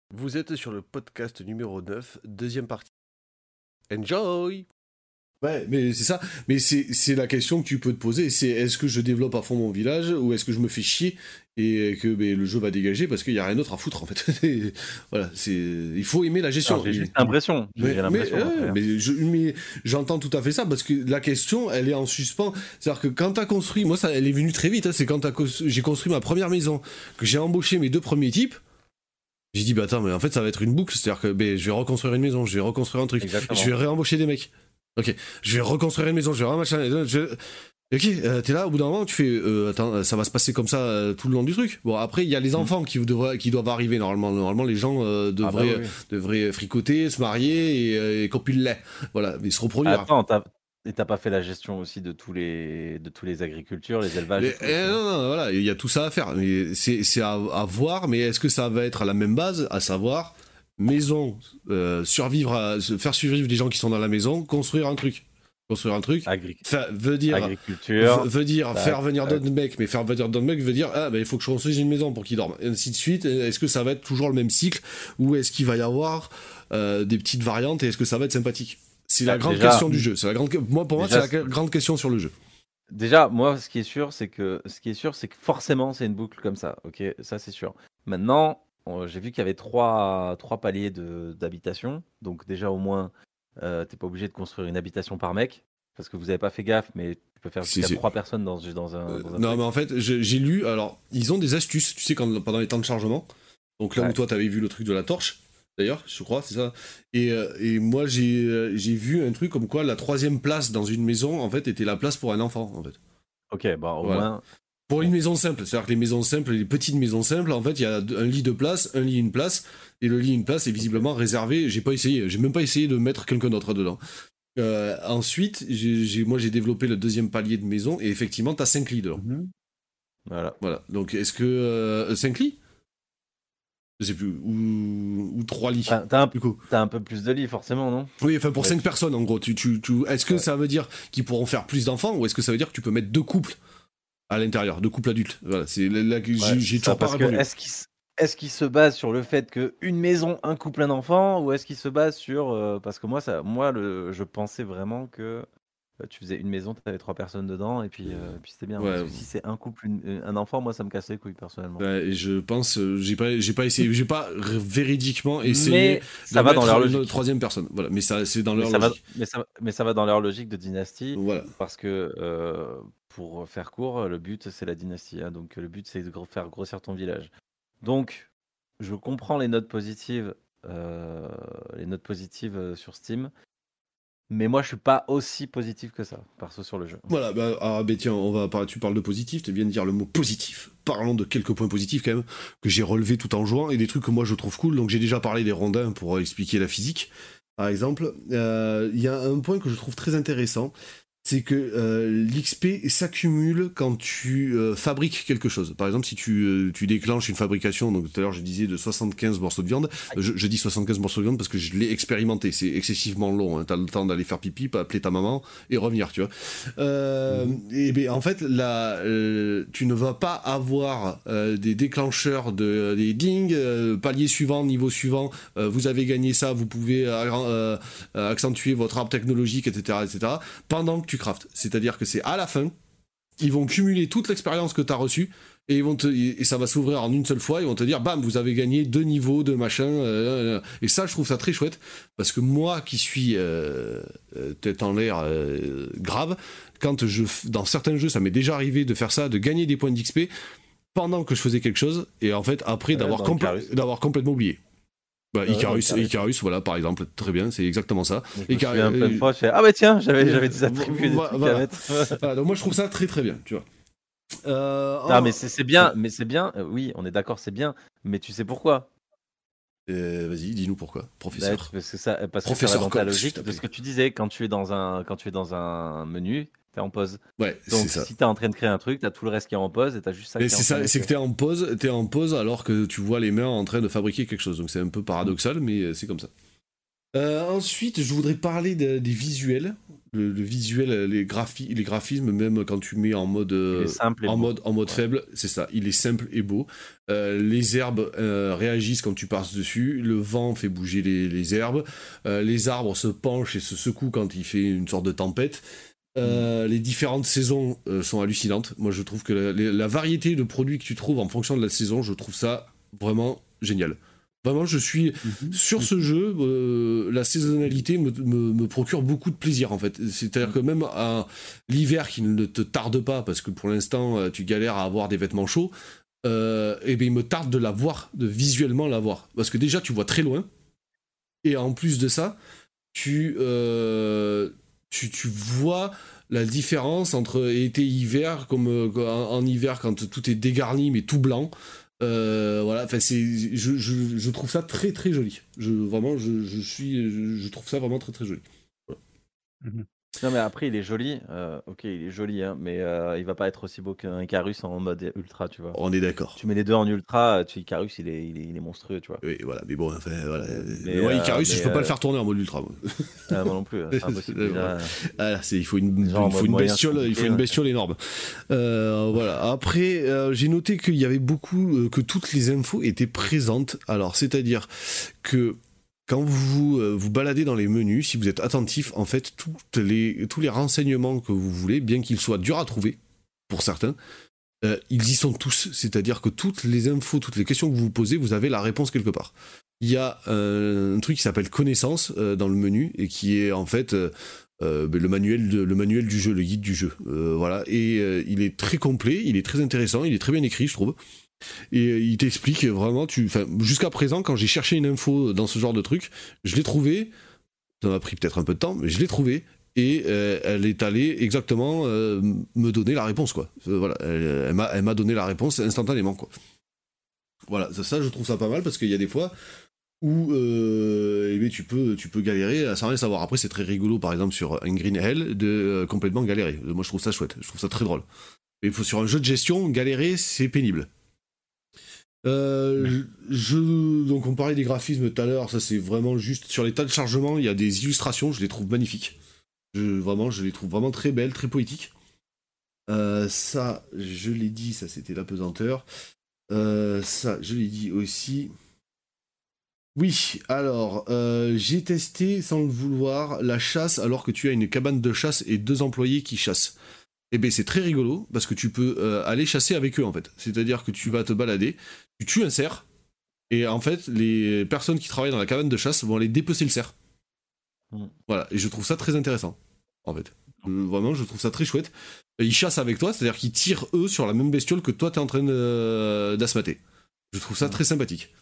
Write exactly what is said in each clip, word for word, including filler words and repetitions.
Vous êtes sur le podcast numéro neuf, deuxième partie. Enjoy! Ouais, mais c'est ça. Mais c'est, c'est la question que tu peux te poser. C'est est-ce que je développe à fond mon village ou est-ce que je me fais chier et que mais, le jeu va dégager parce qu'il n'y a rien d'autre à foutre en fait. Voilà, c'est il faut aimer la gestion. Alors, j'ai juste l'impression. Mais, j'ai l'impression mais, après, euh, hein. mais, je, mais j'entends tout à fait ça parce que la question elle est en suspens. C'est-à-dire que quand t'as construit, moi ça elle est venue très vite. Hein, c'est quand t'as cons- j'ai construit ma première maison que j'ai embauché mes deux premiers types. J'ai dit bah attends mais en fait ça va être une boucle. C'est-à-dire que ben, je vais reconstruire une maison, je vais reconstruire un truc, Exactement. je vais réembaucher des mecs. Ok, je vais reconstruire une maison, je vais machin. Je... Ok, euh, t'es là, au bout d'un moment, tu fais, euh, attends, ça va se passer comme ça euh, tout le long du truc. Bon, après, il y a les enfants mmh. qui, devraient, qui doivent arriver normalement. Normalement, les gens euh, devraient, ah bah oui. devraient fricoter, se marier et, euh, et copuler lait. Voilà, mais se reproduire. Attends, t'as... Et t'as pas fait la gestion aussi de tous les, de tous les agricultures, les élevages mais, et tout, eh, non, non, voilà, il y a tout ça à faire. Mais c'est, c'est à, à voir, mais est-ce que ça va être à la même base, à savoir maison, euh, survivre, à, faire survivre les gens qui sont dans la maison, construire un truc. Construire un truc, Agri- fa- veut dire, agriculture, veut, veut dire tac, faire venir tac. d'autres mecs, mais faire venir d'autres mecs veut dire ah ben il faut que je construise une maison pour qu'ils dorment, et ainsi de suite. Est-ce que ça va être toujours le même cycle ou est-ce qu'il va y avoir euh, des petites variantes et est-ce que ça va être sympathique? C'est la ah, grande déjà, question du jeu. C'est la grande, moi pour déjà, moi c'est la grande question sur le jeu. Déjà, moi ce qui est sûr c'est que ce qui est sûr c'est que forcément c'est une boucle comme ça. Ok, ça c'est sûr. Maintenant, on, j'ai vu qu'il y avait trois trois paliers de, d'habitation, donc déjà au moins Euh, t'es pas obligé de construire une habitation par mec parce que vous avez pas fait gaffe, mais tu peux faire jusqu'à si, trois si. personnes dans, dans un. Euh, dans un non, truc. mais en fait, j'ai, j'ai lu. Alors, ils ont des astuces, tu sais, quand, pendant les temps de chargement. Donc là ouais. où toi t'avais vu le truc de la torche, d'ailleurs, je crois, c'est ça. Et, euh, et moi j'ai, euh, j'ai vu un truc comme quoi la troisième place dans une maison, en fait, était la place pour un enfant, en fait. Ok, bon, au voilà. moins. Pour une maison simple, c'est-à-dire que les maisons simples, les petites maisons simples, en fait, il y a un lit de place, un lit, une place, et le lit, une place est visiblement réservé. J'ai pas essayé, j'ai même pas essayé de mettre quelqu'un d'autre dedans. Euh, ensuite, j'ai, j'ai, moi j'ai développé le deuxième palier de maison, et effectivement, t'as cinq lits dedans. Mm-hmm. Voilà. Voilà. Donc, est-ce que euh, cinq lits ? Je sais plus, ou, ou trois lits. Ah, t'as, un, du coup. T'as un peu plus de lits, forcément, non ? Oui, enfin pour ouais. cinq personnes, en gros. Tu, tu, tu... Est-ce que ouais. ça veut dire qu'ils pourront faire plus d'enfants, ou est-ce que ça veut dire que tu peux mettre deux couples à l'intérieur, deux couples adultes? Voilà, c'est là que j'ai, ouais, j'ai toujours pas répondu. Est-ce qu'il, est-ce qu'il se base sur le fait qu'une maison, un couple, un enfant, ou est-ce qu'il se base sur... Euh, parce que moi, ça, moi le, je pensais vraiment que euh, tu faisais une maison, tu avais trois personnes dedans, et puis, euh, puis c'était bien. Ouais. Parce que si c'est un couple, une, un enfant, moi, ça me casse les couilles, personnellement. Ouais, et je pense... Euh, j'ai, pas, j'ai pas essayé, j'ai pas véridiquement essayé mais ça va dans leur logique. Une troisième personne. Voilà, mais ça, c'est dans leur mais logique. Va, mais, ça, mais ça va dans leur logique de dynastie, voilà. Parce que... Euh, pour faire court, le but c'est la dynastie, hein, donc le but c'est de faire grossir ton village. Donc, je comprends les notes positives, euh, les notes positives sur Steam, mais moi je suis pas aussi positif que ça, perso sur le jeu. Voilà, bah, ah, bah tiens, on va parler, tu parles de positif, tu viens de dire le mot positif. Parlons de quelques points positifs quand même, que j'ai relevés tout en jouant, et des trucs que moi je trouve cool. Donc j'ai déjà parlé des rondins pour expliquer la physique, par exemple. Il euh, y a un point que je trouve très intéressant, c'est que euh, l'X P s'accumule quand tu euh, fabriques quelque chose. Par exemple, si tu, euh, tu déclenches une fabrication, donc tout à l'heure je disais de soixante-quinze morceaux de viande, je, je dis soixante-quinze morceaux de viande parce que je l'ai expérimenté, c'est excessivement long, hein. T'as le temps d'aller faire pipi, appeler ta maman et revenir, tu vois. Euh, mmh. Et bien en fait, là, euh, tu ne vas pas avoir euh, des déclencheurs, de, des ding, euh, palier suivant, niveau suivant, euh, vous avez gagné ça, vous pouvez euh, accentuer votre arbre technologique, et cetera, et cetera, pendant que tu craftes. C'est-à-dire que c'est à la fin, ils vont cumuler toute l'expérience que tu as reçue et, ils vont te, et ça va s'ouvrir en une seule fois, ils vont te dire bam, vous avez gagné deux niveaux de machin, euh, et ça je trouve ça très chouette, parce que moi qui suis euh, euh, tête en l'air euh, grave, quand je, dans certains jeux ça m'est déjà arrivé de faire ça, de gagner des points d'X P pendant que je faisais quelque chose, et en fait après ouais, d'avoir, compl- d'avoir complètement oublié. Bah, euh, Icarus, Icarus. Icarus, voilà, par exemple, très bien, c'est exactement ça. Je Icar- me plein de fois, je fais, ah bah tiens, j'avais, j'avais des attributs, des voilà, trucs voilà. à mettre. Voilà, donc moi je trouve ça très très bien, tu vois. Euh, non, oh, mais c'est, c'est bien, mais c'est bien, euh, oui, on est d'accord, c'est bien, mais tu sais pourquoi? euh, Vas-y, dis-nous pourquoi, professeur. Bah, parce que ça, parce professeur que ça va dans ta logique de ce que tu disais, quand tu es dans un, quand tu es dans un menu, t'es en pause. Ouais, donc c'est ça. Si t'es en train de créer un truc, t'as tout le reste qui est en pause et t'as juste ça. Et qui c'est est en ça, c'est que t'es en pause, t'es en pause alors que tu vois les mains en train de fabriquer quelque chose. Donc c'est un peu paradoxal, mais c'est comme ça. Euh, ensuite, je voudrais parler de, des visuels. Le, le visuel, les, graphi- les graphismes, même quand tu mets en mode, euh, simple et en beau. mode, en mode Ouais. faible, c'est ça, il est simple et beau. Euh, les herbes euh, réagissent quand tu passes dessus, le vent fait bouger les, les herbes, euh, les arbres se penchent et se secouent quand il fait une sorte de tempête. Euh, mm. Les différentes saisons euh, sont hallucinantes. Moi, je trouve que la, la, la variété de produits que tu trouves en fonction de la saison, je trouve ça vraiment génial. Vraiment, je suis mmh. sur ce jeu. Euh, la saisonnalité me, me, me procure beaucoup de plaisir en fait. C'est-à-dire mmh. que même à l'hiver qui ne te tarde pas, parce que pour l'instant tu galères à avoir des vêtements chauds, euh, et bien il me tarde de la voir, de visuellement la voir, parce que déjà tu vois très loin, et en plus de ça, tu euh, tu, tu vois la différence entre été et hiver, comme euh, en, en hiver quand tout est dégarni mais tout blanc. Euh, voilà, enfin c'est, je, je, je trouve ça très très joli. Je vraiment, je, je suis, je, je trouve ça vraiment très très joli. Voilà. Mmh. Non mais après il est joli, euh, ok il est joli, hein, mais euh, il va pas être aussi beau qu'un Icarus en mode ultra, tu vois. On est d'accord. Tu mets les deux en ultra, tu Icarus il est, il est, il est monstrueux, tu vois. Oui, voilà, mais bon, enfin voilà. Mais, mais moi Icarus, euh, mais je peux euh... pas le faire tourner en mode ultra. Moi, ah, moi non plus, c'est impossible. Déjà... ah, c'est, il faut une, il faut une bestiole, il faut une bestiole ouais. énorme. Euh, voilà. Après, euh, j'ai noté qu'il y avait beaucoup, euh, que toutes les infos étaient présentes. Alors, c'est-à-dire que quand vous euh, vous baladez dans les menus, si vous êtes attentif, en fait, toutes les, tous les renseignements que vous voulez, bien qu'ils soient durs à trouver, pour certains, euh, ils y sont tous. C'est-à-dire que toutes les infos, toutes les questions que vous vous posez, vous avez la réponse quelque part. Il y a euh, un truc qui s'appelle connaissance euh, dans le menu, et qui est en fait euh, euh, le, manuel de, le manuel du jeu, le guide du jeu. Euh, voilà. Et euh, il est très complet, il est très intéressant, il est très bien écrit, je trouve. Et il t'explique vraiment, tu, jusqu'à présent, quand j'ai cherché une info dans ce genre de truc, je l'ai trouvé, ça m'a pris peut-être un peu de temps, mais je l'ai trouvé, et euh, elle est allée exactement euh, me donner la réponse, quoi. Euh, voilà, elle, elle, m'a, elle m'a donné la réponse instantanément, quoi. Voilà, ça, ça je trouve ça pas mal, parce qu'il y a des fois où euh, eh bien, tu, peux, tu peux galérer sans rien savoir. Après, c'est très rigolo, par exemple, sur un Green Hell, de euh, complètement galérer. Moi, je trouve ça chouette, je trouve ça très drôle. Mais sur un jeu de gestion, galérer, c'est pénible. Euh, je, donc on parlait des graphismes tout à l'heure, ça c'est vraiment juste sur les tas de chargements, il y a des illustrations, je les trouve magnifiques. Je, vraiment, je les trouve vraiment très belles, très poétiques. Euh, ça, je l'ai dit, ça c'était la pesanteur. Euh, ça, je l'ai dit aussi. Oui, alors, euh, j'ai testé, sans le vouloir, la chasse alors que tu as une cabane de chasse et deux employés qui chassent. Eh bien c'est très rigolo, parce que tu peux euh, aller chasser avec eux en fait. C'est-à-dire que tu vas te balader, tu tues un cerf, et en fait les personnes qui travaillent dans la cabane de chasse vont aller dépecer le cerf. Mmh. Voilà, et je trouve ça très intéressant, en fait. Euh, vraiment, je trouve ça très chouette. Ils chassent avec toi, c'est-à-dire qu'ils tirent eux sur la même bestiole que toi t'es en train de, euh, d'asmater. Je trouve ça mmh. très sympathique.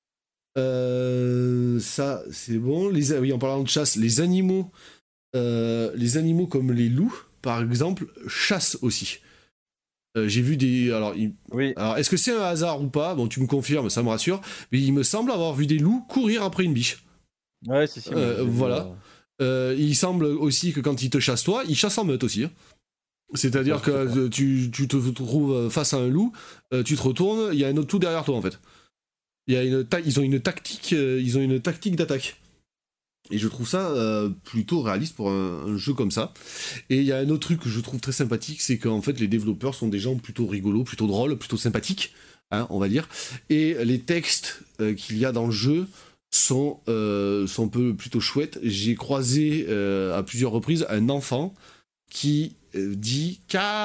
Euh, ça, c'est bon. Les, oui, en parlant de chasse, les animaux, euh, les animaux comme les loups, par exemple, chasse aussi. Euh, j'ai vu des... Alors, il... oui. Alors, est-ce que c'est un hasard ou pas ? Bon, tu me confirmes, ça me rassure. Mais il me semble avoir vu des loups courir après une biche. Ouais, c'est si. Euh, voilà. Vu, euh... Euh, il semble aussi que quand ils te chassent toi, ils chassent en meute aussi. Hein. C'est-à-dire que euh, tu, tu te trouves face à un loup, euh, tu te retournes, il y a un autre loup derrière toi en fait. Il y a une ta... Ils ont une tactique, euh, ils ont une tactique d'attaque. Et je trouve ça euh, plutôt réaliste pour un, un jeu comme ça. Et il y a un autre truc que je trouve très sympathique, c'est qu'en fait les développeurs sont des gens plutôt rigolos, plutôt drôles, plutôt sympathiques, hein, on va dire. Et les textes euh, qu'il y a dans le jeu sont, euh, sont un peu plutôt chouettes. J'ai croisé euh, à plusieurs reprises un enfant qui euh, dit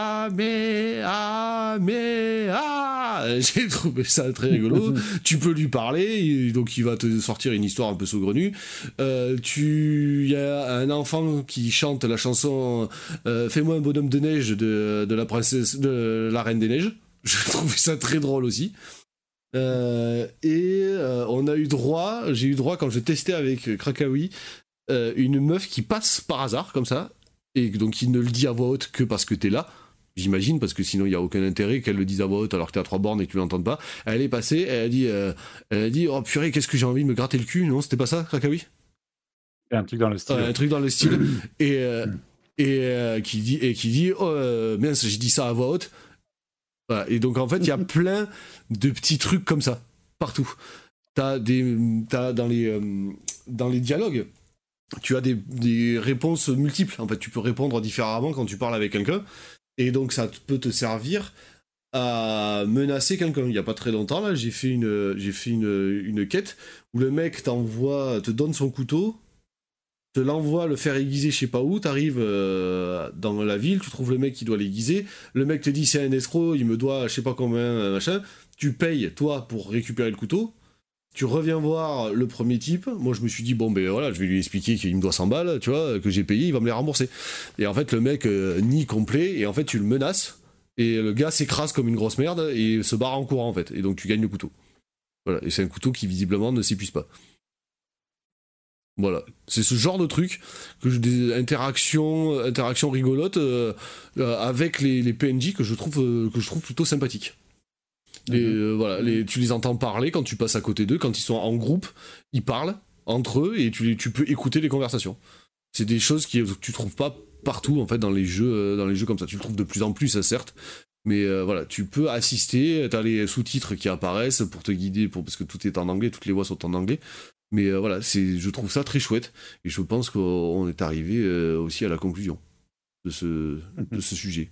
Kamehameha. J'ai trouvé ça très rigolo. Tu peux lui parler, donc il va te sortir une histoire un peu saugrenue. Euh, tu, il y a un enfant qui chante la chanson euh, Fais-moi un bonhomme de neige de, de la princesse, de la Reine des Neiges. Je trouvais ça très drôle aussi. Euh, et euh, on a eu droit, j'ai eu droit quand je testais avec Krakawi, euh, une meuf qui passe par hasard comme ça. Et donc il ne le dit à voix haute que parce que t'es là, j'imagine, parce que sinon il n'y a aucun intérêt qu'elle le dise à voix haute alors que t'es à trois bornes et que tu l'entends pas. Elle est passée, elle a dit, euh, elle a dit oh purée, qu'est-ce que j'ai envie de me gratter le cul, non, c'était pas ça, Krakawi ? Un truc dans le style. Euh, un truc dans le style. et euh, et euh, qui dit, et qui dit oh euh, mince, j'ai dit ça à voix haute. Voilà. Et donc en fait il y a plein de petits trucs comme ça, partout. T'as, des, t'as dans, les, euh, dans les dialogues, tu as des, des réponses multiples. En fait, tu peux répondre différemment quand tu parles avec quelqu'un. Et donc, ça peut te servir à menacer quelqu'un. Il n'y a pas très longtemps, là, j'ai fait une, j'ai fait une, une quête où le mec t'envoie, te donne son couteau, te l'envoie le faire aiguiser je sais pas où, t'arrives euh, dans la ville, tu trouves le mec qui doit l'aiguiser, le mec te dit c'est un escroc, il me doit je sais pas combien, machin, tu payes, toi, pour récupérer le couteau, tu reviens voir le premier type, moi je me suis dit, bon ben voilà, je vais lui expliquer qu'il me doit cent balles, tu vois, que j'ai payé, il va me les rembourser. Et en fait, le mec euh, nie complet, et en fait, tu le menaces, et le gars s'écrase comme une grosse merde, et se barre en courant, en fait, et donc tu gagnes le couteau. Voilà, et c'est un couteau qui visiblement ne s'épuise pas. Voilà, c'est ce genre de truc, que je, des interactions, interactions rigolotes euh, euh, avec les, les P N J que je trouve, euh, que je trouve plutôt sympathiques. Les, Mhm. euh, voilà, les, tu les entends parler quand tu passes à côté d'eux, quand ils sont en groupe, ils parlent entre eux et tu, les, tu peux écouter les conversations. C'est des choses qui, que tu trouves pas partout en fait dans les jeux, euh, dans les jeux comme ça. Tu le trouves de plus en plus, ça, certes, mais euh, voilà, tu peux assister. T'as les sous-titres qui apparaissent pour te guider, pour, parce que tout est en anglais, toutes les voix sont en anglais. Mais euh, voilà, c'est, je trouve ça très chouette et je pense qu'on est arrivé euh, aussi à la conclusion de ce, de ce sujet.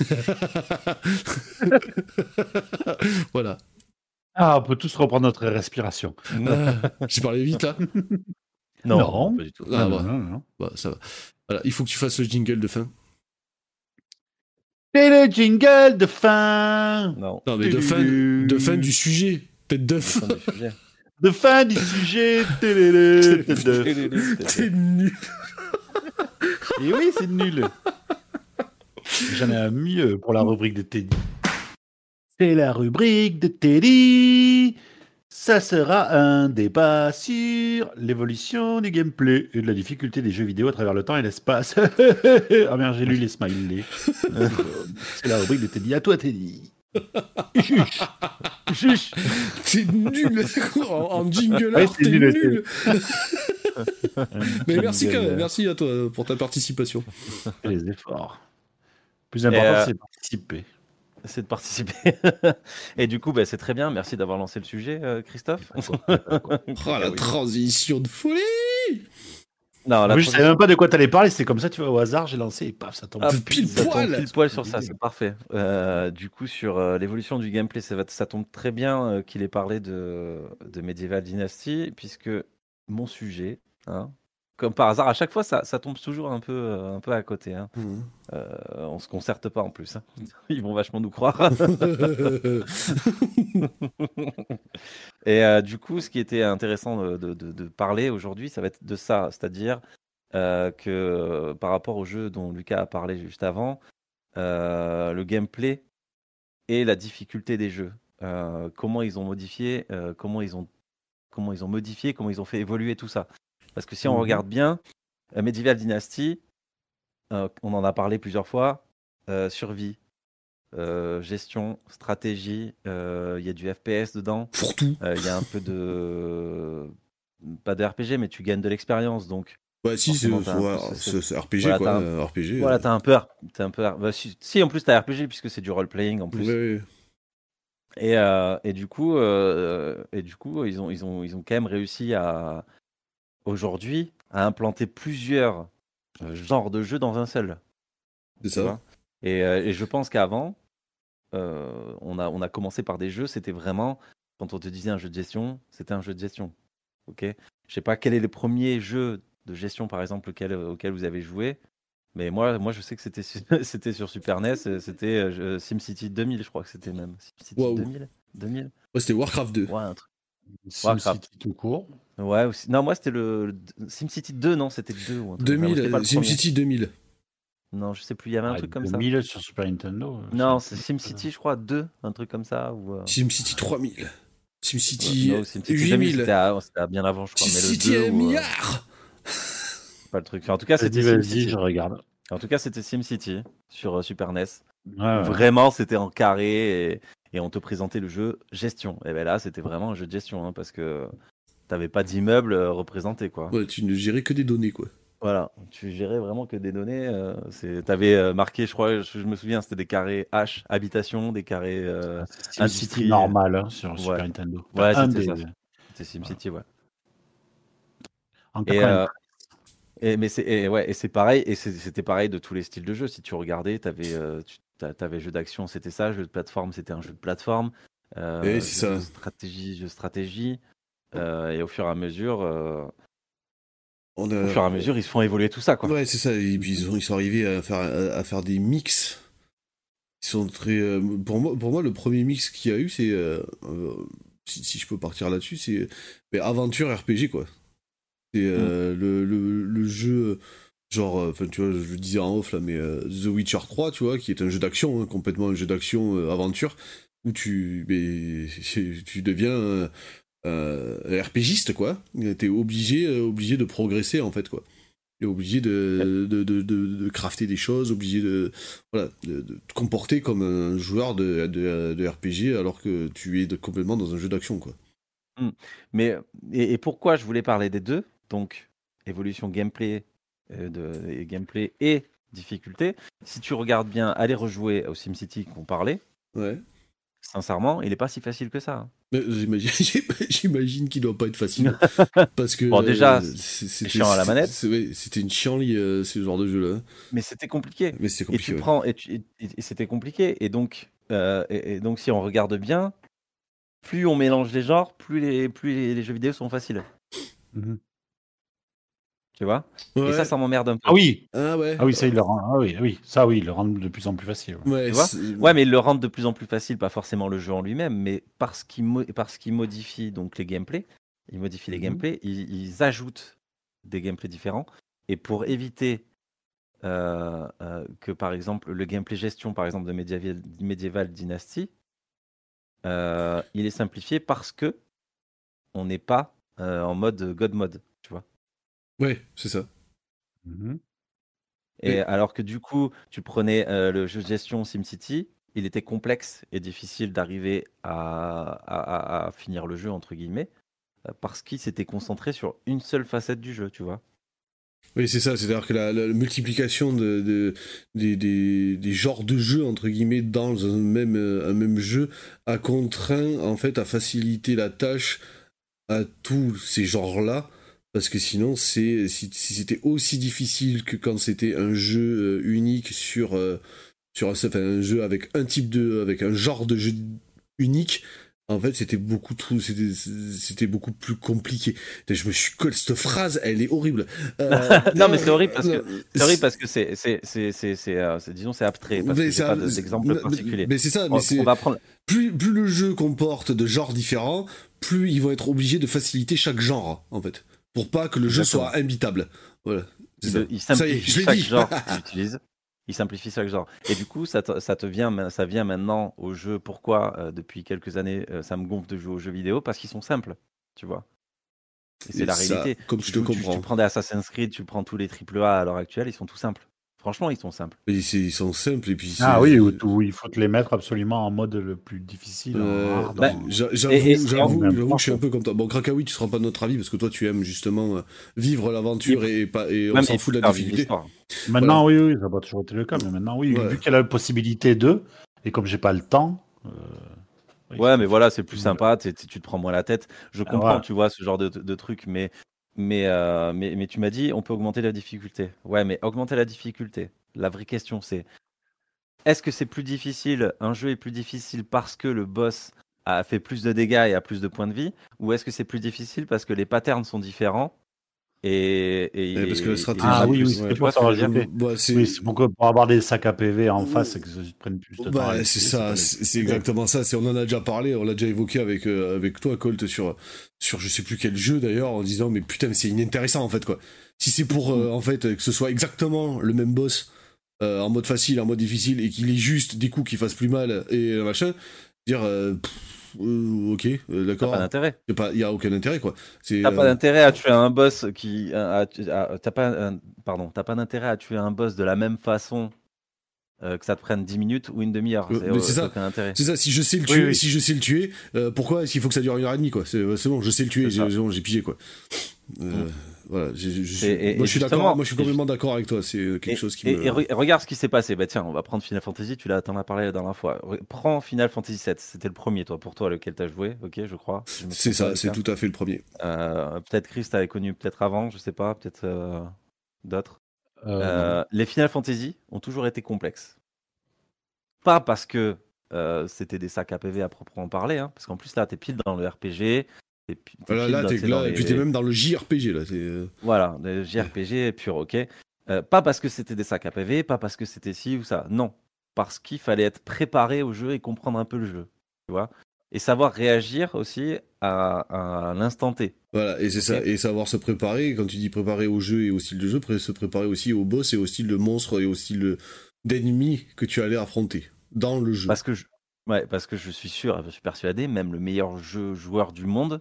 Voilà. Ah, on peut tous reprendre notre respiration. J'ai parlé vite là. Non, Non. non, pas du tout. Ah, non, bah, non, non, non. bah, ça va. Voilà, il faut que tu fasses le jingle de fin. C'est le jingle de fin. Non. Non, mais de fin, de fin du sujet. Peut-être de fin. Fin du sujet. De fin du sujet. Télélé, de- T'es nul. Et oui, c'est nul. J'en ai un mieux pour la rubrique de Teddy. C'est la rubrique de Teddy. Ça sera un débat sur l'évolution du gameplay et de la difficulté des jeux vidéo à travers le temps et l'espace. Ah merde, j'ai lu les smileys. C'est la rubrique de Teddy. À toi, Teddy. Chuch. Chuch. T'es nul. En, en jingle, Ouais, c'est t'es nul, nul. Mais merci quand même, merci à toi pour ta participation. Fais les efforts. Plus important, euh, c'est de participer. C'est de participer. Et du coup, bah, c'est très bien. Merci d'avoir lancé le sujet, euh, Christophe. Oh, la transition de folie. Non, la Oui, je savais même pas de quoi t'allais parler, c'est comme ça, tu vois, au hasard, j'ai lancé et paf, ça tombe. Ah, pile ça tombe poil. pile poil sur ça, c'est parfait. Euh, du coup, sur euh, l'évolution du gameplay, ça, va, ça tombe très bien euh, qu'il ait parlé de, de Medieval Dynasty, puisque mon sujet, hein, comme par hasard, à chaque fois, ça, ça tombe toujours un peu, euh, un peu à côté. Hein. Mmh. Euh, on se concerte pas en plus. Hein. Ils vont vachement nous croire. Et euh, du coup, ce qui était intéressant de, de, de, de parler aujourd'hui, ça va être de ça, c'est-à-dire euh, que euh, par rapport au jeu dont Lucas a parlé juste avant, euh, le gameplay et la difficulté des jeux, euh, comment ils ont modifié, euh, comment ils ont, comment ils ont modifié, comment ils ont fait évoluer tout ça. Parce que si on Mhm. regarde bien, euh, Medieval Dynasty, euh, on en a parlé plusieurs fois, euh, survie. Euh, gestion, stratégie, il euh, y a du F P S dedans, il Fourre-tout. euh, y a un peu de... pas de R P G, mais tu gagnes de l'expérience, donc... Ouais, si, c'est, forcément, t'as un ouais, peu- c'est, c'est R P G, Voilà, quoi. t'as un- euh, R P G. Voilà, euh. t'as un peu... R- T'as un peu R- bah, si, si, en plus, t'as R P G, puisque c'est du role-playing, en plus. Ouais, ouais. Et, euh, et du coup, euh, et du coup ils, ont, ils, ont, ils ont quand même réussi à... aujourd'hui, à implanter plusieurs euh, genres de jeux dans un seul. C'est Tu ça. vois. Et, euh, et je pense qu'avant, euh, on, a, on a commencé par des jeux, c'était vraiment, quand on te disait un jeu de gestion, c'était un jeu de gestion. Ok. Je sais pas quels sont les premiers jeux de gestion, par exemple, auxquels, auxquels vous avez joué, mais moi, moi je sais que c'était, su- c'était sur Super N E S, c'était euh, SimCity deux mille, je crois que c'était même. SimCity Waouh. deux mille deux mille Ouais, c'était Warcraft deux. Ouais, un truc. SimCity tout court. Ouais, aussi. Non, moi c'était le, le SimCity deux, non, c'était deux ou un truc. deux Enfin, mille, c'était pas le SimCity deux mille. premier. Non, je sais plus, il y avait un Ah, truc comme ça. deux mille sur Super Nintendo. euh, Non, ça- c'est SimCity, je crois, deux, un truc comme ça. Ou, euh... SimCity trois mille. SimCity non, SimCity huit deux mille, mille. c'était à, c'était à bien avant, je crois. Mais le SimCity deux, un ou, euh, milliard. c'est pas le truc. Enfin, en tout cas, Vas-y, c'était vas-y, SimCity. je regarde. En tout cas, c'était SimCity sur euh, Super N E S. Ouais, ouais. Vraiment, c'était en carré et, et on te présentait le jeu gestion. Et ben là, c'était vraiment un jeu de gestion, hein, parce que t'avais pas d'immeuble euh, représenté, quoi. Ouais, tu ne gérais que des données, quoi. Voilà, tu gérais vraiment que des données. Euh, c'est, t'avais euh, marqué, je crois, je, je me souviens, c'était des carrés H, habitation, des carrés euh, C'est industrie. SimCity normal hein, sur Ouais. Super Nintendo. Ouais, Un c'était des- ça. C'était SimCity, ouais. En Et, euh, Et, mais c'est, et ouais, et c'est pareil, et c'est- c'était pareil de tous les styles de jeu. Si tu regardais, t'avais, euh, tu avais jeu d'action, c'était ça, jeu de plateforme, c'était un jeu de plateforme, Et euh, c'est jeu de ça. stratégie, jeu de stratégie, euh, et au fur et à mesure, euh, On au a... fur et à mesure, ils se font évoluer tout ça, quoi. Ouais, c'est ça. Et puis ils, ont- ils sont arrivés à faire, à, à faire des mix. Ils sont très. euh, pour, moi, pour moi, le premier mix qu'il y a eu, c'est. euh, euh, si, si je peux partir là-dessus, c'est. Mais aventure R P G, quoi. C'est euh, le, le, le jeu. Genre, euh, enfin, tu vois, je le disais en off là, mais euh, The Witcher trois, tu vois, qui est un jeu d'action, hein, complètement un jeu d'action euh, aventure, où tu, mais, tu deviens euh, euh, RPGiste, quoi. T'es obligé, euh, obligé de progresser, en fait, quoi. T'es obligé de, de, de, de, de crafter des choses, obligé de, voilà, de, de te comporter comme un joueur de, de, de R P G alors que tu es de- complètement dans un jeu d'action, quoi. Mm. Mais et, et pourquoi je voulais parler des deux, donc évolution gameplay, euh, de, et gameplay et difficulté. Si tu regardes bien, aller rejouer au SimCity qu'on parlait, Ouais. sincèrement, il est pas si facile que ça, hein. Mais J'imagine, j'imagine qu'il doit pas être facile. Parce que Bon, déjà, euh, c'est c'était chiant à la manette. c'est- ouais, c'était une chienlit, euh, ce genre de jeu-là. Mais c'était compliqué. Mais c'était Et compliqué. tu Ouais. prends, et, tu- et- et c'était compliqué. Et donc, euh, et, et donc, si on regarde bien, plus on mélange les genres, plus les, plus les, les jeux vidéo sont faciles. Mhm. Tu vois? Et Ouais. ça, ça m'emmerde un peu. Ah oui, Ah ouais. ah oui, ça il le rend, ah oui, ah oui, ça oui, il le rend de plus en plus facile. Ouais. Ouais. Tu vois? c'est- Ouais, mais ils le rendent de plus en plus facile, pas forcément le jeu en lui-même, mais parce qu'ils mo- parce qu'ils modifient donc les gameplays, ils modifient les Mhm. gameplays, ils, ils ajoutent des gameplays différents. Et pour éviter euh, euh, que, par exemple, le gameplay gestion, par exemple, de Medieval, Medieval Dynasty, euh, il est simplifié parce que on n'est pas euh, en mode God mode, tu vois. Ouais, c'est ça. Mhm. Et Mais- alors que du coup, tu prenais euh, le jeu de gestion SimCity, il était complexe et difficile d'arriver à, à- à- à finir le jeu, entre guillemets, euh, parce qu'il s'était concentré sur une seule facette du jeu, tu vois. Oui, c'est ça. C'est-à-dire que la, la multiplication de, de- des, des, des genres de jeux, entre guillemets, dans un même, euh, un même jeu, a contraint, en fait, à faciliter la tâche à tous ces genres-là. Parce que sinon, c'est si, si c'était aussi difficile que quand c'était un jeu euh, unique sur, euh, sur un, enfin, un jeu avec un type de, avec un genre de jeu unique, en fait, c'était beaucoup trop, c'était, c'était beaucoup plus compliqué. Je me suis collé cette phrase, elle est horrible. Euh, Non, mais c'est horrible parce que euh, c'est horrible parce que c'est c'est c'est c'est c'est, euh, c'est- disons c'est abstrait parce mais que j'ai ça- pas de- d'exemple mais- particulier. Mais c'est ça, mais On, c'est on va prendre. plus, plus le jeu comporte de genres différents, plus ils vont être obligés de faciliter chaque genre, en fait, pour pas que le jeu Exactement. soit imbitable. Voilà. C'est Il, ça. le- il Ça y est, simplifie je l'ai chaque dit. genre qu'il utilise. Il simplifie chaque genre. Et du coup, ça te, ça te vient, ma- ça vient maintenant au jeu. Pourquoi euh, depuis quelques années, euh, ça me gonfle de jouer aux jeux vidéo? Parce qu'ils sont simples, tu vois. Et c'est Mais la ça, réalité. comme Tu, je te joues- tu, comprends. tu prends des Assassin's Creed, tu prends tous les triple A à l'heure actuelle, ils sont tout simples. Franchement, ils sont simples. Mais c'est- ils sont simples et puis c'est- Ah oui, où, où il faut te les mettre absolument en mode le plus difficile, en Euh, hard, bah, en- j'a- Et- et J'avoue, c'est- j'avoue, même j'avoue pas, que je suis un quoi. peu comme toi. Bon, Krakawi, tu seras pas de notre avis parce que toi, tu aimes justement euh, vivre l'aventure Oui. et, pas, et on Ouais, s'en mais fout de la faire vivre difficulté. l'histoire. Maintenant, oui, oui, ça n'a pas toujours été le cas, mais maintenant, oui, Ouais. vu qu'il y a la possibilité de, et comme j'ai pas le temps. euh, oui, Ouais, ça- mais voilà, c'est plus Ouais. sympa, t'es- t'es- tu te prends moins la tête. Je Ah, comprends, ouais. tu vois, ce genre de, de truc, mais, mais, euh, mais, mais tu m'as dit, on peut augmenter la difficulté. Ouais, mais augmenter la difficulté, la vraie question, c'est est-ce que c'est plus difficile, un jeu est plus difficile parce que le boss a fait plus de dégâts et a plus de points de vie, ou est-ce que c'est plus difficile parce que les patterns sont différents et, et, Ouais, parce que la et- et stratégie, il y en a Ah oui, plus. oui, ouais. c'est Tu vois pour ce que ça je veux dire? rajouter. Bah, c'est Oui, c'est pour, que- pour avoir des sacs à P V en face et que ça te prenne plus de temps. à bah, les c'est tuer, ça, pas les- c'est c'est exactement ça. C'est on en a déjà parlé, on l'a déjà évoqué avec euh, avec toi, Colt, sur sur je sais plus quel jeu d'ailleurs, en disant mais putain, mais c'est inintéressant en fait quoi. Si c'est pour euh, en fait que ce soit exactement le même boss euh, en mode facile, en mode difficile et qu'il ait juste des coups qui fassent plus mal et euh, machin, dire euh, pff, euh, ok, euh, T'as d'accord, pas d'intérêt. y a pas, y a aucun intérêt quoi. C'est T'as pas euh, d'intérêt à tuer un boss qui. à- à- à- T'as pas, un- pardon, t'as pas d'intérêt à tuer un boss de la même façon euh, que ça te prenne dix minutes ou une demi-heure. Euh, C'est mais c'est c'est ça. aucun intérêt. C'est ça, si je sais le Oui, tuer, oui. si je sais le tuer, euh, pourquoi est-ce qu'il faut que ça dure une heure et demie quoi? C'est c'est bon, je sais le tuer, C'est j'ai ça. c'est bon, j'ai pigé quoi. Euh, Mm. Voilà, j'ai- je suis, Et- et- moi et je suis justement- d'accord, moi je suis et complètement d'accord avec toi. C'est quelque Et, chose qui et- me. et re- regarde ce qui s'est passé. Bah tiens, on va prendre Final Fantasy. Tu l'as, t'en as parlé la dernière fois. Re- Prends Final Fantasy sept. C'était le premier, toi, pour toi, lequel t'as joué. Ok, je crois. si je me C'est trompe pas, ça, c'est Lucas. tout à fait le premier. Euh, peut-être Chris t'avais connu peut-être avant, je sais pas. Peut-être. euh, d'autres. Euh, Euh, les Final Fantasy ont toujours été complexes. Pas parce que euh, c'était des sacs à P V à proprement parler, hein, parce qu'en plus là, t'es pile dans le R P G. T'es, pi- t'es Voilà, pile là, dans, t'es, tu sais, dans là, et puis t'es les... même dans le J R P G, là. C'est, euh, Voilà, le J R P G pur, ok. Euh, pas parce que c'était des sacs à P V, pas parce que c'était ci ou ça. Non, parce qu'il fallait être préparé au jeu et comprendre un peu le jeu, tu vois. Et savoir réagir aussi à, à l'instant T. Voilà, et c'est Ok. ça, et savoir se préparer, quand tu dis préparer au jeu et au style de jeu, pré- se préparer aussi au boss et au style de monstre et au style de- d'ennemi que tu allais affronter dans le jeu. Parce que je, ouais, parce que je suis sûr, je suis persuadé, même le meilleur jeu, joueur du monde,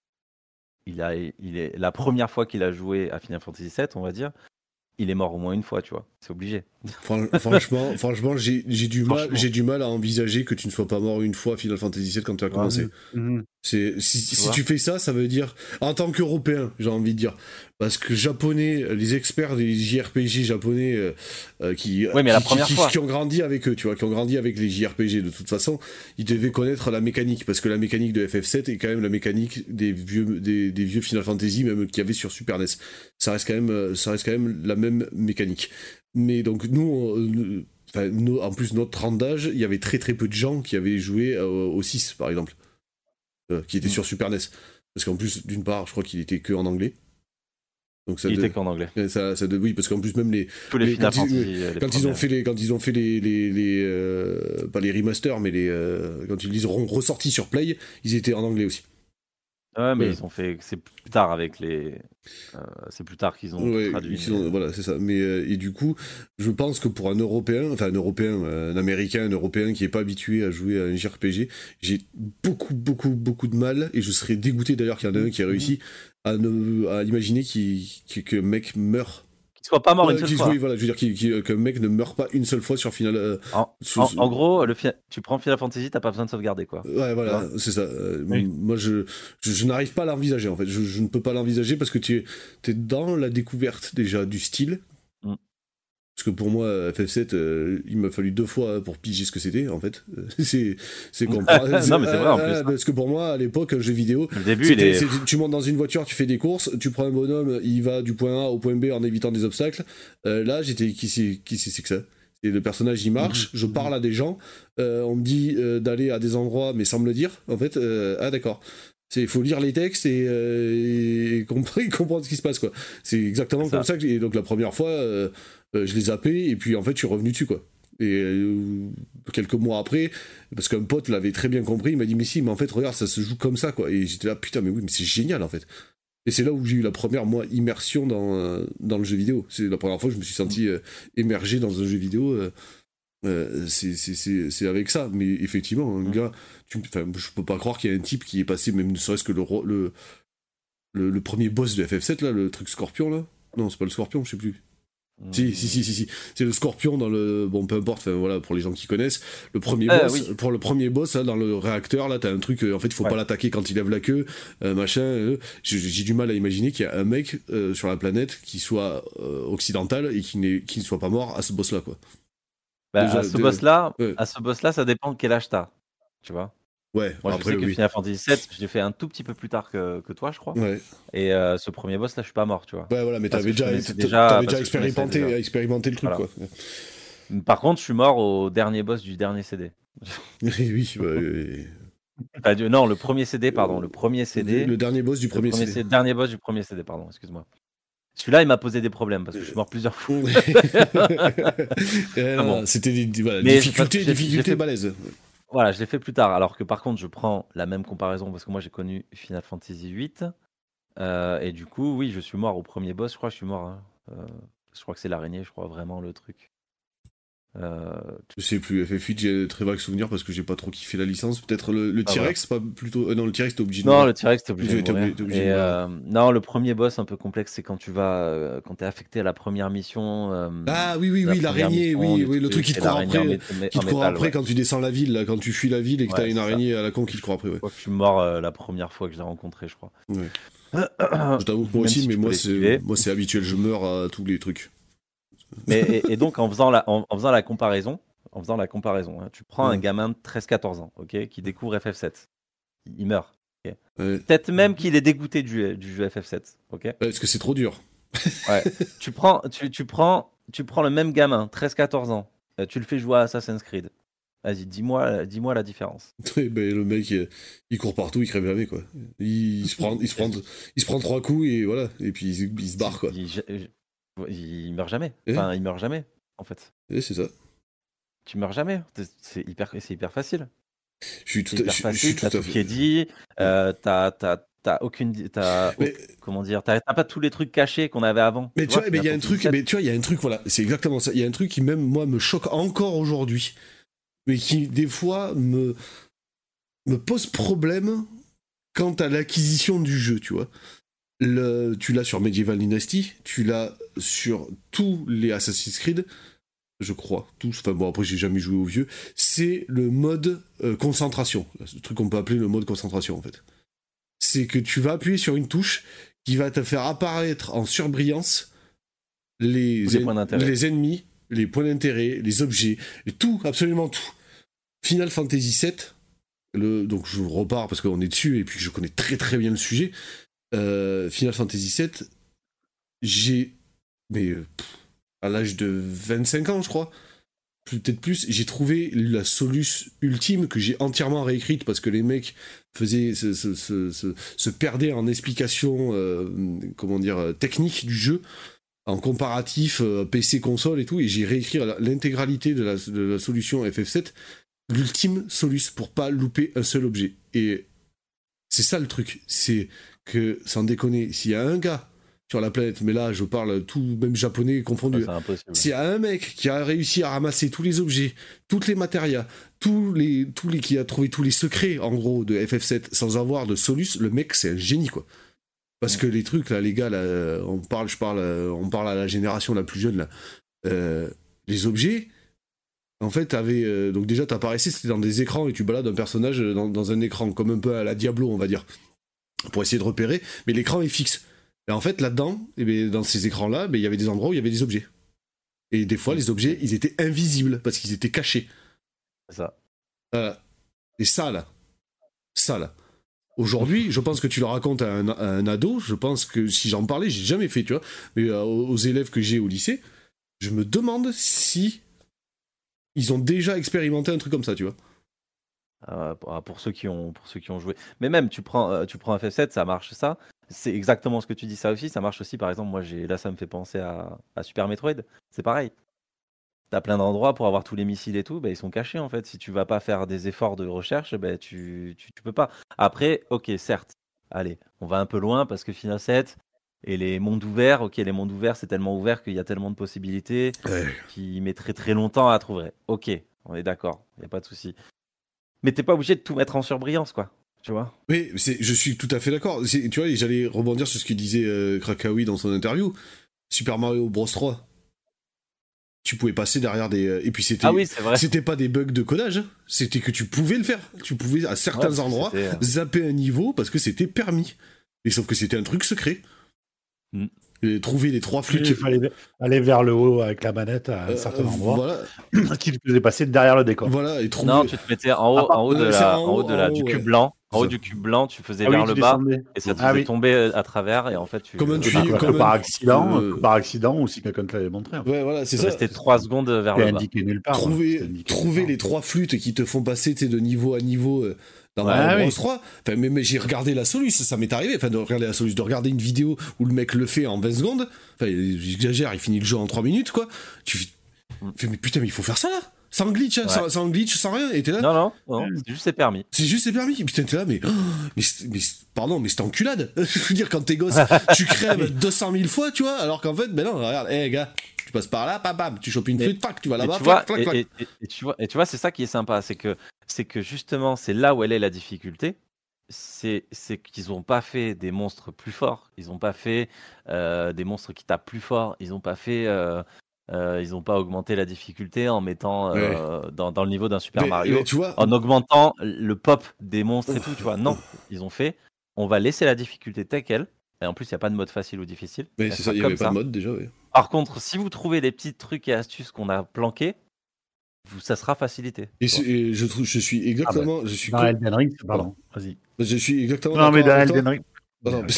il a, il est la première fois qu'il a joué à Final Fantasy sept, on va dire, il est mort au moins une fois, tu vois. C'est obligé. Fran- franchement, franchement, j'ai, j'ai du mal, Franchement. j'ai du mal à envisager que tu ne sois pas mort une fois à Final Fantasy sept quand tu as commencé. mhm. C'est, si Tu si vois. tu fais ça, ça veut dire, en tant qu'Européen, j'ai envie de dire, parce que japonais, les experts des J R P G japonais euh, euh, qui, Oui, mais la qui, première qui, fois. qui ont grandi avec eux, tu vois, qui ont grandi avec les J R P G de toute façon, ils devaient connaître la mécanique, parce que la mécanique de F F sept est quand même la mécanique des vieux, des, des vieux Final Fantasy, même qu'il y avait sur Super N E S. Ça reste quand même, euh, ça reste quand même la même mécanique. Mais donc nous, euh, enfin, nous, en plus notre tranche d'âge, il y avait très très peu de gens qui avaient joué euh, au six par exemple, euh, qui étaient Mm. sur Super N E S. Parce qu'en plus, d'une part, je crois qu'il était que en anglais. Donc ça Il de- était qu'en anglais. ça, ça de- oui, parce qu'en plus même les Tous les mais Final quand ils- Fantasy. euh, les quand ils ont premiers. fait les quand ils ont fait les les, les euh, pas les remasters mais les euh, quand ils les auront ressortis sur Play, ils étaient en anglais aussi. Ouais, mais Ouais. ils ont fait. C'est plus tard avec les. euh, c'est plus tard qu'ils ont tout Ouais, traduit. ils sont- mais- voilà, c'est ça. Mais euh, et du coup, je pense que pour un Européen, enfin un Européen, euh, un Américain, un Européen qui est pas habitué à jouer à un J R P G, j'ai beaucoup, beaucoup, beaucoup de mal et je serais dégoûté d'ailleurs qu'il y en ait un qui a réussi à, ne, à imaginer qu'il, qu'il- qu'un mec meurt. Qu'ils soient pas morts Ouais, une seule qu'il- fois. oui, voilà, je veux dire qu'il- qu'il- qu'un mec ne meurt pas une seule fois sur Final. euh, En, sur- en- en gros, le fi- tu prends Final Fantasy, t'as pas besoin de sauvegarder, quoi. Ouais, voilà, Tu c'est ça. Euh, Oui. Moi, je, je, je n'arrive pas à l'envisager, en fait. Je, je ne peux pas l'envisager parce que tu es, es dans la découverte déjà du style. Mm. Parce que pour moi, F F sept, euh, il m'a fallu deux fois pour piger ce que c'était, en fait. Euh, c'est c'est compréhensible. Non, mais c'est vrai, en plus. Ah, parce que pour moi, à l'époque, un jeu vidéo, Le début, il c'était- est. c'était- tu montes dans une voiture, tu fais des courses, tu prends un bonhomme, il va du point A au point B en évitant des obstacles. Euh, là, j'étais, qui c'est qui c'est c'est que ça? Et le personnage il marche, je parle à des gens, euh, on me dit euh, d'aller à des endroits mais sans me le dire, en fait, euh, ah d'accord. Il faut lire les textes et, euh, et comprendre, comprendre ce qui se passe, quoi. C'est exactement C'est comme ça. ça que j'ai- et donc la première fois, euh, euh, je les zappais et puis en fait je suis revenu dessus, quoi. Et euh, quelques mois après, parce qu'un pote l'avait très bien compris, il m'a dit mais si, mais en fait regarde, ça se joue comme ça, quoi. Et j'étais là, putain, mais oui, mais c'est génial en fait. Et c'est là où j'ai eu la première, moi, immersion dans, euh, dans le jeu vidéo. C'est la première fois que je me suis senti euh, émergé dans un jeu vidéo. euh, euh, c'est, c'est, c'est, c'est avec ça. Mais effectivement, un Mm. gars, tu, enfin, je peux pas croire qu'il y a un type qui est passé, même ne serait-ce que le, ro- le, le, le premier boss de F F sept, là, le truc scorpion, là. Non, c'est pas le scorpion, je sais plus. Si, si, si, si, si. C'est le scorpion dans le. Bon, peu importe, enfin voilà, pour les gens qui connaissent. Le premier Euh, boss, oui. pour le premier boss, là, dans le réacteur, là, t'as un truc, euh, en fait, il faut Ouais. pas l'attaquer quand il lève la queue, euh, machin. euh. J'ai, j'ai du mal à imaginer qu'il y a un mec euh, sur la planète qui soit euh, occidental et qui, n'est, qui ne soit pas mort à ce boss-là, quoi. Bah, Déjà, à ce de- boss-là, ouais. à ce boss-là, ça dépend de quel âge t'as. Tu vois. Ouais, Moi, après, je sais que oui. Final Fantasy sept, je l'ai fait un tout petit peu plus tard que, que toi, je crois. Ouais. Et euh, ce premier boss, là, je suis pas mort, tu vois. Ouais, voilà, mais Parce t'avais que je déjà, connaissais t'a- déjà- t'avais parce déjà que je connaissais expérimenté, déjà. expérimenté le truc, Voilà. quoi. Par contre, je suis mort au dernier boss du dernier C D. oui, bah, euh, Enfin, du- non, le premier C D, pardon, le premier C D. le dernier boss du Le premier, premier C D. C D, dernier boss du premier C D, pardon, excuse-moi. Celui-là, il m'a posé des problèmes parce que je suis mort plusieurs fois. Eh, Ah bon. C'était des, des- voilà, Mais difficultés, j'ai- j'ai- difficultés j'ai fait- balèzes. Voilà, je l'ai fait plus tard. Alors que par contre, je prends la même comparaison parce que moi, j'ai connu Final Fantasy huit. euh, et du coup, oui, je suis mort au premier boss. Je crois que je suis mort. hein. Euh, je crois que c'est l'araignée, je crois vraiment le truc. Euh, Je sais plus, F F huit, j'ai un très vague souvenir parce que j'ai pas trop kiffé la licence. Peut-être le, le Ah, T-Rex, pas plutôt. euh, non, le T-Rex, t'es obligé de. Non, mourir. le T-Rex, t'es obligé de T'es obligé- mourir. t'es obligé de Et, mourir. euh, non, le premier boss un peu complexe, c'est quand tu vas, euh, quand t'es affecté à la première mission. euh, Ah oui, oui, la oui, première l'araignée, mission, oui, du oui, le truc qui te et court l'araignée après. en mé- mé- Qui en te court métal, après ouais. quand tu descends la ville, là, quand tu fuis la ville et que Ouais, t'as une c'est ça. araignée à la con qui te court après, ouais. Je crois que je suis mort euh, la première fois que je l'ai rencontré, je crois. Ouais. Je t'avoue que moi Même aussi, si mais tu moi peux c'est, l'esquiver. moi c'est habituel, je meurs à tous les trucs. Mais, et, et donc, en faisant la, en, en faisant la comparaison, en faisant la comparaison, hein, tu prends un Ouais. gamin de treize quatorze ans, ok, qui découvre F F sept. Il meurt. Ouais. Peut-être même qu'il est dégoûté du, du jeu F F sept, ok. Ouais, parce que c'est trop dur. Ouais. tu, prends, tu, tu, prends, tu prends le même gamin, treize quatorze ans, euh, tu le fais jouer à Assassin's Creed. Vas-y, dis-moi, dis-moi la différence. Ouais, ben, le mec, il, il court partout, il crève jamais, quoi. Il, il se prend, il, se prend, il se prend trois coups et voilà, et puis il, il se barre, quoi. Il, il, il meurt jamais. Eh Enfin, il meurt jamais, en fait. Et c'est ça. Tu meurs jamais. C'est hyper, c'est hyper facile. Je suis tout, hyper à, je, facile, je suis tout t'as à tout fait. qui est dit, euh, t'as, t'as, t'as aucune, t'as, mais, comment dire, t'as, t'as pas tous les trucs cachés qu'on avait avant. Mais tu vois, il y a un truc, mais tu vois, il y a un truc, voilà, c'est exactement ça. Il y a un truc qui même moi me choque encore aujourd'hui, mais qui des fois me me pose problème quant à l'acquisition du jeu, tu vois. Le, tu l'as sur Medieval Dynasty, tu l'as sur tous les Assassin's Creed. Je crois, tous, enfin bon après j'ai jamais joué au vieux, c'est le mode euh, concentration, le truc qu'on peut appeler le mode concentration en fait. C'est que tu vas appuyer sur une touche qui va te faire apparaître en surbrillance les, les, en... les ennemis, les points d'intérêt, les objets, et tout, absolument tout. Final Fantasy sept, le... donc je repars parce qu'on est dessus et puis je connais très très bien le sujet, euh, Final Fantasy sept, j'ai... mais... Pff, à l'âge de vingt-cinq ans, je crois, peut-être plus, j'ai trouvé la soluce ultime que j'ai entièrement réécrite parce que les mecs faisaient se, se, se, se, se perdaient en explications euh, comment dire, techniques du jeu, en comparatif euh, P C console et tout, et j'ai réécrit l'intégralité de la, de la solution F F sept, l'ultime soluce pour pas louper un seul objet. Et c'est ça le truc, c'est que, sans déconner, s'il y a un gars sur la planète, mais là je parle tout, même japonais confondu. Ah, s'il y a un mec qui a réussi à ramasser tous les objets, toutes les matérias, tous les, tous les, qui a trouvé tous les secrets en gros de F F sept sans avoir de soluce, le mec c'est un génie quoi. Parce ouais. que les trucs là, les gars là, on parle, je parle, on parle à la génération la plus jeune là. Euh, les objets, en fait, avaient, euh, donc déjà t'apparaissais, c'était dans des écrans et tu balades un personnage dans, dans un écran comme un peu à la Diablo on va dire, pour essayer de repérer, mais l'écran est fixe. Et en fait, là-dedans, eh bien, dans ces écrans-là, il ben, y avait des endroits où il y avait des objets. Et des fois, les objets, ils étaient invisibles parce qu'ils étaient cachés. C'est ça. Euh, et ça, là. Ça, là. Aujourd'hui, je pense que tu le racontes à un, à un ado, je pense que si j'en parlais, j'ai jamais fait, tu vois, mais euh, aux élèves que j'ai au lycée, je me demande si ils ont déjà expérimenté un truc comme ça, tu vois. Euh, pour ceux qui ont pour ceux qui ont joué, mais même tu prends euh, tu prends F F sept, ça marche ça, c'est exactement ce que tu dis, ça aussi ça marche aussi. Par exemple moi j'ai là ça me fait penser à, à Super Metroid, c'est pareil, t'as plein d'endroits pour avoir tous les missiles et tout, bah, ils sont cachés en fait. Si tu vas pas faire des efforts de recherche, bah, tu, tu tu peux pas. Après ok certes, allez on va un peu loin parce que Final sept et les mondes ouverts, ok les mondes ouverts c'est tellement ouvert qu'il y a tellement de possibilités ouais. qui mettraient très longtemps à trouver. Ok on est d'accord, y a pas de souci. Mais t'es pas obligé de tout mettre en surbrillance, quoi. Tu vois ? Oui, c'est, je suis tout à fait d'accord. C'est, tu vois, j'allais rebondir sur ce que disait euh, Krakawi dans son interview. Super Mario Bros trois. Tu pouvais passer derrière des... Euh, et puis c'était... Ah oui, c'est vrai. C'était pas des bugs de codage. C'était que tu pouvais le faire. Tu pouvais, à certains ouais, endroits, euh... zapper un niveau parce que c'était permis. Et sauf que c'était un truc secret. Mm. Et trouver les trois flûtes. Il fallait aller vers le haut avec la manette à un euh, certain endroit, voilà. Qui te faisait passer derrière le décor. Voilà, et trouver... Non, tu te mettais en haut, ah, en haut, de la, en haut, en haut de la, en haut du cube ouais. blanc. En haut du cube blanc, tu faisais ah vers oui, le bas descendais. Et ça te faisait ah oui. tomber à travers et en fait tu. Comme un tuyau, comme par accident, euh... par accident ou si quelqu'un te l'avait montré. En fait. Ouais, voilà, c'est tu ça. restais trois secondes vers le bas. Nulle part, trouver, ouais. trouver les trois flûtes qui te font passer de niveau à niveau. Euh... Dans ouais, Mario Bros oui. trois, enfin, mais, mais j'ai regardé la soluce, ça m'est arrivé, enfin de regarder la soluce, de regarder une vidéo où le mec le fait en vingt secondes, enfin j'exagère, il finit le jeu en trois minutes quoi, tu fais mais putain mais il faut faire ça là, sans glitch, hein, ouais. sans, sans glitch, sans rien, et t'es là. Non non, non c'est juste c'est permis. C'est juste c'est permis, et putain t'es là mais, oh, mais, mais pardon mais c'est enculade, je veux dire quand t'es gosse, tu crèves deux cent mille fois tu vois, alors qu'en fait ben non regarde, hé hey, gars. Tu passes par là, bam, bam, tu chopes une flûte, tac, tu vas là-bas, flac, flac, flac. Et, et, et, tu vois, et tu vois, c'est ça qui est sympa, c'est que, c'est que justement, c'est là où elle est la difficulté, c'est, c'est qu'ils n'ont pas fait des monstres plus forts, ils n'ont pas fait euh, des monstres qui tapent plus fort, ils n'ont pas fait, euh, euh, ils n'ont pas augmenté la difficulté en mettant euh, ouais. dans, dans le niveau d'un Super mais, Mario, mais tu vois... en augmentant le pop des monstres et tout, tu vois. Non, ils ont fait, on va laisser la difficulté telle qu'elle. Et en plus, il n'y a pas de mode facile ou difficile. Mais c'est ça, il n'y avait pas ça. de mode déjà, oui. Par contre, si vous trouvez des petits trucs et astuces qu'on a planqués, vous, ça sera facilité. Et, et je trouve, je suis exactement, ah bah, je suis. Dans co- Elden Ring, pardon, vas-y. Je suis exactement. Non mais dans Elden Ring, Oh non,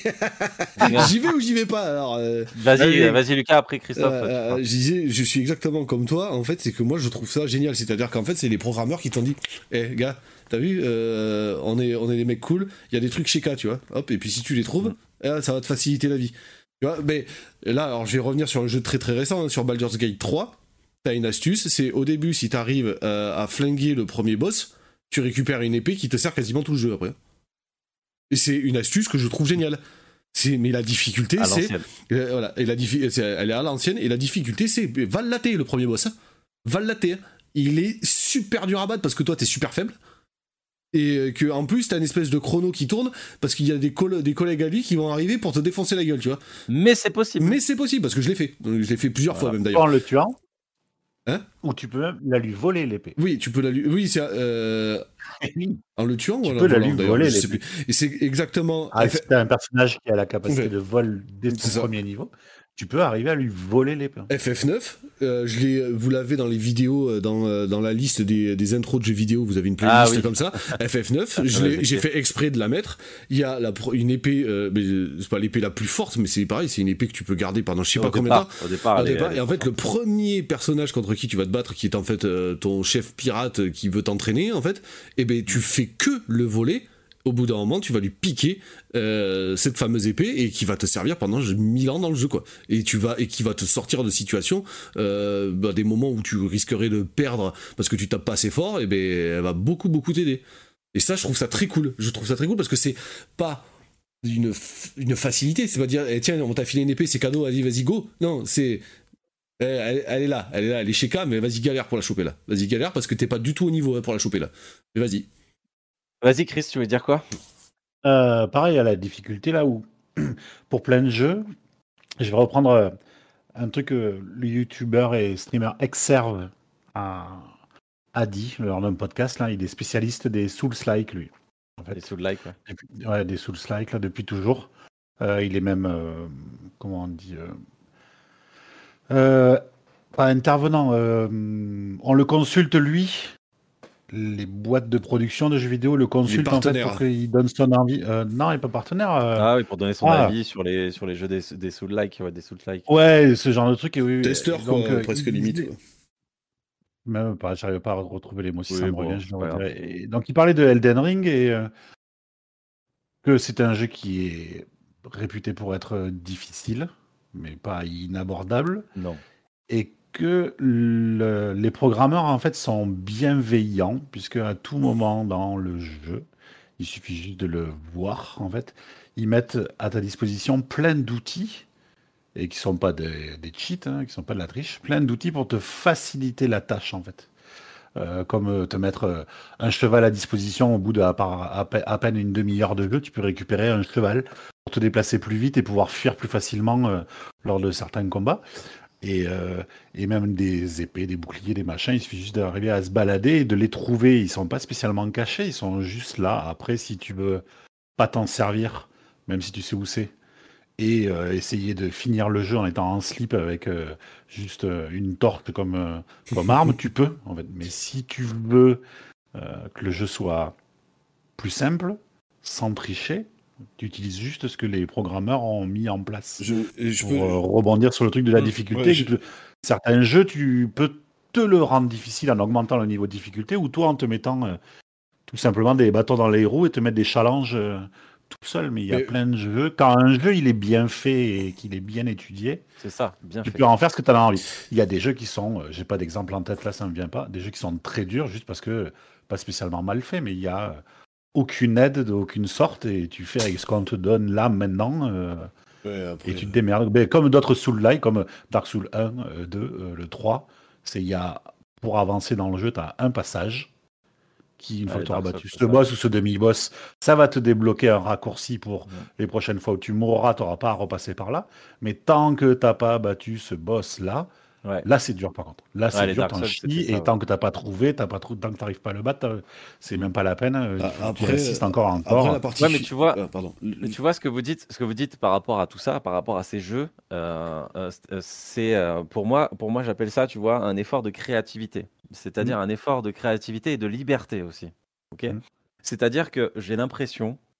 j'y vais ou j'y vais pas alors euh... Vas-y, Allez. vas-y Lucas, après Christophe. Euh, euh, je disais, je suis exactement comme toi. En fait, c'est que moi, je trouve ça génial. C'est-à-dire qu'en fait, c'est les programmeurs qui t'ont dit, hé hey, gars, t'as vu, euh, on est, on est des mecs cool. Il y a des trucs chez K, tu vois. Hop, et puis si tu les trouves, mm. eh, ça va te faciliter la vie. Tu vois. Mais là, alors, je vais revenir sur un jeu très très récent, hein, sur Baldur's Gate trois. T'as une astuce. C'est au début, si t'arrives euh, à flinguer le premier boss, tu récupères une épée qui te sert quasiment tout le jeu après. Et c'est une astuce que je trouve géniale. C'est, mais la difficulté, à c'est. Euh, voilà, et la diffi- c'est, elle est à l'ancienne, et la difficulté, c'est. Va le latter, le premier boss. Hein. Va le latter. Il est super dur à battre parce que toi, t'es super faible. Et que en plus, t'as une espèce de chrono qui tourne parce qu'il y a des, coll- des collègues à lui qui vont arriver pour te défoncer la gueule, tu vois. Mais c'est possible. Mais c'est possible parce que je l'ai fait. Je l'ai fait plusieurs voilà. fois, même d'ailleurs. En le tuant. Hein? Ou tu peux même la lui voler l'épée. Oui, tu peux la lui. Oui, c'est. Euh... en le tuant tu ou en peux la lui volant, voler je sais plus. Et c'est exactement. Ah, si t'as un personnage qui a la capacité ouais. de vol dès son premier niveau, tu peux arriver à lui voler l'épée. F F neuf, euh, je l'ai, vous l'avez dans les vidéos, dans, dans la liste des, des intros de jeux vidéo, vous avez une playlist ah, oui. comme ça. F F neuf, je l'ai, j'ai fait exprès de la mettre. Il y a la, une épée, euh, mais c'est pas l'épée la plus forte, mais c'est pareil, c'est une épée que tu peux garder pendant je sais au pas départ, combien de temps. Au départ, au elle départ. Elle et en fait, le premier personnage contre qui tu vas te battre, qui est en fait euh, ton chef pirate qui veut t'entraîner, en fait, et ben tu fais que le voler. Au bout d'un moment, tu vas lui piquer euh, cette fameuse épée et qui va te servir pendant mille ans dans le jeu, quoi. Et tu vas et qui va te sortir de situations, euh, bah, des moments où tu risquerais de perdre parce que tu tapes pas assez fort, et ben elle va beaucoup beaucoup t'aider. Et ça, je trouve ça très cool. Je trouve ça très cool parce que c'est pas une f- une facilité. C'est pas dire eh, tiens, on t'a filé une épée, c'est cadeau, vas-y, vas-y, go. Non, c'est elle, elle est là, elle est là, elle est chez K, mais vas-y galère pour la choper là. Vas-y galère parce que t'es pas du tout au niveau hein, pour la choper là. Mais vas-y. Vas-y Chris, tu veux dire quoi? euh, Pareil à la difficulté là où pour plein de jeux, je vais reprendre euh, un truc que le youtubeur et streamer Exerve a, a dit lors d'un podcast là. Il est spécialiste des Souls-like lui. En fait. Des Souls-like, ouais. Depuis, ouais, des Souls-like là depuis toujours. Euh, il est même euh, comment on dit euh, euh, pas intervenant. Euh, on le consulte lui. Les boîtes de production de jeux vidéo le consultent en fait pour qu'il donne son avis. Euh, non, il n'est pas partenaire. Euh... Ah oui, pour donner son ah. avis sur les, sur les jeux des, des Souls-like. Ouais, des Souls-like. Ouais, ce genre de truc. Et oui, testeur, et donc, quoi, euh, presque il... limite. Quoi. Même pas, j'arrive pas à retrouver les mots. Si oui, ça me bon, revient, je le redirai. Et donc, il parlait de Elden Ring et euh, que c'est un jeu qui est réputé pour être difficile, mais pas inabordable. Non. Et que le, les programmeurs en fait sont bienveillants puisque à tout moment dans le jeu, il suffit juste de le voir en fait, ils mettent à ta disposition plein d'outils et qui sont pas des, des cheats, hein, qui sont pas de la triche, plein d'outils pour te faciliter la tâche en fait. Euh, comme te mettre un cheval à disposition au bout de à, à, à peine une demi-heure de jeu, tu peux récupérer un cheval pour te déplacer plus vite et pouvoir fuir plus facilement euh, lors de certains combats. Et, euh, et même des épées, des boucliers, des machins, il suffit juste d'arriver à se balader et de les trouver. Ils sont pas spécialement cachés, ils sont juste là. Après, si tu veux pas t'en servir, même si tu sais où c'est, et euh, essayer de finir le jeu en étant en slip avec euh, juste euh, une torche comme, euh, comme arme, tu peux, en fait. Mais si tu veux euh, que le jeu soit plus simple, sans tricher, tu utilises juste ce que les programmeurs ont mis en place. Je, je pour peux... euh, rebondir sur le truc de la difficulté. Ouais, je... Certains jeux, tu peux te le rendre difficile en augmentant le niveau de difficulté ou toi en te mettant euh, tout simplement des bâtons dans les roues et te mettre des challenges euh, tout seul. Mais il y a Mais... plein de jeux. Quand un jeu il est bien fait et qu'il est bien étudié, c'est ça, bien tu fait. peux en faire ce que tu as envie. Il y a des jeux qui sont, euh, j'ai pas d'exemple en tête là, ça me vient pas, des jeux qui sont très durs juste parce que pas spécialement mal fait, mais il y a euh, aucune aide d'aucune sorte et tu fais avec ce qu'on te donne là maintenant euh, ouais, après, et tu te démerdes. Mais comme d'autres Souls-like, comme Dark Souls un, deux, euh, le trois, c'est il y a pour avancer dans le jeu, tu as un passage qui, une ouais, fois que tu auras battu ce boss ou ce demi-boss, ça va te débloquer un raccourci pour ouais. les prochaines fois où tu mourras, tu n'auras pas à repasser par là. Mais tant que tu n'as pas battu ce boss-là, ouais. là c'est dur par contre. Là c'est ouais, dur, t'en chies, et tant que tu n'as pas trouvé, t'as pas trou... tant que tu n'arrives pas à le battre, c'est même pas la peine. Ah, tu après, résistes encore encore. Après la partie... Ouais, mais tu vois, ah, pardon. Mais tu vois ce que vous dites, ce que vous dites par rapport à tout ça, par rapport à ces jeux, euh, euh, c'est euh, pour moi, pour moi j'appelle ça, tu vois, un effort de créativité. C'est-à-dire mmh. un effort de créativité et de liberté aussi. Okay mmh. C'est-à-dire que j'ai l'impression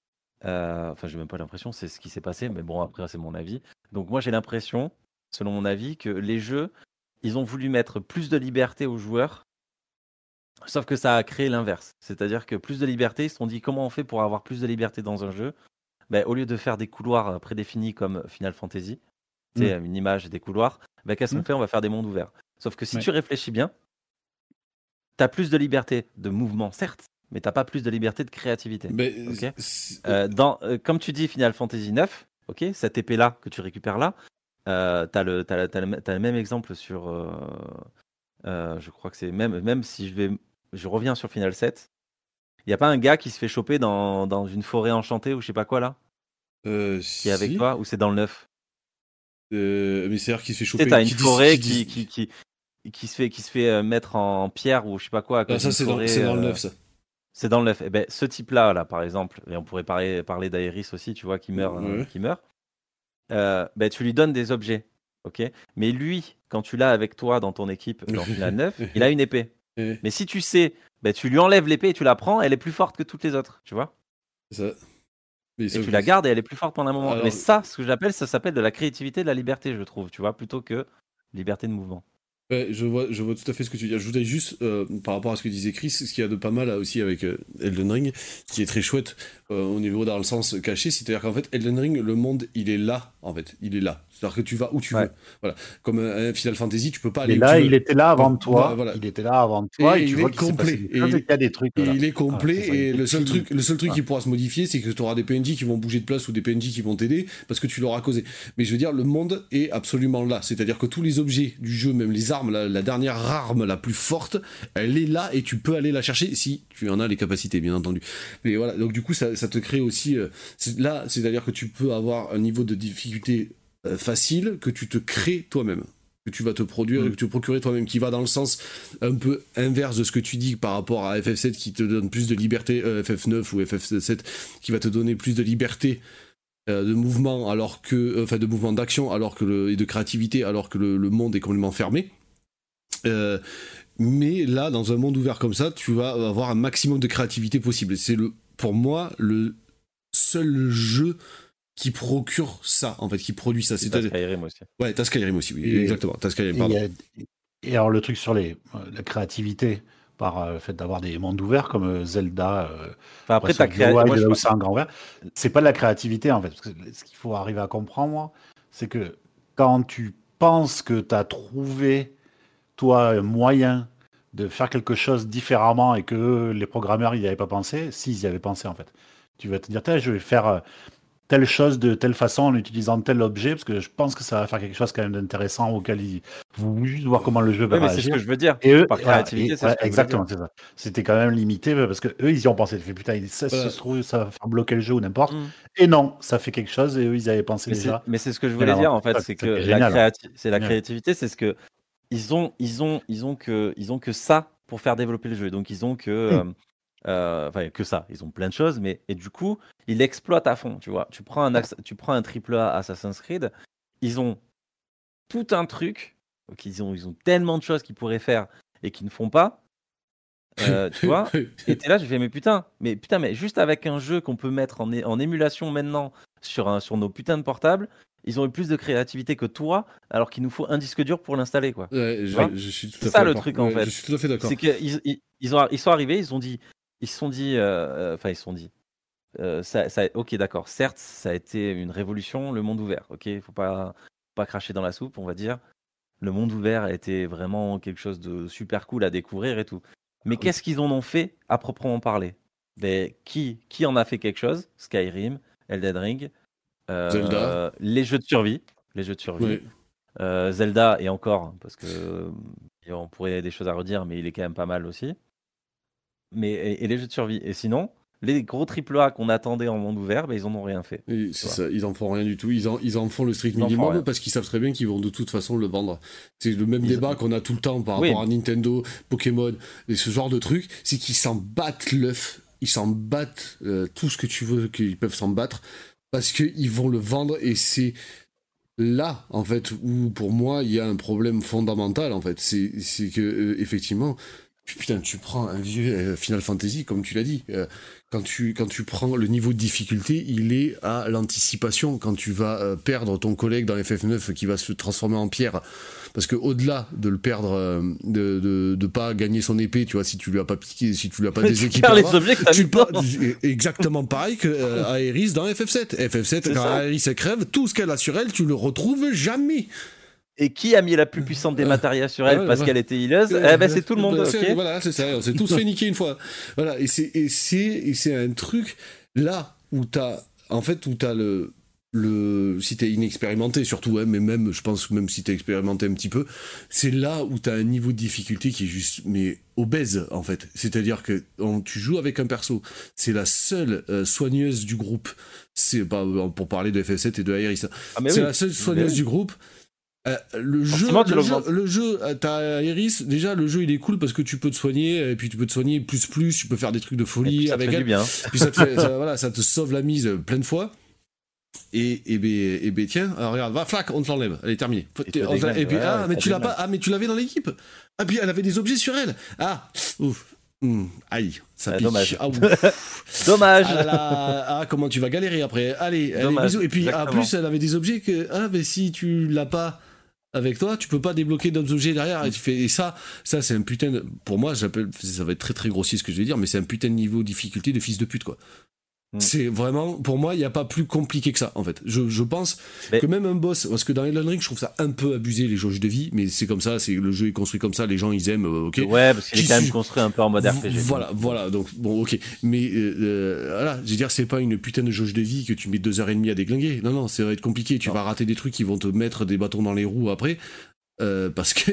Euh, Enfin, j'ai même pas l'impression, c'est ce qui s'est passé, mais bon, après, c'est mon avis. Donc, moi, j'ai l'impression, selon mon avis, que les jeux, ils ont voulu mettre plus de liberté aux joueurs, sauf que ça a créé l'inverse. C'est-à-dire que plus de liberté, ils se sont dit comment on fait pour avoir plus de liberté dans un jeu. Ben, au lieu de faire des couloirs prédéfinis comme Final Fantasy, tu sais, une image et des couloirs, ben, qu'est-ce qu'on Mm. fait? On va faire des mondes ouverts. Sauf que si Ouais. tu réfléchis bien, tu as plus de liberté de mouvement, certes, mais tu n'as pas plus de liberté de créativité. Mais, Ok. c'est- Euh, dans, euh, comme tu dis, Final Fantasy neuf, ok, cette épée-là que tu récupères là, euh, tu as le, t'as le, t'as le, t'as le même exemple sur. euh, euh, je crois que c'est même, même si je vais. Je reviens sur Final sept. Il n'y a pas un gars qui se fait choper dans, dans une forêt enchantée ou je sais pas quoi là, euh, qui est avec si. toi, ou c'est dans le neuf? Euh, mais c'est-à-dire qu'il se fait Tu sais, choper. t'as une qui dit- forêt qui qui, dit- qui, qui, qui se fait, qui se fait euh, mettre en pierre ou je sais pas quoi à Ah, cause ça, d'une c'est dans, forêt. c'est dans le euh, neuf, ça. C'est dans le neuf. Eh ben, ce type-là, là, par exemple, et on pourrait parler, parler d'Aeris aussi, tu vois, qui meurt, Ouais. hein, qui meurt. Euh, ben, tu lui donnes des objets, ok. Mais lui, quand tu l'as avec toi dans ton équipe dans Final neuf, il a une épée. Ouais. Mais si tu sais, ben, tu lui enlèves l'épée et tu la prends, elle est plus forte que toutes les autres, tu vois. C'est ça. Mais Et ça- tu la gardes et elle est plus forte pendant un moment. Alors- Mais ça, ce que j'appelle, ça s'appelle de la créativité, de la liberté, je trouve, tu vois, plutôt que liberté de mouvement. Ouais, je vois, je vois tout à fait ce que tu dis. Je voudrais juste, euh, par rapport à ce que disait Chris, ce qu'il y a de pas mal là, aussi avec euh, Elden Ring, qui est très chouette euh, au niveau dans le sens caché, c'est-à-dire qu'en fait, Elden Ring, le monde, il est là, en fait. Il est là. C'est-à-dire que tu vas où tu Ouais. veux. Voilà. Comme un, un Final Fantasy, tu peux pas Et aller où là, tu veux. il était là avant Voilà, toi. voilà. Il était là avant toi. Et Et, tu il vois est qu'il s'est complet. passé des Et choses il- et qu'il y a des trucs. Et voilà. il est complet, Voilà, c'est ça, il et est le seul fini. truc, le seul truc Voilà. qui pourra se modifier, c'est que tu auras des P N J qui vont bouger de place ou des P N J qui vont t'aider parce que tu leur as causé. Mais je veux dire, le monde est absolument là. C'est-à-dire que tous les objets du jeu, même les armes, la, la dernière arme la plus forte, elle est là et tu peux aller la chercher si tu en as les capacités, bien entendu. Mais voilà, donc du coup, ça, ça te crée aussi. Euh, c'est, là, c'est-à-dire que tu peux avoir un niveau de difficulté euh, facile que tu te crées toi-même. Que tu vas te produire, Mm. que tu vas procurer toi-même, qui va dans le sens un peu inverse de ce que tu dis par rapport à F F sept qui te donne plus de liberté, euh, F F neuf ou F F sept qui va te donner plus de liberté euh, de mouvement alors que, euh, enfin de mouvement d'action alors que le, et de créativité alors que le, le monde est complètement fermé. Euh, mais là, dans un monde ouvert comme ça, tu vas avoir un maximum de créativité possible. C'est le, pour moi, le seul jeu qui procure ça, en fait, qui produit ça. C'est C'est Skyrim aussi. Ouais, t'as Skyrim aussi, oui, Et- exactement. T'as Skyrim, Et, pardon. il y a- et alors, le truc sur les, euh, la créativité, par euh, le fait d'avoir des mondes ouverts comme euh, Zelda, euh, Enfin, après, Breath ta of the créa... Wild, moi, je là où pense- c'est en grand ouvert, c'est pas de la créativité en fait. Parce que ce qu'il faut arriver à comprendre, c'est que quand tu penses que tu as trouvé, toi, un moyen de faire quelque chose différemment et que les programmeurs n'y avaient pas pensé, s'ils y avaient pensé en fait. Tu vas te dire, Tiens, je vais faire euh, telle chose de telle façon en utilisant tel objet, parce que je pense que ça va faire quelque chose quand même d'intéressant auquel ils vont juste voir comment le jeu va Oui, mais c'est ce réagir. que je veux dire. Et eux, Par voilà, créativité, et- c'est ouais, ce que je voulais exactement, dire. c'est ça. C'était quand même limité parce que eux, ils y ont pensé. Ils fait putain, ça, Voilà. ça se trouve, ça va faire bloquer le jeu ou n'importe. Mm. Et non, ça fait quelque chose et eux, ils y avaient pensé Mais c'est, déjà. mais c'est ce que je bien voulais avant. dire en fait, Ça, c'est c'était que la, génial. créati- c'est la Génial. créativité, c'est ce que ils ont, ils ont, ils ont que, ils ont que ça pour faire développer le jeu. Donc ils ont que, euh, euh, enfin que ça. Ils ont plein de choses, mais et du coup, ils l'exploitent à fond. Tu vois, tu prends un, axe- tu prends un triple A Assassin's Creed, ils ont tout un truc. Donc ils ont, ils ont tellement de choses qu'ils pourraient faire et qu'ils ne font pas. Euh, tu vois. Et t'es là, j'ai fait, mais putain, mais putain, mais juste avec un jeu qu'on peut mettre en, é- en émulation maintenant sur, un, sur nos putains de portables, ils ont eu plus de créativité que toi, alors qu'il nous faut un disque dur pour l'installer, quoi. Ouais, je, vois je suis tout C'est à ça, fait le d'accord. truc, en Ouais, fait. Je suis tout à fait d'accord. C'est qu'ils ils, ils ont, ils sont arrivés, ils ont dit, ils se sont dit, euh, enfin, ils se sont dit, euh, ça, ça, ok, d'accord, certes, ça a été une révolution, le monde ouvert, ok, faut pas, pas cracher dans la soupe, on va dire. Le monde ouvert a été vraiment quelque chose de super cool à découvrir et tout. Mais qu'est-ce qu'ils en ont fait à proprement parler? Ben, qui, qui en a fait quelque chose? Skyrim, Elden Ring, euh, Zelda. les jeux de survie, les jeux de survie, Ouais. euh, Zelda et encore parce que euh, on pourrait des choses à redire, mais il est quand même pas mal aussi. Mais et, et les jeux de survie. Et sinon, les gros triple A qu'on attendait en monde ouvert, ben, ils en ont rien fait. Et c'est vois. ça, ils en font rien du tout. Ils en, ils en font le strict Ils en font minimum rien. parce qu'ils savent très bien qu'ils vont de toute façon le vendre. C'est le même Ils- débat qu'on a tout le temps par Oui. rapport à Nintendo, Pokémon et ce genre de trucs. C'est qu'ils s'en battent l'œuf. Ils s'en battent euh, tout ce que tu veux qu'ils peuvent s'en battre parce qu'ils vont le vendre et c'est là en fait où pour moi il y a un problème fondamental en fait. C'est, c'est que euh, effectivement putain, tu prends un vieux euh, Final Fantasy, comme tu l'as dit, euh, quand, tu, quand tu prends le niveau de difficulté, il est à l'anticipation. Quand tu vas euh, perdre ton collègue dans F F neuf qui va se transformer en pierre, parce que au-delà de le perdre, euh, de, de, de pas gagner son épée, tu vois, si tu lui as pas piqué, si tu lui as pas déséquipé, les objets que t'as tu mis pas, dedans. exactement pareil que euh, Aerys dans F F sept. F F sept, quand Aerys elle crève, tout ce qu'elle a sur elle, tu le retrouves jamais. Et qui a mis la plus puissante des matérias sur elle ouais, parce ouais. qu'elle était healeuse? Eh ben, c'est tout le monde, Bah, ok. c'est, voilà, c'est ça, on s'est tous fait niquer une fois. Voilà, et c'est, et c'est, et c'est un truc, là, où t'as, en fait, où t'as le, le, si t'es inexpérimenté, surtout, hein, mais même, je pense, même si t'es expérimenté un petit peu, c'est là où t'as un niveau de difficulté qui est juste, mais obèse, en fait. C'est-à-dire que on, tu joues avec un perso, c'est la seule euh, soigneuse du groupe, c'est pas, pour parler de F F sept et de Aerys, Ah, mais c'est oui. la seule soigneuse oui. du groupe. Euh, le, jeu, Forcément, tu le, jeu, l'augmentes. le jeu, euh, t'as Aerys, déjà le jeu il est cool parce que tu peux te soigner, et puis tu peux te soigner plus plus, tu peux faire des trucs de Et folie puis, ça te avec fait elle, du bien. puis ça te, fait, ça, voilà, ça te sauve la mise plein de fois. Et, et, ben, et ben tiens, alors regarde, va, flac, on te l'enlève, elle est terminée. Faut- Et te on te- déglingue, et puis, ouais, ah, ouais, mais ça tu l'as déglingue. pas, ah, mais tu l'avais dans l'équipe. Ah, puis elle avait des objets sur elle. Ah, ouf, hum, aïe, ça Ouais, pique. dommage. Ah, ouf. Dommage. Ah, là, ah, comment tu vas galérer après. Allez, allez, Dommage, bisous. Et puis, en exactement. plus, elle avait des objets que, ah, mais si tu l'as pas avec toi, tu peux pas débloquer d'autres objets derrière. Et, tu fais, et ça, ça, c'est un putain de, pour moi, j'appelle, ça va être très très grossier ce que je vais dire, mais c'est un putain de niveau de difficulté de fils de pute, quoi. Mm. C'est vraiment, pour moi, il n'y a pas plus compliqué que ça, en fait. Je, je pense Mais- que même un boss, parce que dans Elden Ring, je trouve ça un peu abusé, les jauges de vie, mais c'est comme ça, c'est, le jeu est construit comme ça, les gens, ils aiment, euh, ok. Ouais, parce qu'il est Qui quand même suis- construit un peu en mode R P G. Voilà, voilà, donc bon, ok. Mais euh, euh, voilà, je veux dire, c'est pas une putain de jauge de vie que tu mets deux heures et demie à déglinguer. Non, non, ça va être compliqué. Tu Non. vas rater des trucs qui vont te mettre des bâtons dans les roues après, euh, parce que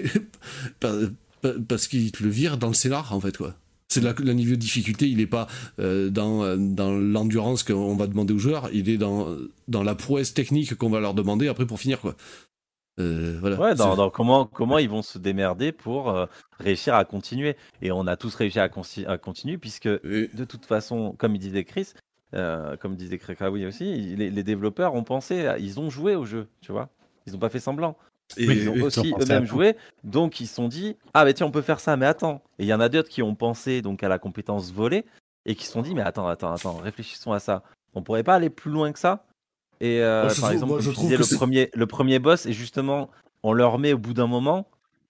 parce qu'ils te le virent dans le scénar, en fait, quoi. C'est la, le niveau de difficulté, il est pas euh, dans, dans l'endurance qu'on va demander aux joueurs, il est dans, dans la prouesse technique qu'on va leur demander après pour finir, quoi. Euh, voilà. Ouais, dans, C'est- dans comment, comment ils vont se démerder pour euh, réussir à continuer. Et on a tous réussi à, consi- à continuer, puisque Et- de toute façon, comme il disait Chris, euh, comme disait Krekawi aussi, les, les développeurs ont pensé, à- ils ont joué au jeu, tu vois. Ils n'ont pas fait semblant. et- Ils ont et- aussi pensé à eux-mêmes tout. joué, donc ils se sont dit, ah bah tiens, on peut faire ça, mais attends. Et il y en a d'autres qui ont pensé donc à la compétence volée et qui se sont dit, mais attends, attends, attends, réfléchissons à ça. On pourrait pas aller plus loin que ça. Et euh, Moi, je par trouve- exemple, moi, comme je tu trouve disais, que le c'est- premier, le premier boss, et justement, on leur met au bout d'un moment,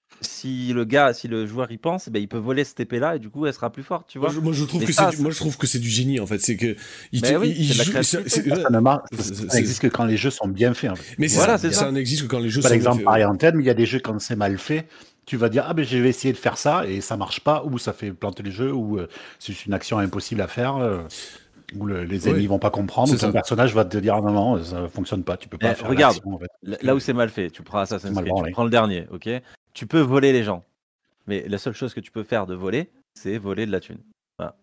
si le gars, si le joueur y pense, ben, il peut voler cette épée-là et du coup, elle sera plus forte, tu vois. Moi, je, moi, je trouve Mais que ça, c'est du, moi je trouve que c'est du génie en fait, c'est que il Mais te- oui, il- il c'est de la joue- créativité. c'est- Ça ne marche- c'est- ça c'est- n'existe que quand les jeux sont bien faits. En fait. mais c'est Voilà, ça, c'est ça ça. n'existe que quand les jeux Par sont exemple, faits. pareil antenne, mais il y a des jeux quand c'est mal fait, tu vas dire ah ben je vais essayer de faire ça et ça marche pas, ou ça fait planter les jeux, ou euh, c'est une action impossible à faire, euh, ou le- les ennemis Oui, vont pas comprendre, c'est ou ton ça. personnage va te dire ah non non ça fonctionne pas, tu peux pas Mais faire regarde, l'action, en fait. Là là où c'est mal fait, tu prends Assassin's mal Creed, branlé. tu prends le dernier, ok. Tu peux voler les gens, mais la seule chose que tu peux faire de voler, c'est voler de la thune. Voilà.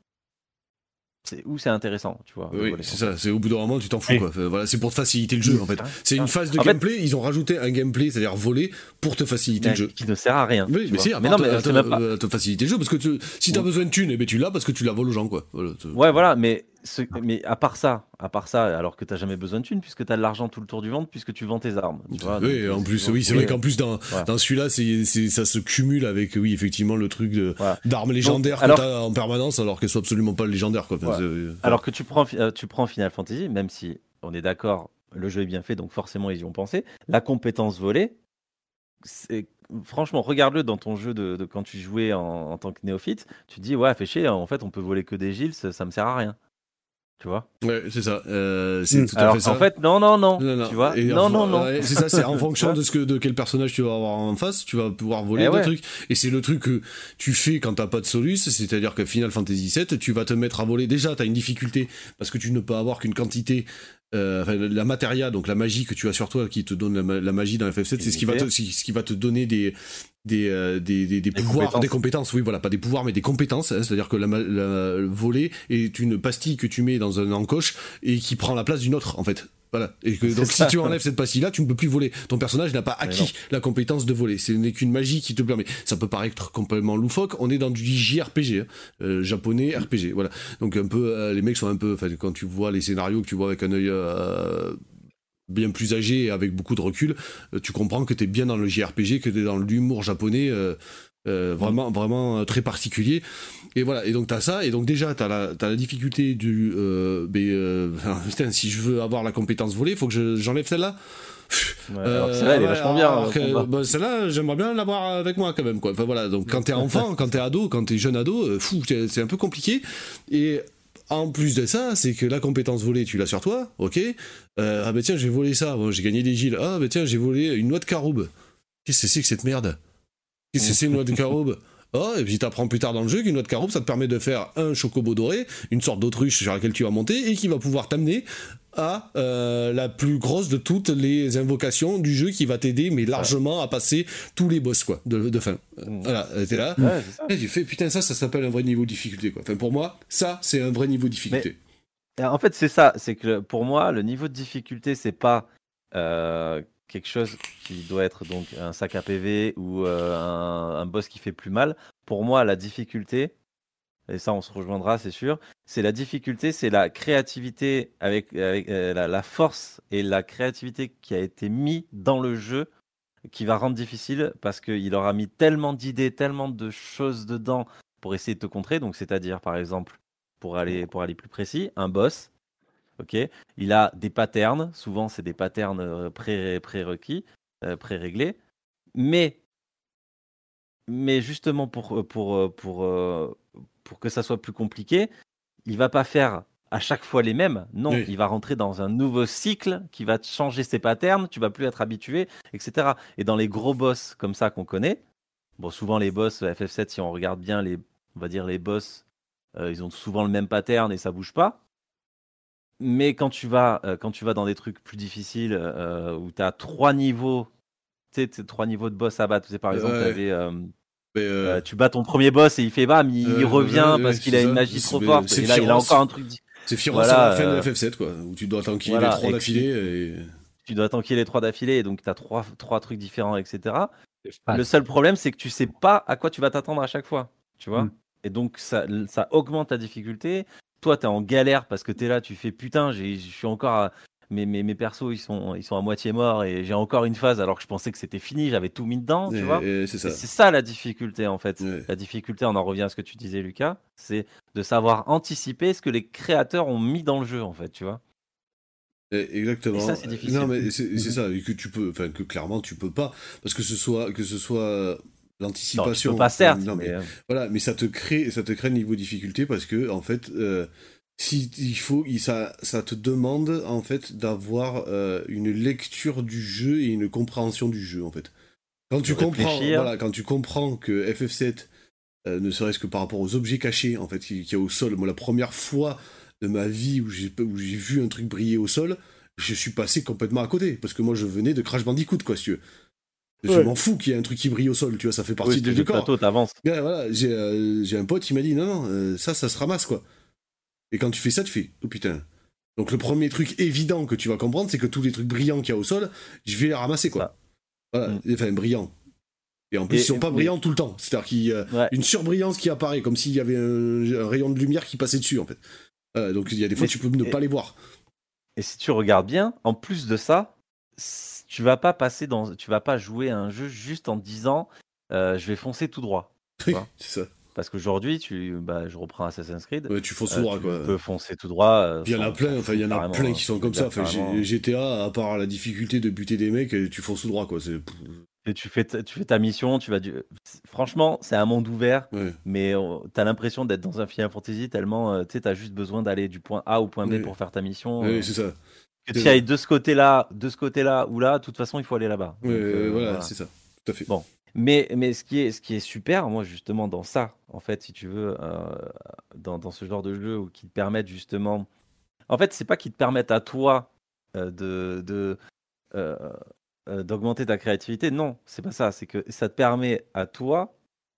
C'est où c'est intéressant, tu vois. de Oui, voler. c'est ça, c'est au bout d'un moment tu t'en fous Oui. quoi. Enfin, voilà, c'est pour te faciliter le jeu en fait. Ah, C'est ah. une phase de En fait- gameplay, ils ont rajouté un gameplay, c'est-à-dire voler pour te faciliter Mais le jeu. qui ne sert à rien. Oui, tu mais vois. si, à mais part non, te- mais à c'est te, même pas. à te faciliter le jeu, parce que tu- si t'as Ouais. besoin de thunes, eh ben tu l'as parce que tu la voles aux gens quoi. Voilà, te- Ouais, voilà, mais, ce- mais à part ça, à part ça, alors que t'as jamais besoin de thunes, puisque t'as de l'argent tout le tour du ventre, puisque tu vends tes armes. Tu vois, oui, donc, en c'est- plus, c'est- oui, c'est oui, vrai qu'en plus dans, Voilà. dans celui-là, c'est, c'est, ça se cumule avec, oui, effectivement, le truc de, Voilà. d'armes légendaires alors- que t'as en permanence, alors qu'elles sont absolument pas légendaires quoi. Enfin, Ouais. c'est- Alors que tu prends, euh, tu prends Final Fantasy, même si on est d'accord, le jeu est bien fait, donc forcément ils y ont pensé. La compétence volée, c'est... franchement, regarde-le dans ton jeu de, de quand tu jouais en, en tant que néophyte, tu te dis, ouais, fais chier, en fait on peut voler que des gilles, ça, ça me sert à rien. Tu vois. Ouais, c'est ça. Euh, c'est Mm. tout à Alors fait ça. qu'en fait, non, non, non, Non, non. tu vois. Et Non, en- non, non. ouais, c'est ça, c'est en fonction de ce que de quel personnage tu vas avoir en face, tu vas pouvoir voler Eh des ouais. trucs. Et c'est le truc que tu fais quand t'as pas de solus, c'est-à-dire que Final Fantasy sept, tu vas te mettre à voler. Déjà, t'as une difficulté parce que tu ne peux avoir qu'une quantité. Euh, enfin, la matéria, donc la magie que tu as sur toi, qui te donne la, ma- la magie dans F F sept, c'est ce qui va te, c'est ce qui va te donner des des euh, des, des, des Des pouvoirs, compétences. des compétences. Oui, voilà, pas des pouvoirs, mais des compétences. Hein, c'est-à-dire que la, ma- la le voler est une pastille que tu mets dans un encoche et qui prend la place d'une autre, en fait. Voilà. Et que, C'est donc, ça. si tu enlèves cette pastille-là, tu ne peux plus voler. Ton personnage n'a pas Mais acquis non. la compétence de voler. Ce n'est qu'une magie qui te permet. Ça peut paraître complètement loufoque. On est dans du J R P G, hein. euh, japonais R P G. Voilà. Donc un peu, euh, les mecs sont un peu. Enfin, quand tu vois les scénarios que tu vois avec un œil euh, bien plus âgé et avec beaucoup de recul, euh, tu comprends que t'es bien dans le J R P G, que t'es dans l'humour japonais. Euh, Euh, vraiment, vraiment euh, très particulier. Et voilà, et donc t'as ça, et donc déjà t'as la, t'as la difficulté du... Euh, ben, euh, putain, si je veux avoir la compétence volée, faut que je, j'enlève celle-là. Ouais, alors celle-là, elle est ouais, vachement bien. alors euh, que, combat. bah, celle-là, j'aimerais bien l'avoir avec moi quand même, quoi. Enfin voilà, donc quand t'es enfant, quand t'es ado, quand t'es jeune ado, euh, fou, c'est c'est un peu compliqué. Et en plus de ça, c'est que la compétence volée, tu l'as sur toi, ok. Euh, ah bah tiens, j'ai volé ça, bon, j'ai gagné des giles. Ah bah tiens, j'ai volé une noix de caroube. Qu'est-ce que c'est que cette merde? Qu'est-ce que c'est une noix de caroube? Oh, et puis t'apprends plus tard dans le jeu qu'une noix de caroube, ça te permet de faire un chocobo doré, une sorte d'autruche sur laquelle tu vas monter, et qui va pouvoir t'amener à euh, la plus grosse de toutes les invocations du jeu, qui va t'aider, mais largement, à passer tous les boss, quoi, de, de fin. Mmh. Voilà, t'es là, Ouais, c'est ça. et tu fais, putain, ça, ça s'appelle un vrai niveau de difficulté, quoi. Enfin, pour moi, ça, c'est un vrai niveau de difficulté. Et En fait, c'est ça. C'est que pour moi, le niveau de difficulté, c'est pas euh, quelque chose qui doit être donc un sac à P V ou euh, un, un boss qui fait plus mal. Pour moi, la difficulté, et ça, on se rejoindra, c'est sûr. C'est la difficulté, c'est la créativité avec, avec euh, la, la force et la créativité qui a été mis dans le jeu qui va rendre difficile parce qu'il aura mis tellement d'idées, tellement de choses dedans pour essayer de te contrer. Donc, c'est-à-dire, par exemple, pour aller, pour aller plus précis, un boss, ok, il a des patterns. Souvent, c'est des patterns euh, pré, prérequis, euh, pré-réglés. Mais, mais justement, pour, pour, pour, euh, pour que ça soit plus compliqué, il va pas faire à chaque fois les mêmes. Non, Oui. il va rentrer dans un nouveau cycle qui va te changer ses patterns, tu vas plus être habitué, et cetera. Et dans les gros boss comme ça qu'on connaît, bon, souvent les boss F F sept, si on regarde bien, les, on va dire les boss, euh, ils ont souvent le même pattern et ça bouge pas. Mais quand tu vas, euh, quand tu vas dans des trucs plus difficiles, euh, où tu as trois niveaux, tu sais, t'as trois niveaux de boss à battre. Tu sais, par exemple, Ouais. t'avais, euh, Mais, euh, euh, tu bats ton premier boss et il fait bam, il, il euh, revient ouais, parce ouais, qu'il c'est a une ça. magie C'est- trop mais forte. c'est Et là, il a Firos. encore un truc. di- c'est Firos Voilà, à la fin euh, de F F sept, quoi, où tu dois t'enquiller voilà, les trois et- d'affilée, et... Tu dois tanker les trois d'affilée et donc tu as trois, trois trucs différents, et cetera. Ah, Le seul problème, c'est que tu sais pas à quoi tu vas t'attendre à chaque fois. Tu vois Mm. Et donc, ça, ça augmente ta difficulté. Toi, tu es en galère parce que tu es là, tu fais putain, j'ai- je suis encore. À... Mes, mes, mes persos, ils sont, ils sont à moitié morts et j'ai encore une phase alors que je pensais que c'était fini, j'avais tout mis dedans, tu et- vois. et c'est Et ça. c'est ça la difficulté en fait. Ouais. La difficulté, on en revient à ce que tu disais, Lucas, c'est de savoir anticiper ce que les créateurs ont mis dans le jeu en fait, tu vois. Eh, Exactement. Et ça, c'est difficile. Non, mais c'est c'est Mhm. ça, et que tu peux, enfin que clairement tu peux pas, parce que ce soit que ce soit Non, tu l'anticipation. peux pas certes, non, mais, mais, euh, voilà, mais ça te crée, ça te crée un niveau de difficulté parce que en fait, euh, si il faut, il- ça, ça te demande en fait d'avoir euh, une lecture du jeu et une compréhension du jeu en fait. Quand tu comprends, réfléchir. voilà, quand tu comprends que F F sept, euh, ne serait-ce que par rapport aux objets cachés en fait qu'il y a au sol, moi la première fois de ma vie où j'ai où j'ai vu un truc briller au sol, je suis passé complètement à côté parce que moi je venais de Crash Bandicoot, quoi, si tu veux. Je Ouais. m'en fous qu'il y ait un truc qui brille au sol, tu vois, ça fait partie oui, du le décor. plateau, t'avances. Ouais, voilà, j'ai euh, j'ai un pote, il m'a dit non, non, euh, ça, ça se ramasse, quoi. Et quand tu fais ça, tu fais oh putain. Donc le premier truc évident que tu vas comprendre, c'est que tous les trucs brillants qu'il y a au sol, je vais les ramasser, quoi. Ça. Voilà, Mm. enfin brillants. Et en plus, Et- ils sont pas mais- brillants tout le temps. C'est-à-dire qu'il y a Ouais. une surbrillance qui apparaît, comme s'il y avait un, un rayon de lumière qui passait dessus, en fait. Voilà, donc il y a des fois, Mais tu peux ne et- pas les voir. Et si tu regardes bien, en plus de ça, s- tu vas pas passer dans, tu vas pas jouer à un jeu juste en te disant, euh, je vais foncer tout droit. Oui, vois. c'est ça. Parce qu'aujourd'hui, tu, bah, je reprends Assassin's Creed. Ouais, tu fonces euh, tout droit, tu quoi. peux foncer tout droit. euh, Il y en a sans- plein, sans enfin il y en a carrément, plein hein. qui sont comme Je veux ça. dire, Enfin, carrément. G- G T A, à part la difficulté de buter des mecs, tu fonces tout droit, quoi. C'est... Et tu fais, ta, tu fais ta mission, tu vas. Du... Franchement, c'est un monde ouvert, Ouais. mais tu as l'impression d'être dans un Final Fantasy tellement, euh, tu sais, t'as juste besoin d'aller du point A au point B Oui. pour faire ta mission. Ouais, euh, c'est ça. que c'est tu vrai. ailles de ce côté-là, de ce côté-là ou là, de toute façon, il faut aller là-bas. Ouais, Donc, euh, voilà, voilà. c'est ça. Tout à fait. Bon. Mais, mais ce, qui est, ce qui est super, moi, justement, dans ça, en fait, si tu veux, euh, dans, dans ce genre de jeu où qui te permettent justement. En fait, c'est pas qu'ils te permettent à toi euh, de. de euh, euh, d'augmenter ta créativité. Non, c'est pas ça. C'est que ça te permet à toi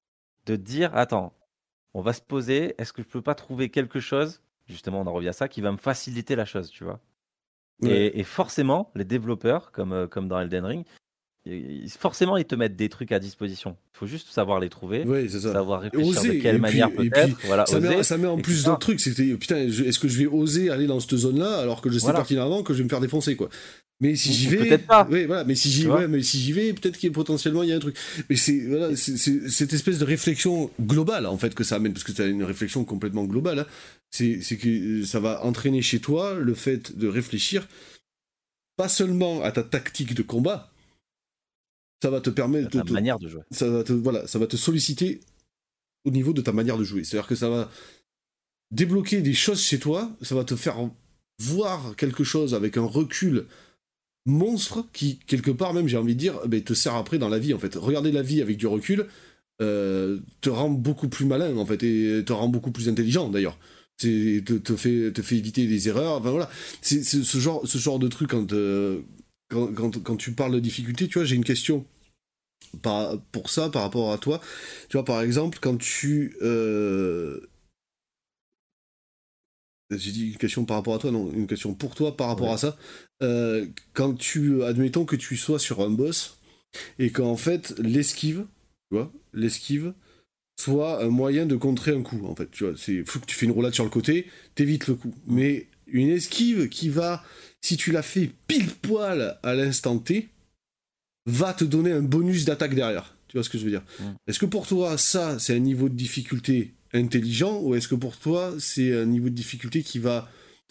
de te dire attends, on va se poser. Est-ce que je peux pas trouver quelque chose, justement, on en revient à ça, qui va me faciliter la chose, tu vois. Ouais. Et, et forcément, les développeurs, comme, euh, comme dans Elden Ring, ils- forcément, ils te mettent des trucs à disposition. Il faut juste savoir les trouver, Ouais, c'est ça. savoir réfléchir Oser, de quelle et manière puis- et peut-être. puis, Voilà, Ça met, oser, ça met en et plus cetera. d'autres trucs. C'est que, putain, je- est-ce que je vais oser aller dans cette zone-là alors que je sais Voilà. pertinemment que je vais me faire défoncer, quoi. Mais si Ou- j'y ou vais, peut-être pas. ouais, voilà. Mais si j'y, Tu vois ouais, mais si j'y vais, peut-être qu'il y a potentiellement il y a un truc. Mais c'est voilà, c'est, c'est cette espèce de réflexion globale en fait que ça amène, parce que c'est une réflexion complètement globale. Hein. C'est, c'est que ça va entraîner chez toi le fait de réfléchir pas seulement à ta tactique de combat. Ça va te permettre Ta de, de- manière de jouer. ça va te voilà, ça va te solliciter au niveau de ta manière de jouer. C'est-à-dire que ça va débloquer des choses chez toi, ça va te faire voir quelque chose avec un recul monstre qui, quelque part même, j'ai envie de dire, ben, te sert après dans la vie, en fait. Regarder la vie avec du recul euh, te rend beaucoup plus malin, en fait, et te rend beaucoup plus intelligent, d'ailleurs. C'est, te, te, fait, te fait éviter des erreurs, enfin voilà. C'est, c'est ce, genre, ce genre de truc, quand, euh, quand, quand, quand tu parles de difficulté, tu vois, j'ai une question par, pour ça, par rapport à toi. Tu vois, par exemple, quand tu... Euh, J'ai dit une question par rapport à toi, non, une question pour toi par rapport Ouais. à ça. Euh, quand tu, admettons que tu sois sur un boss et qu'en fait l'esquive, tu vois, l'esquive soit un moyen de contrer un coup, en fait, tu vois, c'est faut que tu fais une roulade sur le côté, t'évites le coup. Mais une esquive qui va, si tu la fais pile poil à l'instant T, va te donner un bonus d'attaque derrière. Tu vois ce que je veux dire ? Mm. Est-ce que pour toi, ça, c'est un niveau de difficulté intelligent, ou est-ce que pour toi, c'est un niveau de difficulté qui va...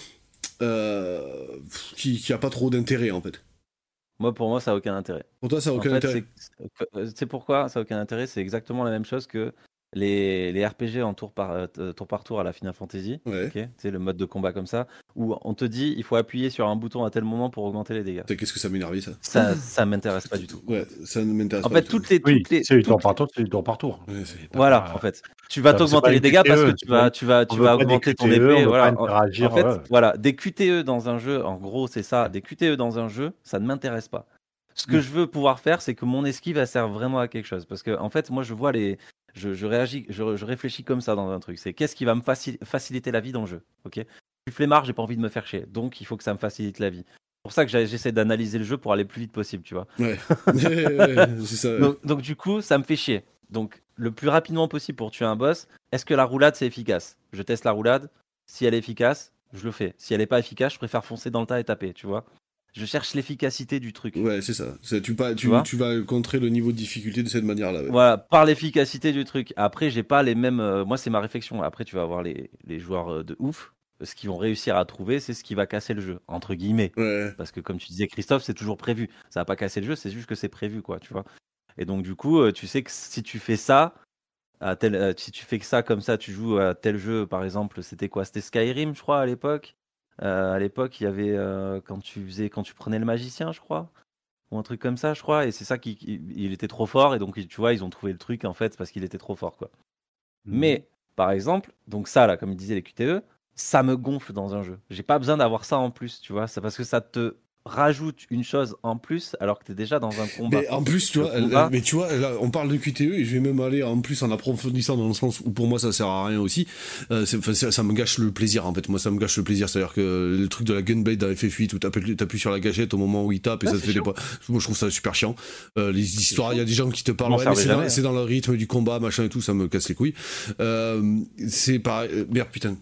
Euh, qui, qui a pas trop d'intérêt, en fait ? Moi, pour moi, ça n'a aucun intérêt. Pour toi, ça a En aucun fait, intérêt. c'est euh, c'est pourquoi ça n'a aucun intérêt. C'est exactement la même chose que les, les R P G en tour par, euh, t- tour par tour à la Final Fantasy. Ouais. Ok, tu sais, le mode de combat comme ça, où on te dit il faut appuyer sur un bouton à tel moment pour augmenter les dégâts. Putain, qu'est-ce que ça m'énerve, ça. Ça, ça m'intéresse pas du tout. Ouais, ça ne m'intéresse En pas. fait, du tout. toutes les, Oui, toutes les, c'est du toutes tour par tour, c'est du tour par tour. Ouais, c'est- C'est pas- Voilà, en fait, tu vas c'est t'augmenter pas les une dégâts parce que Q T E, tu vas, tu vas, on tu veut vas pas des augmenter ton Q T E, épée. on veut Voilà. pas En, interagir, en fait, ouais. voilà, des Q T E dans un jeu, en gros, c'est ça. Des Q T E dans un jeu, ça ne m'intéresse pas. Ce que Mm. je veux pouvoir faire, c'est que mon esquive elle sert vraiment à quelque chose. Parce que, en fait, moi, je vois les, je, je réagis, je, je réfléchis comme ça dans un truc. C'est qu'est-ce qui va me facil- faciliter la vie dans le jeu. Ok. Je suis flemmard, j'ai pas envie de me faire chier. Donc, il faut que ça me facilite la vie. C'est pour ça que j'ai- j'essaie d'analyser le jeu pour aller le plus vite possible, tu vois. Ouais, ouais, ouais, c'est ça. Ouais. Donc, donc, du coup, ça me fait chier. Donc, le plus rapidement possible pour tuer un boss, est-ce que la roulade c'est efficace ? Je teste la roulade. Si elle est efficace, je le fais. Si elle n'est pas efficace, je préfère foncer dans le tas et taper, tu vois. Je cherche l'efficacité du truc. Ouais, c'est ça. C'est- tu, pas, Tu tu, vois tu vas contrer le niveau de difficulté de cette manière-là. Ouais. Voilà, par l'efficacité du truc. Après, j'ai pas les mêmes. euh, moi, c'est ma réflexion. Après, tu vas avoir les, les joueurs euh, de ouf. Ce qu'ils vont réussir à trouver, c'est ce qui va casser le jeu, entre guillemets. Ouais. Parce que, comme tu disais, Christophe, c'est toujours prévu. Ça va pas casser le jeu, c'est juste que c'est prévu, quoi, tu vois. Et donc, du coup, euh, tu sais que si tu fais ça, à tel, euh, si tu fais que ça comme ça, tu joues à tel jeu, par exemple, c'était quoi ? C'était Skyrim, je crois, à l'époque. Euh, à l'époque, il y avait euh, quand tu faisais, quand tu prenais le magicien, je crois, ou un truc comme ça, je crois. Et c'est ça qui, qui- il était trop fort. Et donc, tu vois, ils ont trouvé le truc en fait parce qu'il était trop fort, quoi. Mhm. Mais par exemple, donc ça là, comme disait les Q T E, ça me gonfle dans un jeu. J'ai pas besoin d'avoir ça en plus, tu vois. C'est parce que ça te rajoute une chose en plus alors que t'es déjà dans un combat. Mais en plus, tu Le vois, combat- mais tu vois, là, on parle de Q T E et je vais même aller en plus en approfondissant dans le sens où pour moi ça sert à rien aussi. Euh, c'est- enfin, ça, ça me gâche le plaisir en fait. Moi, ça me gâche le plaisir. C'est-à-dire que le truc de la gunblade dans F F huit où t'appuies, t'appuies sur la gâchette au moment où il tape et Ouais, ça te c'est fait des chiant. points. Moi, je trouve ça super chiant. Euh, les histoires, il y a des gens qui te parlent, m'en ouais, mais servais c'est dans, jamais, hein. c'est dans le rythme du combat, machin et tout, ça me casse les couilles. Euh, c'est pareil. euh, Merde, putain.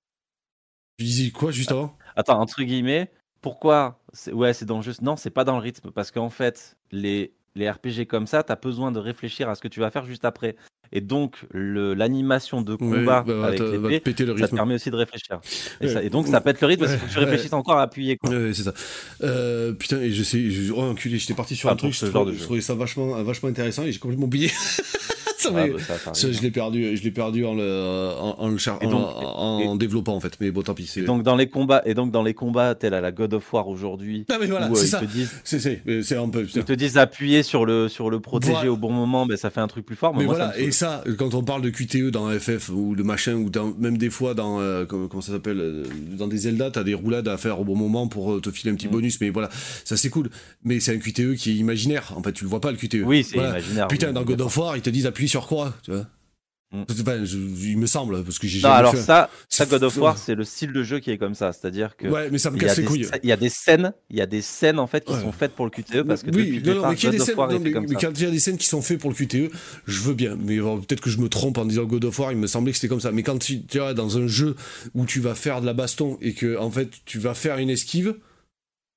Tu disais quoi juste avant ? Attends, entre guillemets, pourquoi c'est- Ouais, c'est dans le jeu. Non, c'est pas dans le rythme. Parce qu'en fait, les, les R P G comme ça, t'as besoin de réfléchir à ce que tu vas faire juste après. Et donc, le- l'animation de combat Ouais, bah, avec va te- va te l'épée, péter le ça te rythme. permet aussi de réfléchir. Et, Ouais. ça- et donc, ça pète le rythme parce qu'il faut que tu Ouais. réfléchisses encore à appuyer, quoi. Ouais, c'est ça. Euh, putain, et je sais, je, oh enculé, j'étais parti sur Ah, un truc, pour ce je, genre trouvais, de je jeu. trouvais ça vachement, vachement intéressant et j'ai complètement oublié. ça, Ah, m'est- bah, ça, ça ça, arrive, je l'ai perdu, je l'ai perdu en le, en, en le char- Et donc- en, en développant en fait, mais bon, tant pis. C'est... Et donc dans les combats, et donc dans les combats, tel à la God of War aujourd'hui, Ah, mais voilà, où euh, c'est ils ça. te disent, C'est, c'est, mais c'est un peu. putain. ils te disent appuyer sur le sur le protéger Voilà. au bon moment, ben ça fait un truc plus fort. Mais, Mais moi, voilà, ça me et saoule. ça, quand on parle de Q T E dans F F ou de machin, ou dans, même des fois dans, euh, comment, comment ça s'appelle, euh, dans des Zelda, t'as des roulades à faire au bon moment pour euh, te filer un petit Mm. bonus, mais voilà, ça c'est cool. Mais c'est un Q T E qui est imaginaire, en fait, tu le vois pas le Q T E. Oui, c'est Voilà. imaginaire. Putain, oui, dans God of War, ils te disent appuie sur quoi, tu vois. Mm. Enfin, je- il me semble, parce que j'ai Non, jamais alors fait. ça, ça C'est God of fou. War, c'est le style de jeu qui est comme ça, c'est-à-dire que Ouais, mais ça me il y, a casse les des, couilles. sc- il y a des scènes, il y a des scènes en fait qui Ouais. sont faites pour le Q T E parce que oui, depuis le non, non, départ, mais qu'il y a God des of scènes, War non, est fait mais, comme mais ça. quand il y a des scènes qui sont faites pour le Q T E, je veux bien. Mais bon, peut-être que je me trompe en disant God of War, il me semblait que c'était comme ça. Mais quand tu, tu vois, dans un jeu où tu vas faire de la baston et que, en fait, tu vas faire une esquive,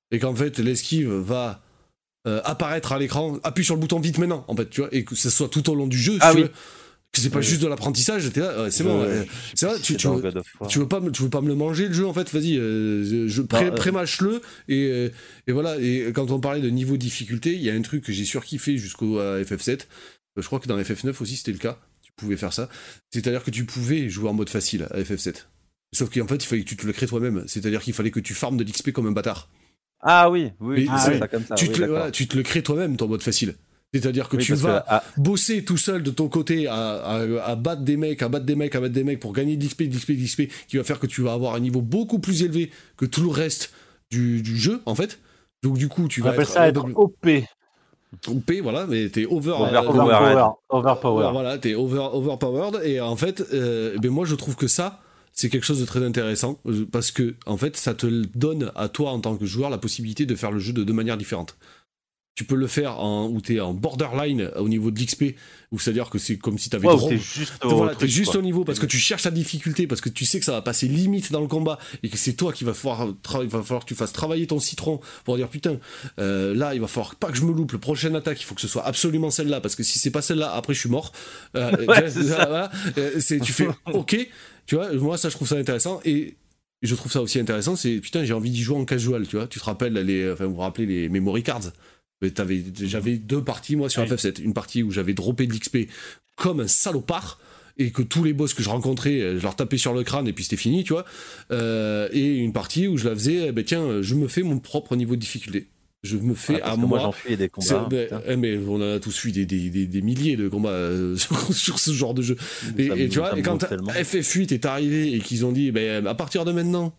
et qu'en fait l'esquive va euh, apparaître à l'écran, appuie sur le bouton vite maintenant, en fait, tu vois, et que ce soit tout au long du jeu, Ah tu oui. vois, que c'est pas Oui. juste de l'apprentissage, t'es là, ouais, c'est Je- bon, ouais, c'est vrai, tu, C'est tu, dans veux, God of War. tu veux pas, me- tu veux pas me le manger le jeu en fait, vas-y, euh, je pré, Non, euh, pré-match-le et, euh, et voilà. Et quand on parlait de niveau de difficulté, il y a un truc que j'ai surkiffé jusqu'au à F F sept. Je crois que dans F F neuf aussi c'était le cas. Tu pouvais faire ça. C'est-à-dire que tu pouvais jouer en mode facile à F F sept. Sauf qu'en fait, il fallait que tu te le crées toi-même. C'est-à-dire qu'il fallait que tu farmes de l'X P comme un bâtard. Ah oui, oui, Mais tu ah fais oui. ça comme ça. tu, oui, te, le- d'accord. voilà, tu te le crées toi-même ton mode facile. C'est-à-dire que Oui, tu parce vas que, ah, bosser tout seul de ton côté à, à, à battre des mecs, à battre des mecs, à battre des mecs pour gagner de l'X P, de l'X P, de l'X P, qui va faire que tu vas avoir un niveau beaucoup plus élevé que tout le reste du, du jeu, en fait. Donc du coup, tu On vas appelle être, ça être O P. O P, voilà, mais t'es over, Over- euh, overpowered. Overpower. euh, Overpower. voilà, t'es over, overpowered, et en fait, euh, ben moi je trouve que ça, c'est quelque chose de très intéressant, euh, parce que en fait, ça te donne à toi en tant que joueur la possibilité de faire le jeu de deux manières différentes. Tu peux le faire en, où t'es en borderline au niveau de l'X P, où c'est-à-dire que c'est comme si t'avais ouais, drop- t'es juste au voilà, t'es truc, juste quoi. au niveau parce que tu cherches la difficulté, parce que tu sais que ça va passer limite dans le combat et que c'est toi qui va falloir, tra- il va falloir que tu fasses travailler ton citron pour dire putain, euh, là il va falloir pas que je me loupe, le prochaine attaque il faut que ce soit absolument celle-là parce que si c'est pas celle-là après je suis mort. Euh, Ouais, tu vois, c'est ça. voilà, euh, c'est, tu fais ok, tu vois, moi ça je trouve ça intéressant et je trouve ça aussi intéressant, c'est putain j'ai envie d'y jouer en casual, tu vois, tu te rappelles les, enfin vous vous rappelez les memory cards. Mais t'avais, j'avais deux parties moi sur Oui. F F sept, une partie où j'avais droppé de l'X P comme un salopard et que tous les boss que je rencontrais, je leur tapais sur le crâne et puis c'était fini, tu vois. Euh, et une partie où je la faisais, eh ben tiens, je me fais mon propre niveau de difficulté. Je me fais Ouais, parce à que moi. moi, j'en fuyais des C'est- combats. ben, putain. eh, mais on en a tous fui des, des, des, des milliers de combats euh, sur, sur ce genre de jeu. Et, Ça me- et tu ça vois, me et quand gonfle tellement. F F huit est arrivé et qu'ils ont dit, ben, à partir de maintenant,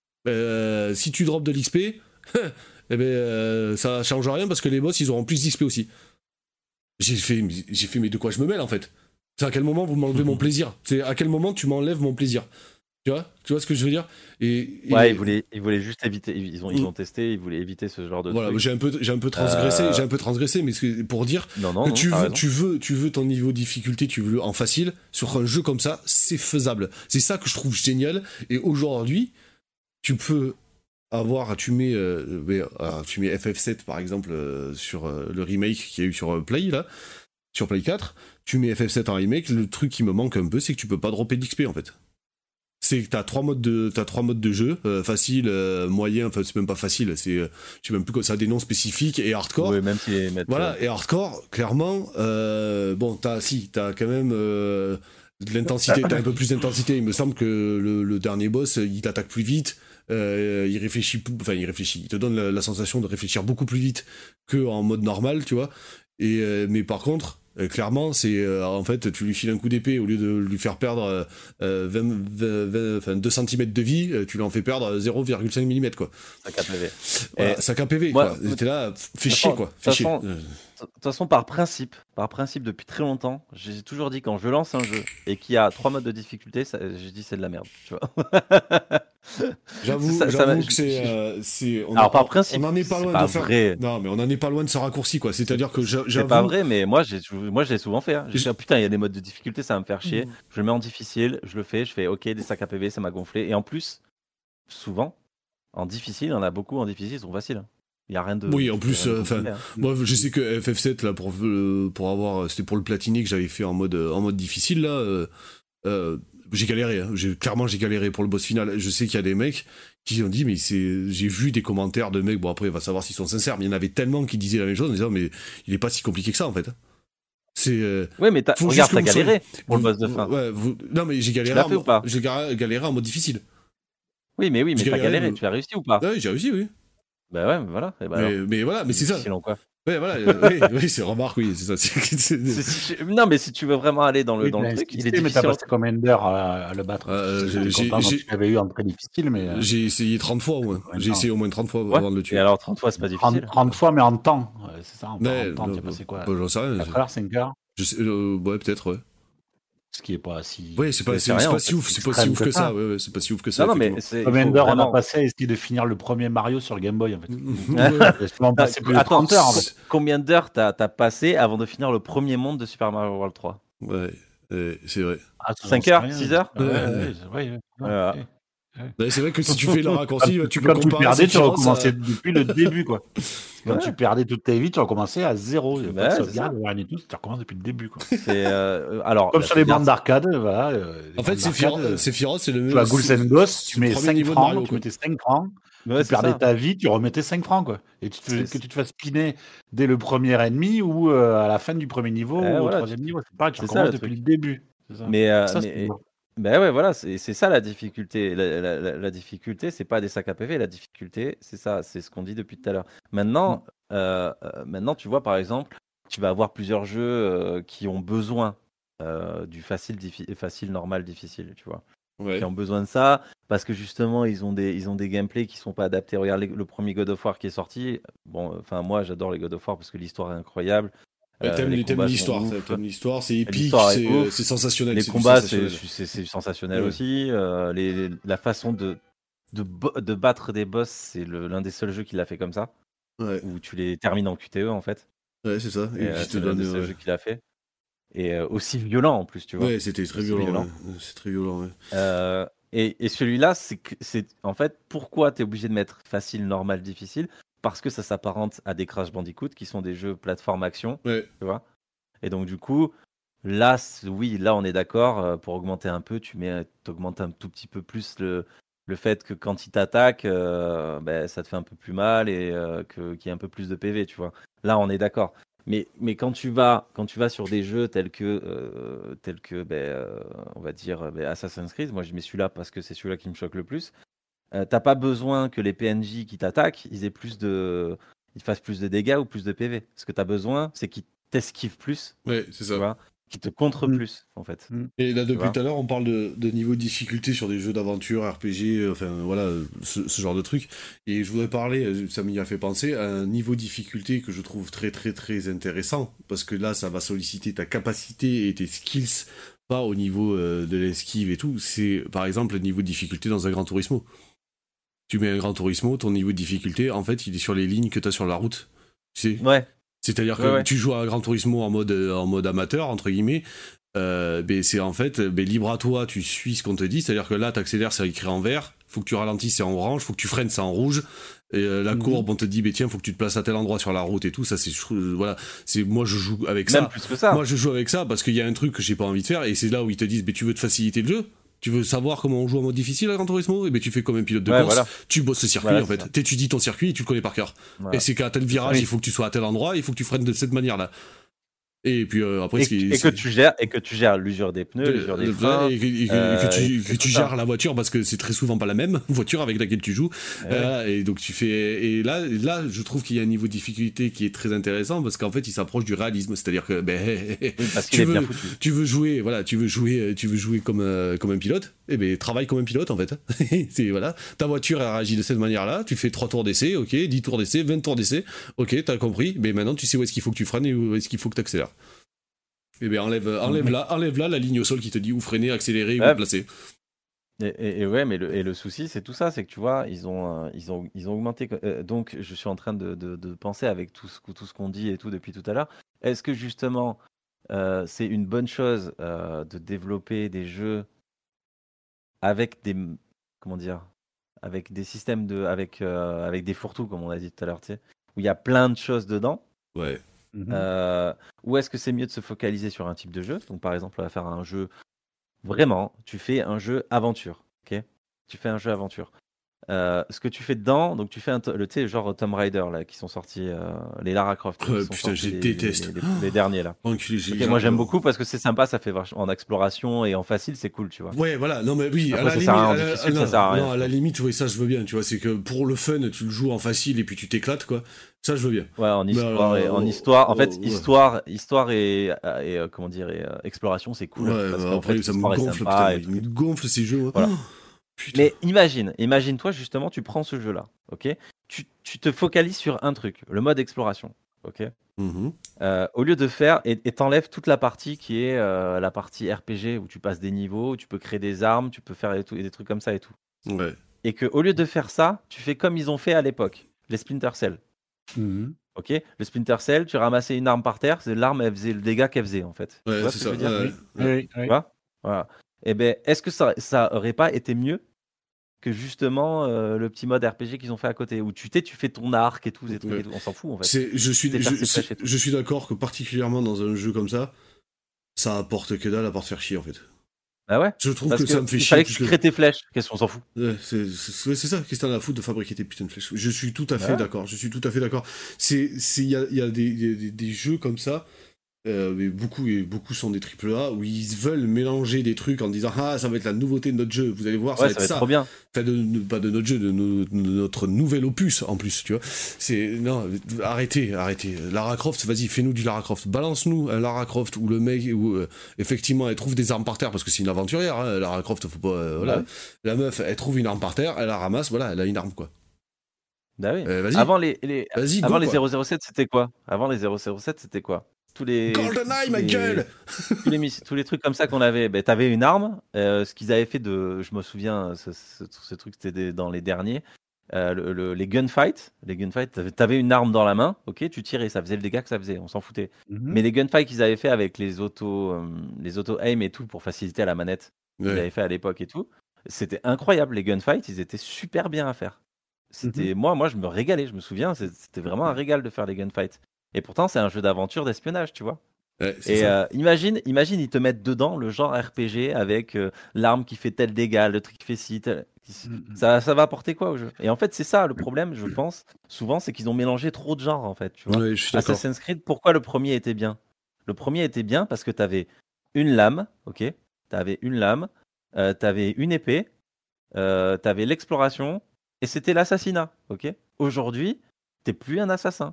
euh, si tu drops de l'X P, eh ben, euh, ça change rien parce que les boss ils auront plus d'X P aussi. J'ai fait, j'ai fait, mais de quoi je me mêle en fait? C'est à quel moment vous m'enlevez mon plaisir? C'est à quel moment tu m'enlèves mon plaisir? Tu vois, tu vois ce que je veux dire? Et, et- Ouais, ils voulaient, ils voulaient juste éviter. Ils ont, ils ont testé, ils voulaient éviter ce genre de voilà, truc. j'ai un peu, j'ai un peu transgressé, Euh, j'ai un peu transgressé, mais c'est pour dire Non, non, que non, tu, t'as veux, raison. tu veux, tu veux ton niveau de difficulté, tu veux le en facile sur un jeu comme ça, c'est faisable. C'est ça que je trouve génial. Et aujourd'hui, tu peux avoir, tu mets, euh, mais, alors, tu mets F F sept par exemple euh, sur euh, le remake qu'il y a eu sur euh, Play là, sur Play quatre, tu mets F F sept en remake, le truc qui me manque un peu, c'est que tu peux pas dropper d'X P en fait. C'est que t'as trois modes de, t'as trois modes de jeu, euh, facile, euh, moyen, enfin c'est même pas facile, c'est, euh, je sais même plus quoi, ça a des noms spécifiques et hardcore. Ouais, même si les mettent, Voilà, euh, et hardcore, clairement, euh, bon, t'as, si, t'as quand même euh, de l'intensité, t'as un peu plus d'intensité. Il me semble que le, le dernier boss, il t'attaque plus vite, euh, il réfléchit, p- enfin, il réfléchit, il te donne la, la sensation de réfléchir beaucoup plus vite qu'en mode normal, tu vois. Et, euh, mais par contre, euh, clairement, c'est euh, en fait, tu lui files un coup d'épée, au lieu de lui faire perdre euh, vingt, vingt, vingt, enfin, deux centimètres de vie, euh, tu lui en fais perdre zéro virgule cinq millimètres, quoi. ça K P V. Voilà, Et- ça K P V, moi, quoi. T'es là, fais de chier, toute quoi. Fais chier. façon- Euh, De toute façon, par principe, par principe, depuis très longtemps, j'ai toujours dit quand je lance un jeu et qu'il y a trois modes de difficulté, ça- j'ai dit c'est de la merde, tu vois. J'avoue, Ça- ça j'avoue m'a- que c'est, je- euh, c'est, on, Alors, par on- principe, on en est pas c'est loin pas de faire. vrai. Non, mais on en est pas loin de ce raccourci, quoi. C'est-à-dire que j'a- C'est j'avoue. pas vrai, mais moi, j'ai, moi, je l'ai souvent fait. Hein. J'ai J- dit, ah, putain, il y a des modes de difficulté, ça va me faire chier. Mm. Je le mets en difficile, je le fais, je fais ok, des sacs à P V, ça m'a gonflé. Et en plus, souvent, en difficile, il y en a beaucoup en difficile, ils sont faciles. Il y a rien de. Oui, en il y a plus, rien de euh, 'fin, compliqué, hein. Moi, je sais que F F sept, là, pour, euh, pour avoir. C'était pour le platiner que j'avais fait en mode, en mode difficile, là. euh, euh, j'ai galéré, hein. J'ai, clairement, j'ai galéré pour le boss final. Je sais qu'il y a des mecs qui ont dit, mais c'est. J'ai vu des commentaires de mecs, bon, après, on va savoir s'ils sont sincères, mais il y en avait tellement qui disaient la même chose en disant, mais il est pas si compliqué que ça, en fait. C'est. euh, Oui, mais t'as- Faut regarde, juste que t'as vous soyez- galéré pour le vous- boss de fin. Ouais, vous- non, mais j'ai galéré. l'as en fait mo- ou pas J'ai ga- galéré en mode difficile. Oui, mais oui, mais J'ai t'as galéré, galéré, mais- tu as réussi ou pas? Ouais, j'ai réussi, oui. Bah ouais, mais voilà. Et bah mais, alors, mais voilà, mais c'est ça. difficile en quoi? Ouais, voilà. euh, oui, oui, c'est remarque, oui, c'est ça. c'est- c'est- C'est- si tu- Non, mais si tu veux vraiment aller dans le, Oui, dans le mais truc, tu il sais, est mais t'as difficile. en- passé combien d'heures à, à le battre? Euh, Je j'ai- suis j'ai- content, donc j'ai- tu l'avais eu en très difficile, mais euh, J'ai essayé trente fois au moins. Ouais, J'ai non. essayé au moins trente fois Ouais. avant de le Et tuer. alors, trente fois, c'est pas trente, difficile. trente fois, mais en temps. Ouais, c'est ça, en, Mais, en temps, tu euh, as passé quoi? bah, j'en sais rien. quatre heures, cinq heures? Je sais, euh, ouais, peut-être, ouais. Ce qui est pas si. Ouais, c'est pas, Mais c'est, c'est rien, c'est en pas fait, si ouf, c'est c'est pas si extrême ouf que que ça. ça. Ouais, ouais, c'est pas si ouf que ça. Non, non, mais effectivement. c'est. il Combien faut d'heures on a vraiment- passé à essayer de finir le premier Mario sur Game Boy en fait? Ouais. On passé plus de Attends, trente heures en fait. combien d'heures t'as as passé avant de finir le premier monde de Super Mario World trois? Ouais, euh, c'est vrai. Ah, ça, cinq j'en sais heures, rien. six heures Ouais, Ouais, ouais, ouais. ouais, ouais, ouais, Voilà. ok. Ouais, c'est vrai que si tu fais le raccourci, Quand, tu peux quand tu comparer perdais, tu Sephiroth recommençais à- depuis le début, quoi. Quand Ouais. tu perdais toute ta vie, tu recommençais à zéro. Il n'y a Bah pas de ouais, c'est sauvegarde, ça. rien et tout. Tu recommences depuis le début, quoi. C'est euh, alors Comme la sur les sauvegarde, bandes d'arcade, voilà. euh, les En fait, bandes Sephiroth, d'arcade, euh, Sephiroth, c'est le tu vas à même. Ghouls c'est- and Ghosts, c'est tu le mets premier cinq niveau de francs, Mario, tu quoi. mettais cinq francs, ouais, tu c'est perdais ça. ta vie, tu remettais cinq francs, quoi. Et tu te fais- C'est- que tu te fasses spinner dès le premier ennemi ou euh, à la fin du premier niveau Eh, ou au voilà, troisième tu- niveau. C'est pareil, tu c'est ça, recommences le depuis truc. le début. C'est ça. Mais, euh, Ça, c'est mais beau. ben ouais, voilà, c'est c'est ça la difficulté. La, la- la- la difficulté, c'est pas des sacs à P V. La difficulté, c'est ça, c'est ce qu'on dit depuis tout à l'heure. Maintenant, euh, euh, maintenant, tu vois, par exemple, tu vas avoir plusieurs jeux euh, qui ont besoin euh, du facile, diffi- facile, normal, difficile, tu vois, Ouais. qui ont besoin de ça parce que justement, ils ont des, ils ont des gameplays qui sont pas adaptés. Regarde les- le premier God of War qui est sorti. Bon, enfin, moi, j'adore les God of War parce que l'histoire est incroyable. Ouais, Euh, t'aimes les t'aimes combats sont l'histoire, ouf. t'aimes l'histoire, c'est épique, L'histoire est c'est ouf. euh, c'est sensationnel. Les c'est du combats, c'est sensationnel. c'est- c'est sensationnel Ouais. aussi. Euh, les, les- la façon de, de, bo- de battre des boss, c'est le- l'un des seuls jeux qui l'a fait comme ça, Ouais, où tu les termines en Q T E en fait. ouais, c'est ça. Et, Et euh, qui te c'est l'un donne. des seuls Ouais, jeux qui l'a fait. Et euh, aussi violent en plus, tu vois. Ouais, c'était très Aussi violent. violent. Ouais. C'est très violent. Ouais. Euh, et, et celui-là, c'est que- c'est en fait pourquoi tu es obligé de mettre facile, normal, difficile, parce que ça s'apparente à des Crash Bandicoot qui sont des jeux plateforme action, Ouais. tu vois. Et donc du coup, là, c- oui, là on est d'accord. euh, Pour augmenter un peu, tu mets, augmentes un tout petit peu plus le, le fait que quand il t'attaque, euh, ben, ça te fait un peu plus mal et euh, que- qu'il y ait un peu plus de P V, tu vois. Là, on est d'accord. Mais, mais quand tu vas quand tu vas sur des jeux tels que euh, tels que ben, euh, on va dire ben, Assassin's Creed, moi je mets celui-là parce que c'est celui-là qui me choque le plus. Euh, t'as pas besoin que les P N J qui t'attaquent, ils aient plus de ils fassent plus de dégâts ou plus de P V. Ce que tu as besoin, c'est qu'ils t'esquivent plus, Ouais, c'est tu ça. vois, qu'ils te contre Mm. plus en fait. Et là, depuis vois. tout à l'heure, on parle de, de niveau de difficulté sur des jeux d'aventure, R P G, euh, enfin voilà, euh, ce, ce genre de truc. Et je voudrais parler, euh, ça m'y a fait penser, à un niveau de difficulté que je trouve très très très intéressant, parce que là, ça va solliciter ta capacité et tes skills, pas au niveau euh, de l'esquive et tout. C'est par exemple le niveau de difficulté dans un Gran Turismo. Tu mets un Gran Turismo, ton niveau de difficulté, en fait, il est sur les lignes que tu as sur la route. Tu sais Ouais, C'est-à-dire que Ouais, ouais. tu joues à Gran Turismo en mode, euh, en mode amateur, entre guillemets, euh, ben c'est en fait, ben libre à toi, tu suis ce qu'on te dit, c'est-à-dire que là, t'accélères, c'est écrit en vert, faut que tu ralentisses, c'est en orange, faut que tu freines, c'est en rouge, et euh, la Mhm. courbe, on te dit, ben tiens, faut que tu te places à tel endroit sur la route et tout, ça c'est, euh, voilà, c'est, moi je joue avec même ça. plus que ça. Moi je joue avec ça parce qu'il y a un truc que j'ai pas envie de faire, et c'est là où ils te disent, ben tu veux te faciliter le jeu? Tu veux savoir comment on joue en mode difficile à Gran Turismo? Et ben tu fais comme un pilote de Ouais, course, voilà. tu bosses le circuit Voilà, en c'est fait. ça. T'étudies ton circuit et tu le connais par cœur. Voilà. Et c'est qu'à tel virage, Oui. il faut que tu sois à tel endroit, il faut que tu freines de cette manière-là. Et puis euh, après, Et, ce qui est- et que tu gères et que tu gères l'usure des pneus, l'usure des euh, freins. et que, et que- euh, et que tu, et que tout tu ça. gères la voiture parce que c'est très souvent pas la même voiture avec laquelle tu joues. Ouais. Euh, et donc tu fais et là là je trouve qu'il y a un niveau de difficulté qui est très intéressant parce qu'en fait il s'approche du réalisme, c'est-à-dire que ben Oui, parce tu qu'il est veux- bien foutu. tu veux jouer voilà tu veux jouer tu veux jouer comme euh, comme un pilote et ben travaille comme un pilote en fait. C'est voilà, ta voiture elle réagit de cette manière-là, tu fais trois tours d'essai, OK, dix tours d'essai, vingt tours d'essai. OK, t'as compris, mais maintenant tu sais où est-ce qu'il faut que tu freines et où est-ce qu'il faut que tu accélères. Et ben enlève enlève là, enlève là la ligne au sol qui te dit où freiner, accélérer, Ouais. où placer. Et, et- et ouais, mais le, et le souci, c'est tout ça, c'est que tu vois, ils ont, euh, ils ont, ils ont augmenté. euh, donc, je suis en train de, de- de penser avec tout ce, que- tout ce qu'on dit et tout depuis tout à l'heure. Est-ce que justement, euh, c'est une bonne chose euh, de développer des jeux avec des, comment dire, avec des systèmes de, avec, euh, avec des fourre-tout, comme on a dit tout à l'heure, tu sais, où il y a plein de choses dedans. Ouais. Mhm. Euh, ou est-ce que c'est mieux de se focaliser sur un type de jeu? Donc, par exemple, on va faire un jeu. Vraiment, tu fais un jeu aventure, ok? Tu fais un jeu aventure. Euh, ce que tu fais dedans, donc tu fais un, to- le, tu sais, genre Tomb Raider là, qui sont sortis, euh, les Lara Croft, qui Ouais, sont putain, sortis, je les, déteste. les- les- les derniers là. Enculé, j'ai- Ok, j'ai- moi j'aime beaucoup parce que c'est sympa, ça fait vachement en exploration et en facile, c'est cool, tu vois. Ouais, voilà, non mais oui, Après, à la ça limite, sert à rien, en à la- difficile, non, ça sert à rien, non, à je la trouve. limite, oui, ça je veux bien, tu vois, c'est que pour le fun, tu le joues en facile et puis tu t'éclates, quoi. Ça, je veux bien. Ouais, en histoire, euh, et, en histoire, en fait, ouais. histoire, histoire et, et, euh, comment dire, et, euh, exploration, c'est cool. Ouais, parce bah, qu'en après, fait, ça me l'histoire est gonfle, sympa putain, et il tout. me gonfle ces jeux. Hein. Voilà. Oh, putain. Mais imagine, imagine-toi justement, tu prends ce jeu-là, ok? Tu, tu te focalises sur un truc, le mode exploration, ok? Mhm. Euh, au lieu de faire, et et t'enlèves toute la partie qui est euh, la partie R P G où tu passes des niveaux, où tu peux créer des armes, tu peux faire et tout, et des trucs comme ça et tout. Ouais. Et que au lieu de faire ça, tu fais comme ils ont fait à l'époque, les Splinter Cell. Mhm. Ok, le Splinter Cell, tu ramassais une arme par terre, c'est l'arme, elle faisait le dégât qu'elle faisait en fait. Tu Ouais, vois c'est ce que ça. je veux dire? ouais, ouais. Oui, Tu oui. vois. Voilà. Et ben, est-ce que ça, ça aurait pas été mieux que justement euh, le petit mode R P G qu'ils ont fait à côté, où tu t'es, tu fais ton arc et tout, des trucs Ouais. et tout. On s'en fout en fait. C'est, je suis, C'est faire je, ses c'est- flèches et tout. je suis d'accord que particulièrement dans un jeu comme ça, ça apporte que dalle à part faire chier en fait. Ah ouais. Je trouve Parce que, que ça me fait il chier fallait que plus tu que. crées tes flèches. Qu'est-ce qu'on s'en fout. Ouais, c'est, c'est, c'est ça, qu'est-ce que t'en as à foutre de fabriquer tes putains de flèches. Je suis tout à fait Ouais. d'accord, je suis tout à fait d'accord. C'est, c'est, il y a, il y a des, des, des jeux comme ça, euh, mais beaucoup, et beaucoup sont des triple A, où ils veulent mélanger des trucs en disant ah, ça va être la nouveauté de notre jeu, vous allez voir, ça Ouais, va ça être va être ça. trop bien. Enfin, de, de- pas de notre jeu, de, no- de notre nouvel opus en plus, tu vois. C'est non, arrêtez, arrêtez. Lara Croft, vas-y, fais-nous du Lara Croft. Balance-nous un Lara Croft où le mec, où euh, effectivement, elle trouve des armes par terre parce que c'est une aventurière. Hein, Lara Croft, faut pas, euh, voilà. Ouais. La meuf, elle trouve une arme par terre, elle la ramasse, voilà, elle a une arme quoi. Bah oui. Euh, vas-y, Avant les, les vas-y, avant go les quoi. zéro zéro sept, c'était quoi? Avant les zéro zéro sept, c'était quoi? Tous les GoldenEye, tous ma les- gueule. tous les, miss- tous les trucs comme ça qu'on avait, ben, t'avais une arme. euh, ce qu'ils avaient fait de, je me souviens, ce, ce, ce truc c'était des- dans les derniers, euh, le- le- les gunfights. Les gunfights, t'avais, t'avais une arme dans la main, ok, tu tirais, ça faisait le dégât que ça faisait, on s'en foutait. Mhm. Mais les gunfights qu'ils avaient fait avec les auto, euh, les auto aim et tout pour faciliter à la manette, qu'ils Ouais. avaient fait à l'époque et tout, c'était incroyable. Les gunfights, ils étaient super bien à faire. C'était moi, moi, je me régalais. Je me souviens, c'est- c'était vraiment un régal de faire les gunfights. Et pourtant, c'est un jeu d'aventure, d'espionnage, tu vois. Ouais, c'est Et ça. euh, imagine, imagine, ils te mettent dedans le genre R P G avec euh, l'arme qui fait tel dégât, le truc qui fait ci, tel- Mhm. ça, ça va apporter quoi au jeu? Et en fait, c'est ça le problème, je pense. Souvent, c'est qu'ils ont mélangé trop de genres, en fait, tu vois. Ouais, je suis d'accord. Assassin's Creed, pourquoi le premier était bien? Le premier était bien parce que tu avais une lame, ok? Tu avais une lame, euh, tu avais une épée, euh, tu avais l'exploration et c'était l'assassinat, ok? Aujourd'hui, t'es plus un assassin.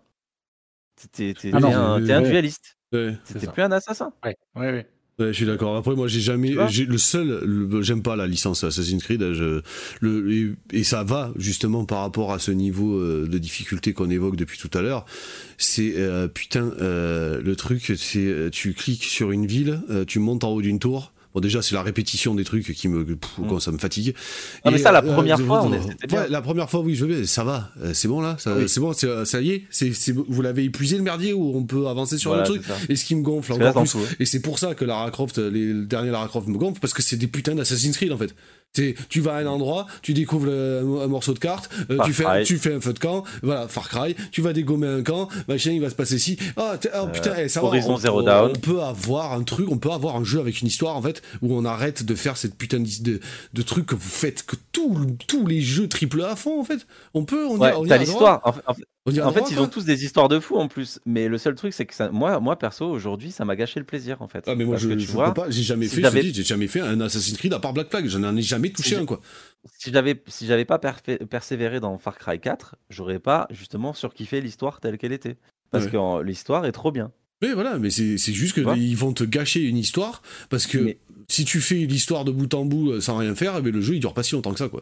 T'es, t'es- Ah t'es non, un, mais- t'es un ouais. dueliste. Ouais. C'est T'es ça. plus un assassin. Ouais, ouais, ouais. Ouais, je suis d'accord. Après, moi, j'ai Tu jamais, vois j'ai le seul, le- j'aime pas la licence Assassin's Creed. Je, le, et, et ça va justement par rapport à ce niveau euh, de difficulté qu'on évoque depuis tout à l'heure. C'est euh, putain, euh, le truc, c'est euh, tu cliques sur une ville, euh, tu montes en haut d'une tour. Bon, déjà, c'est la répétition des trucs qui me, pff, Mm. quand ça me fatigue. Non, mais Et, ça, la euh, première euh, fois, on euh, est- c'était bien. ouais, la première fois, oui, je vais. Ça va, Euh, c'est bon là, ça, Oui. c'est bon, c'est- ça y est. C'est, c'est, vous l'avez épuisé le merdier ou on peut avancer sur Voilà, le truc. c'est ça. Et ce qui me gonfle Parce que là, encore t'en plus, fous, hein. et c'est pour ça que Lara Croft, les, le dernier Lara Croft me gonfle, parce que c'est des putains d'Assassin's Creed en fait. C'est, tu vas à un endroit, tu découvres le- un morceau de carte, euh, Far tu, fais, Cry. tu fais un feu de camp, voilà, Far Cry, tu vas dégommer un camp, machin, il va se passer ci. Ah, t'es- oh, putain, eh, ça va, Horizon on, Zero on- Dawn. on peut avoir un truc, on peut avoir un jeu avec une histoire en fait, où on arrête de faire cette putain de, de, de trucs que vous faites, que tout, tous les jeux triple A font en fait. On peut, on y, Ouais, a- on y t'as a droit. l'histoire. En fait, en fait- On y a en fait, droit, ils quoi. ont tous des histoires de fous en plus. Mais le seul truc, c'est que ça, moi, moi perso, aujourd'hui, ça m'a gâché le plaisir en fait. Ah mais moi Parce je, que tu je vois, peux pas, j'ai jamais si fait, j'avais- je te dis, j'ai jamais fait un Assassin's Creed à part Black Flag, j'en ai jamais touché Si un j'ai- quoi. si j'avais, si j'avais pas perfé- persévéré dans Far Cry quatre, j'aurais pas justement surkiffé l'histoire telle qu'elle était. Parce Ouais. que en- l'histoire est trop bien. Mais voilà, mais c'est c'est juste que Tu vois ils vont te gâcher une histoire parce que Mais- si tu fais l'histoire de bout en bout euh, sans rien faire, eh ben, le jeu il dure pas si longtemps que ça quoi.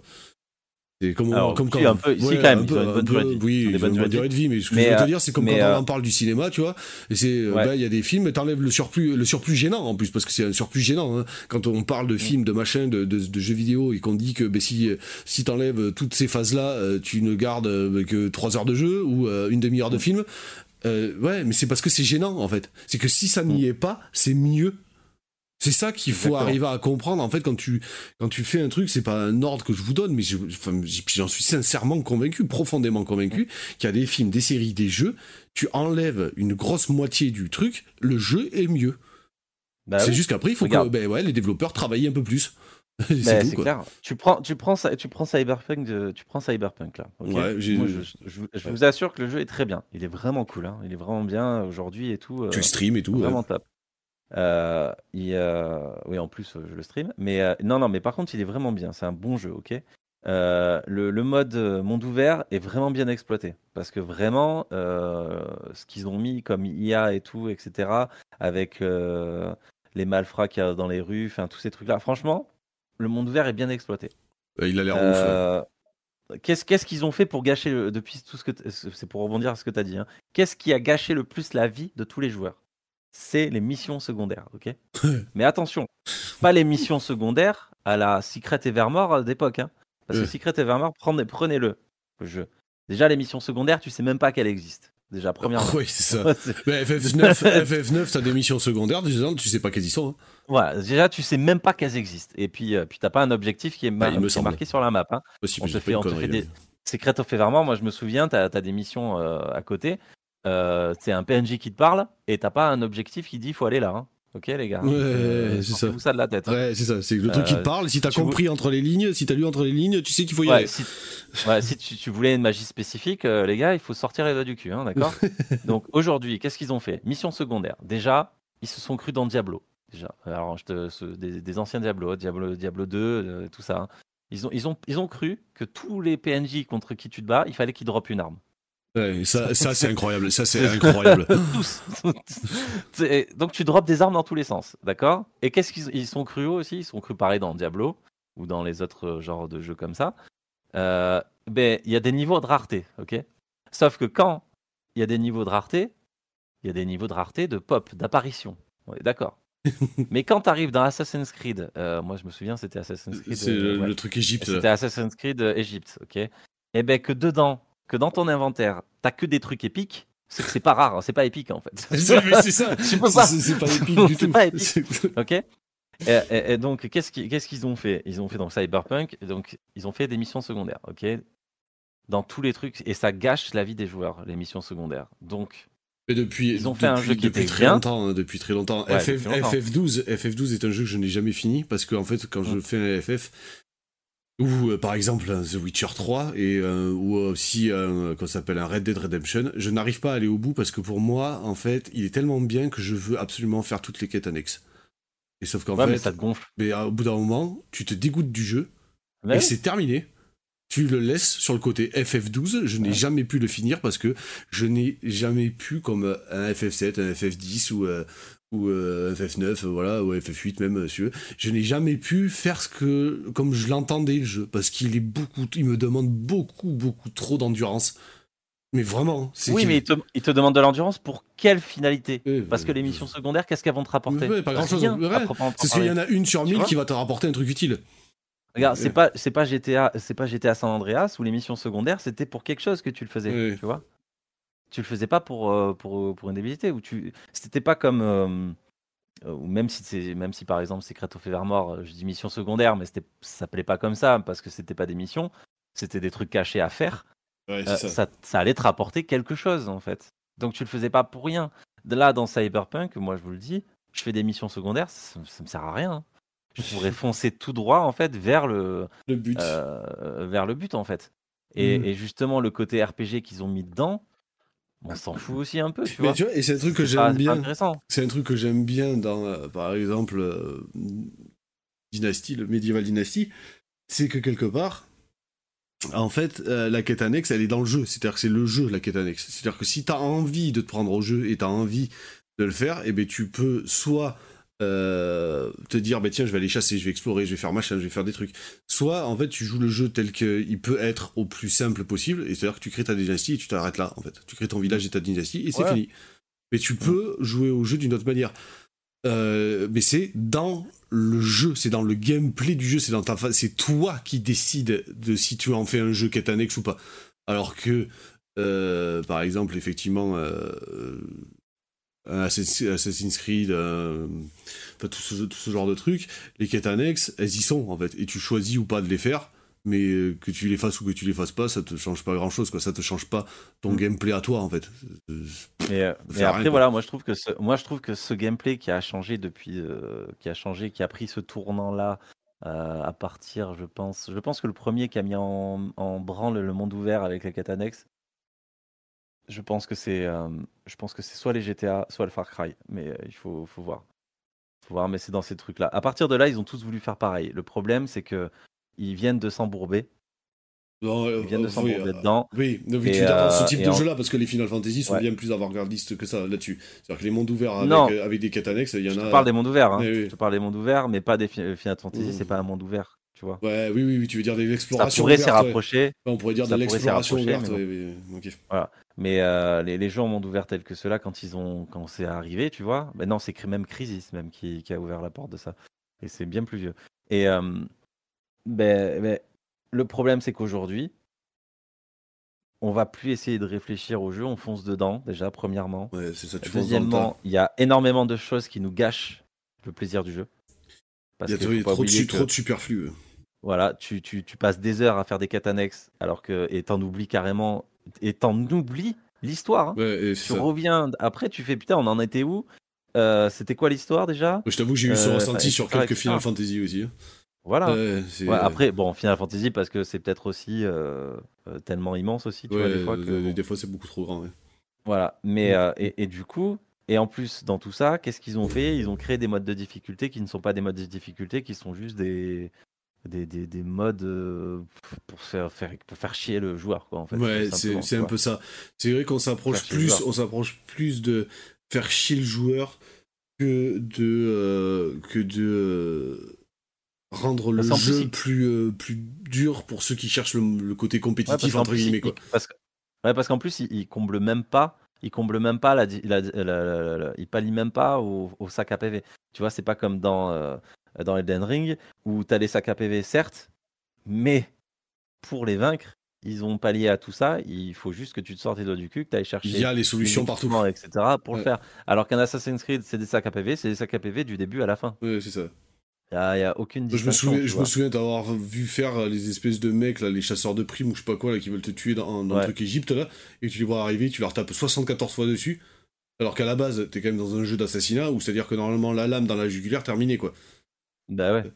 C'est comme, Alors, comme si, quand un peu- si, quand même, ils ont une bonne durée de vie. Oui, Ils ont des ils ont bonnes une bonne durées durée de de vie, mais ce que Mais, je veux te euh, dire, c'est comme mais, quand euh, on en parle du cinéma, tu vois. Et c'est, euh, Ouais. bah, il y a des films, t'enlèves le surplus, le surplus gênant en plus, parce que c'est un surplus gênant. Hein. Quand on parle de films, de machin, de, de, de jeux vidéo, et qu'on dit que ben, si, si t'enlèves toutes ces phases-là, euh, tu ne gardes euh, que trois heures de jeu ou euh, une demi-heure de film. Euh, ouais, mais c'est parce que c'est gênant en fait. C'est que si ça n'y est pas, c'est mieux. C'est ça qu'il faut Exactement. arriver à comprendre en fait quand tu quand tu fais un truc, c'est pas un ordre que je vous donne, mais je- enfin, j'en suis sincèrement convaincu, profondément convaincu qu'il y a des films, des séries, des jeux. Tu enlèves une grosse moitié du truc, le jeu est mieux. Bah c'est oui. juste qu'après il faut Regarde. que ben ouais les développeurs travaillent un peu plus. c'est Bah, tout c'est quoi. clair. Tu prends, tu prends, ça- tu prends Cyberpunk, de- tu prends Cyberpunk là. ok Ouais, j'ai- Moi, je, je vous- je vous assure que le jeu est très bien. Il est vraiment cool. hein. Il est vraiment bien aujourd'hui et tout. Tu euh, le stream et tout. Vraiment ouais. top. Euh, il, euh, oui, en plus, euh, je le stream. Mais euh, non, non, mais par contre, il est vraiment bien. C'est un bon jeu, ok. Euh, le, le mode euh, monde ouvert est vraiment bien exploité parce que vraiment, euh, ce qu'ils ont mis comme I A et tout, et cetera, avec euh, les malfrats qu'il y a dans les rues, enfin tous ces trucs-là. Franchement, le monde ouvert est bien exploité. Euh, Il a l'air ouf. ouais. Euh, Qu'est-ce qu'est-ce qu'ils ont fait pour gâcher le- depuis tout ce que t- c'est pour rebondir à ce que tu as dit. hein. Qu'est-ce qui a gâché le plus la vie de tous les joueurs? C'est les missions secondaires, ok. Mais attention, pas les missions secondaires à la Secret Evermore euh, d'époque, hein. Parce que Ouais. Secret Evermore, prenez, prenez-le, le jeu. Déjà, les missions secondaires, tu sais même pas qu'elles existent. Déjà, premièrement. Oui, c'est ça. Ouais, c'est- Mais F F neuf, F F neuf, t'as des missions secondaires, déjà, tu sais pas qu'elles y sont. Hein. Voilà, déjà, tu sais même pas qu'elles existent. Et puis, euh, puis t'as pas un objectif qui est, Ah, mar- il me qui est semble. marqué sur la map. Hein. Possible, On j'ai te pas fait, une on te fait connerie, des là. Secret of Evermore. Moi, je me souviens, t'as as des missions euh, à côté. Euh, c'est un P N J qui te parle et t'as pas un objectif qui dit il faut aller là. Hein. Ok, les gars. Ouais, Euh, c'est ça. sortez-vous ça de la tête. Hein. Ouais, c'est ça. C'est le truc qui te Euh, parle. Si t'as tu veux- compris entre les lignes, si t'as lu entre les lignes, tu sais qu'il faut y Ouais, aller. si, ouais, si tu, tu voulais une magie spécifique, euh, les gars, il faut sortir les doigts du cul, hein, d'accord? Donc aujourd'hui, qu'est-ce qu'ils ont fait? Mission secondaire. Déjà, ils se sont crus dans Diablo. Déjà, alors je te, ce- des, des anciens Diablo, Diablo, Diablo deux, euh, tout ça. Hein. Ils ont, ils ont, ils ont cru que tous les P N J contre qui tu te bats, il fallait qu'ils dropent une arme. Ouais, ça, ça c'est incroyable. Ça, c'est incroyable. Tous. C'est- Donc tu drops des armes dans tous les sens, d'accord? Et qu'est-ce qu'ils ils sont crus aussi? Ils sont crus pareil dans Diablo ou dans les autres euh, genres de jeux comme ça. Euh, ben il y a des niveaux de rareté, ok? Sauf que quand il y a des niveaux de rareté, il y a des niveaux de rareté de pop, d'apparition. On est d'accord. Mais quand tu arrives dans Assassin's Creed, euh, moi je me souviens c'était Assassin's Creed. C'est euh, le, ouais. le truc Égypte. C'était Assassin's Creed euh, Égypte, ok? Et ben que dedans, que dans ton inventaire, t'as que des trucs épiques, c'est que c'est pas rare, hein, c'est pas épique en fait. C'est mais c'est ça. Tu peux pas. C'est c'est pas épique du C'est tout. pas épique. C'est- Ok. Et, et- et donc, qu'est-ce qu'ils qu'est-ce qu'ils ont fait? Ils ont fait dans Cyberpunk, donc ils ont fait des missions secondaires, ok? Dans tous les trucs, et ça gâche la vie des joueurs, les missions secondaires. Donc, Mais depuis, Ils ont fait un depuis- jeu qui depuis était très bien. longtemps, hein, depuis très longtemps. Ouais, F F, depuis longtemps. F F douze, F F douze est un jeu que je n'ai jamais fini parce que en fait, quand je Mm. fais un F F, ou euh, par exemple un The Witcher trois et euh, ou aussi un qu'on s'appelle un Red Dead Redemption, je n'arrive pas à aller au bout parce que pour moi, en fait, il est tellement bien que je veux absolument faire toutes les quêtes annexes. Et sauf qu'en ouais, mais fait, ça te gonfle. mais au bout d'un moment, tu te dégoûtes du jeu Mais et oui. c'est terminé. Tu le laisses sur le côté F F douze, je n'ai Ouais. jamais pu le finir parce que je n'ai jamais pu, comme un F F sept, un F F dix ou, euh, ou euh, F F neuf, euh, voilà, ou F F huit même, monsieur, je n'ai jamais pu faire ce que, comme je l'entendais le jeu, parce qu'il est beaucoup, il me demande beaucoup, beaucoup trop d'endurance. Mais vraiment, c'est Oui, qu'il- mais ils te, ils te demandent de l'endurance pour quelle finalité? Ouais, Parce que ouais, les missions secondaires, qu'est-ce qu'elles vont te rapporter? Ouais, pas grand-chose. Rien, Ouais, à proprement c'est qu'il y parler. en a une sur Tu mille vois qui va te rapporter un truc utile. Regarde, Ouais. c'est pas c'est pas G T A, c'est pas G T A San Andreas où les missions secondaires c'était pour quelque chose que tu le faisais, Ouais. tu vois. Tu le faisais pas pour euh, pour pour une débilité ou tu c'était pas comme euh, euh, ou même si c'est même si par exemple Secret of Evermore, euh, je dis mission secondaire mais c'était ça s'appelait pas comme ça parce que c'était pas des missions, c'était des trucs cachés à faire. Ouais, Euh, c'est ça. ça ça allait te rapporter quelque chose en fait. Donc tu le faisais pas pour rien. De là dans Cyberpunk, moi je vous le dis, je fais des missions secondaires, ça, ça me sert à rien. hein. Je pourrais foncer tout droit en fait vers le Le but. euh, vers le but en fait. Et, Mm. et justement le côté R P G qu'ils ont mis dedans, on s'en fout aussi un peu, tu Mais vois. tu vois, et c'est un truc que C'est pas- j'aime c'est pas bien. intéressant. C'est un truc que j'aime bien dans, euh, par exemple, euh, Dynasty, le Medieval Dynasty, c'est que quelque part, en fait, euh, la quête annexe, elle est dans le jeu. C'est-à-dire que c'est le jeu, la quête annexe. C'est-à-dire que si t'as envie de te prendre au jeu et t'as envie de le faire, eh ben tu peux soit euh, te dire, bah, tiens, je vais aller chasser, je vais explorer, je vais faire machin, je vais faire des trucs. Soit, en fait, tu joues le jeu tel qu'il peut être au plus simple possible, et c'est-à-dire que tu crées ta dynastie et tu t'arrêtes là, en fait. Tu crées ton village et ta dynastie, et c'est Ouais. fini. Mais tu peux jouer au jeu d'une autre manière. Euh, mais c'est dans le jeu, c'est dans le gameplay du jeu, c'est dans ta fa- c'est toi qui décides de si tu en fais un jeu quête annexe ou pas. Alors que, euh, par exemple, effectivement, euh, un Assassin's Assassin's Creed, euh, enfin, tout, ce, tout ce genre de trucs, les quêtes annexes, elles y sont en fait, et tu choisis ou pas de les faire. Mais euh, que tu les fasses ou que tu les fasses pas, ça te change pas grand chose, quoi. Ça te change pas ton Mm. gameplay à toi, en fait. Euh, Mais, euh, Ça mais fait rien, après quoi. voilà, moi je trouve que ce, moi je trouve que ce gameplay qui a changé depuis, euh, qui a changé, qui a pris ce tournant là à partir, je pense, je pense que le premier qui a mis en, en branle le monde ouvert avec les quêtes annexes, je pense que c'est, euh, je pense que c'est soit les G T A, soit le Far Cry. Mais euh, il faut, faut voir, faut voir. Mais c'est dans ces trucs là. À partir de là, ils ont tous voulu faire pareil. Le problème, c'est que ils viennent de s'embourber. non, euh, Ils viennent de euh, s'embourber oui, euh, dedans. Oui, non, mais Et, tu veux dire dans ce euh, type et de en- jeu-là, parce que les Final Fantasy sont Ouais. bien plus avant-gardistes que ça là-dessus. C'est-à-dire que les mondes ouverts avec, Non. euh, avec des quêtes annexes, il y en Je a. te parle des mondes ouverts. Hein. Oui, oui. Je te parle des mondes ouverts, mais pas des fi- Final Fantasy. Mmh. C'est pas un monde ouvert, tu vois. Ouais, oui, oui, oui, tu veux dire de Ça l'exploration pourrait s'y ouverte, ouais. rapprocher. Ouais, on pourrait dire Ça de pourrait s'y l'exploration rapprocher, ouverte, mais ouais, oui, ok. Mais euh, les, les jeux en monde ouvert tels que ceux-là, quand ils ont, quand c'est arrivé, tu vois, ben non, c'est cr- même Crisis même qui, qui a ouvert la porte de ça. Et c'est bien plus vieux. Et euh, ben, ben, le problème, c'est qu'aujourd'hui, on va plus essayer de réfléchir au jeu, on fonce dedans déjà premièrement. Ouais, c'est ça. Tu fonces dans le tas. Deuxièmement, il y a énormément de choses qui nous gâchent le plaisir du jeu. Il y a, Parce qu'il trop, il y faut a pas trop, de, oublier su- que trop de superflu. ouais. voilà, tu, tu, tu passes des heures à faire des quêtes annexes alors que et t'en oublies carrément et t'en oublies l'histoire. hein. Ouais, et c'est Tu ça. reviens après, tu fais putain, on en était où Euh, C'était quoi l'histoire déjà Moi, je t'avoue que j'ai eu ce Euh, ressenti et sur cetera, quelques et cetera. Final Fantasy aussi. hein. Voilà. Ouais, c'est- Ouais, après, bon, Final Fantasy parce que c'est peut-être aussi euh, euh, tellement immense aussi, tu vois, ouais, des fois que euh, bon, des fois c'est beaucoup trop grand. Ouais. voilà. Mais Mm. euh, et, et du coup, et en plus dans tout ça, qu'est-ce qu'ils ont fait Ils ont créé des modes de difficulté qui ne sont pas des modes de difficulté, qui sont juste des des, des, des modes euh, pour faire, faire pour faire chier le joueur, quoi. En fait, Ouais, tout c'est simplement, c'est tu un vois. peu ça. C'est vrai qu'on s'approche Faire chier le plus, joueur. on s'approche plus de faire chier le joueur que de euh, que de euh, rendre le Parce qu'en plus, jeu il- plus euh, plus dur pour ceux qui cherchent le, le côté Ouais, parce compétitif qu'en entre plus, il, guillemets il- quoi. parce que- ouais, parce qu'en plus, il, il comble même pas, il comble même pas la, di- la- la- la- la- la- il pallie même pas au, au sac à P V. Tu vois, c'est pas comme dans euh, dans Elden Ring où t'as les sacs à P V certes, mais pour les vaincre, ils ont pallié à tout ça. Il faut juste que tu te sortes les doigts du cul, que tu ailles Il chercher y a les les solutions partout. équipements, et cetera pour Ouais. le faire. Alors qu'un Assassin's Creed, c'est des sacs à P V, c'est des sacs à P V du début à la fin. Ouais, c'est ça. Il y a, y a aucune Moi, je me distinction. souviens, tu je me vois. souviens d'avoir vu faire les espèces de mecs là, les chasseurs de primes ou je sais pas quoi là qui veulent te tuer dans, dans Ouais. le truc Égypte là, et tu les vois arriver, tu leur tapes soixante-quatorze fois dessus, alors qu'à la base t'es quand même dans un jeu d'assassinat où c'est à dire que normalement la lame dans la jugulaire terminée quoi. Bah ouais.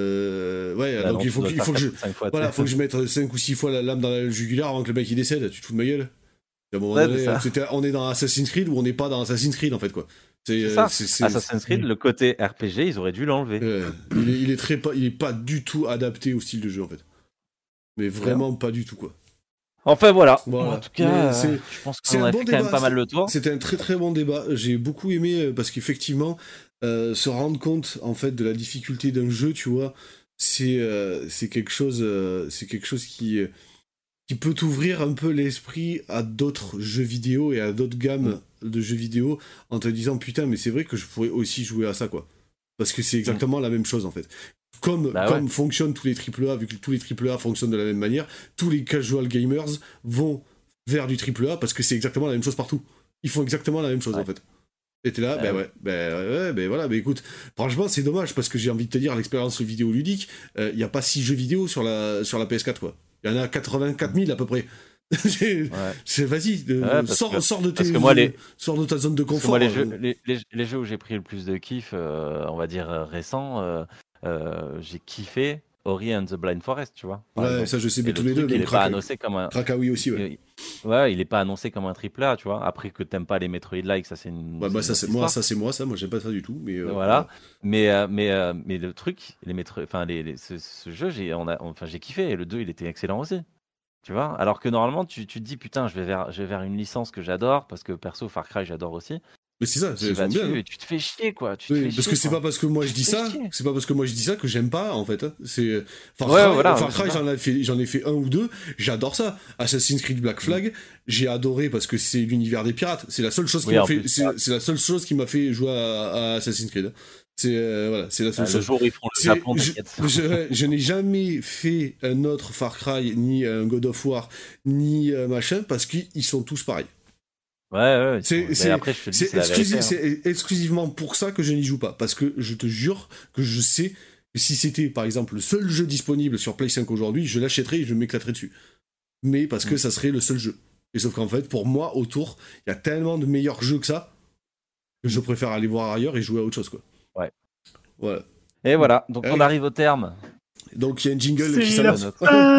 Euh, ouais, Bah donc non, il tu faut, dois que- le il faut faire que je, quatre ou cinq fois, tu voilà, sais. faut que je mette cinq ou six fois la lame dans la jugulaire avant que le mec il décède. Tu te fous de ma gueule. À un moment Ouais, donné, c'est ça. c'était- on est dans Assassin's Creed ou on n'est pas dans Assassin's Creed en fait quoi. C'est, C'est euh, ça. c'est- c'est- Assassin's Creed, le côté R P G, ils auraient dû l'enlever. Ouais, il, est, il est très pas, il est pas du tout adapté au style de jeu en fait. Mais vraiment pas du tout quoi. Enfin voilà. Voilà. En tout cas, Mais euh, c'est- je pense c'est qu'on un a bon fait quand même débat, pas mal le tour. C'était un très très bon débat. J'ai beaucoup aimé euh, parce qu'effectivement, euh, se rendre compte en fait de la difficulté d'un jeu, tu vois, c'est euh, c'est quelque chose, euh, c'est quelque chose qui euh, qui peut t'ouvrir un peu l'esprit à d'autres jeux vidéo et à d'autres gammes de jeux vidéo en te disant putain mais c'est vrai que je pourrais aussi jouer à ça quoi. Parce que c'est exactement la même chose en fait. Comme, Bah comme ouais. fonctionnent tous les triple A, vu que tous les triple A fonctionnent de la même manière, tous les casual gamers vont vers du triple A parce que c'est exactement la même chose partout. Ils font exactement la même chose Ouais. en fait. Et t'es là, Bah ben ouais. ouais, ben ouais, ben voilà, ben écoute, franchement c'est dommage parce que j'ai envie de te dire, l'expérience vidéoludique, il n'y a pas six jeux vidéo sur la, sur la P S quatre quoi. Il y en a quatre-vingt-quatre mille à peu près. c'est, Ouais. c'est- vas-y, euh, Ouais, parce sors, que- sors de parce tes, que moi, les- sors de ta zone de Parce que confort. moi, les jeux, euh. les, les- les jeux où j'ai pris le plus de kiff, euh, on va dire euh, récents, euh, euh, j'ai kiffé Ori and the Blind Forest, tu vois. par Ouais, exemple. ça je sais, Et mais le tous les truc, deux, il même est pas Kraka- annoncé comme un. Krakawi aussi, ouais. Ouais, il est pas annoncé comme un triple A, tu vois. Après que t'aimes pas les Metroid-like, ça c'est une. Ouais, bah, c'est ça une c'est autre moi, histoire. ça c'est moi, ça, moi j'aime pas ça du tout, mais euh, Voilà. Mais, euh, mais, euh, mais le truc, les Metroid, enfin, les, les- ce, ce jeu, j'ai, on a, enfin, j'ai kiffé. Et le deux, il était excellent aussi. Tu vois. Alors que normalement, tu, tu te dis, putain, je vais vers, je vais vers une licence que j'adore, parce que perso, Far Cry, j'adore aussi. Mais c'est ça, Tu c'est vas bien. dessus hein. et tu te fais chier, quoi. Tu te Oui, fais parce chier, que c'est quoi. pas parce que moi je dis Tu te fais ça, chier. c'est pas parce que moi je dis ça que j'aime pas en fait. hein. C'est Far Ouais, Cry, voilà, Far ouais, Cry, c'est ça. j'en ai fait, j'en ai fait un ou deux, j'adore ça. Assassin's Creed Black Flag, j'ai adoré parce que c'est l'univers des pirates. C'est la seule chose qui Oui, m'a en fait, plus, c'est, ouais. c'est la seule chose qui m'a fait jouer à, à Assassin's Creed. C'est euh, voilà, c'est la Ah, seule le chose. jour où ils feront le C'est- Japon, je, t'inquiète. je- je n'ai jamais fait un autre Far Cry, ni un God of War, ni euh, machin, parce qu'ils sont tous pareils. Ouais, ouais. C'est- Mais c'est- après, je te dis, C'est c'est la vérité. exclusi- hein. c'est exclusivement pour ça que je n'y joue pas. Parce que je te jure que je sais que si c'était, par exemple, le seul jeu disponible sur Play cinq aujourd'hui, je l'achèterais et je m'éclaterais dessus. Mais parce que Mm. ça serait le seul jeu. Et sauf qu'en fait, pour moi, autour, il y a tellement de meilleurs jeux que ça que je préfère aller voir ailleurs et jouer à autre chose, quoi. Ouais. Voilà. Et voilà, donc Ouais. on arrive au terme. Donc il y a un jingle C'est qui la s'annonce.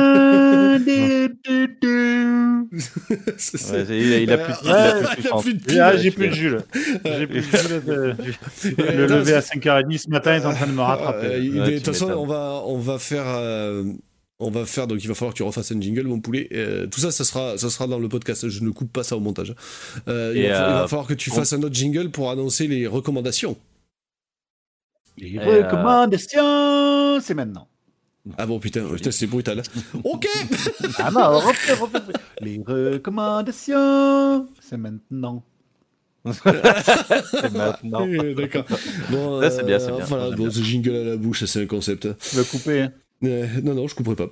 fin du- du- du. C'est- c'est- Ouais, c'est- il, a, il a plus de Ouais, il a il plus a de chance. plus de pile. Ah, Ouais, j'ai tu plus de l'as. Jules. J'ai plus de Jules. de- Ouais, Le attends, lever à c'est- cinq heures trente ce matin est en train de me Euh, rattraper. il- Ouais, mais de tu toute façon, m'étonnes. on va, on va faire, euh, on va faire. Donc, il va falloir que tu refasses un jingle, mon poulet. Euh, tout ça, ça sera, ça sera dans le podcast. Je ne coupe pas ça au montage. Euh, il, Et, va, fa- il va euh, falloir que tu on- fasses un autre jingle pour annoncer les recommandations. Les Et, euh, recommandations, c'est maintenant. Ah bon, putain, putain, c'est brutal. Ok. Ah non, refais, refais. Les recommandations, c'est maintenant. C'est maintenant. Euh, D'accord. Bon, Ouais, c'est bien, c'est euh, bien. Voilà, J'aime bon, bien. ce jingle à la bouche, c'est un concept. hein. Tu vas couper. Hein. Euh, non, non, je couperai pas.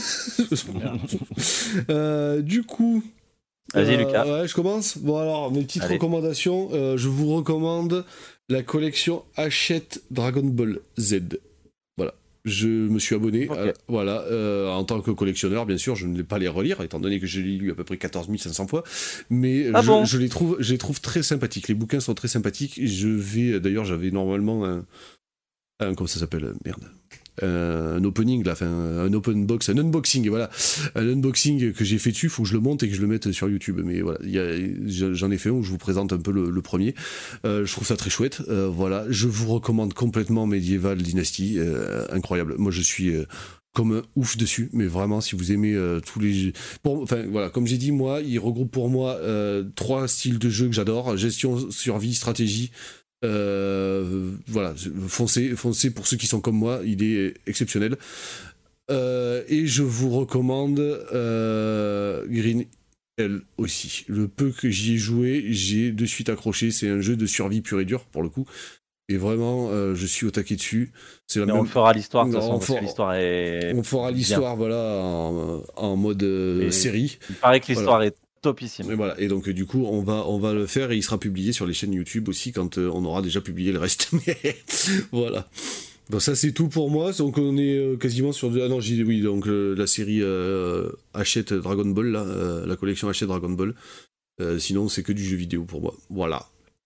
euh, du coup... Vas-y, euh, Lucas. Ouais, je commence. Bon, alors, mes petites Allez. recommandations. Euh, je vous recommande la collection Hachette Dragon Ball Z. Voilà. Je me suis abonné, Ok. à- voilà, euh, en tant que collectionneur, bien sûr, je ne vais pas les relire, étant donné que je l'ai lu à peu près quatorze mille cinq cents fois, mais Ah je, bon je les trouve, je les trouve très sympathiques. Les bouquins sont très sympathiques. Je vais, d'ailleurs, j'avais normalement un, un comment ça s'appelle, merde, un opening là, enfin un open box, un unboxing, voilà, un unboxing que j'ai fait dessus. Faut que je le monte et que je le mette sur YouTube. Mais voilà, il y a, j'en ai fait un où je vous présente un peu le, le premier. Euh, je trouve ça très chouette. Euh, voilà, je vous recommande complètement Medieval Dynasty, euh, incroyable. Moi, je suis euh, comme un ouf dessus, mais vraiment, si vous aimez euh, tous les jeux, bon, enfin voilà, comme j'ai dit, moi, il regroupe pour moi euh, trois styles de jeu que j'adore: gestion, survie, stratégie. Euh, voilà, foncez, foncez pour ceux qui sont comme moi, il est exceptionnel. Euh, et je vous recommande euh, Green Hell aussi. Le peu que j'y ai joué, j'ai de suite accroché. C'est un jeu de survie pur et dur pour le coup. Et vraiment, euh, je suis au taquet dessus. C'est la Mais même... on le fera à l'histoire, de toute Non, façon, on parce fera- que l'histoire est. On fera bien. l'histoire, voilà, en, en mode euh, Et- série. Il paraît que l'histoire est topissime. Et voilà, et donc euh, du coup on va, on va le faire et il sera publié sur les chaînes YouTube aussi quand euh, on aura déjà publié le reste. Voilà. Bon, ça c'est tout pour moi, donc on est euh, quasiment sur... Ah non, j'ai oui, donc euh, la série euh, Hachette Dragon Ball, là, euh, la collection Hachette Dragon Ball. Euh, sinon c'est que du jeu vidéo pour moi. Voilà.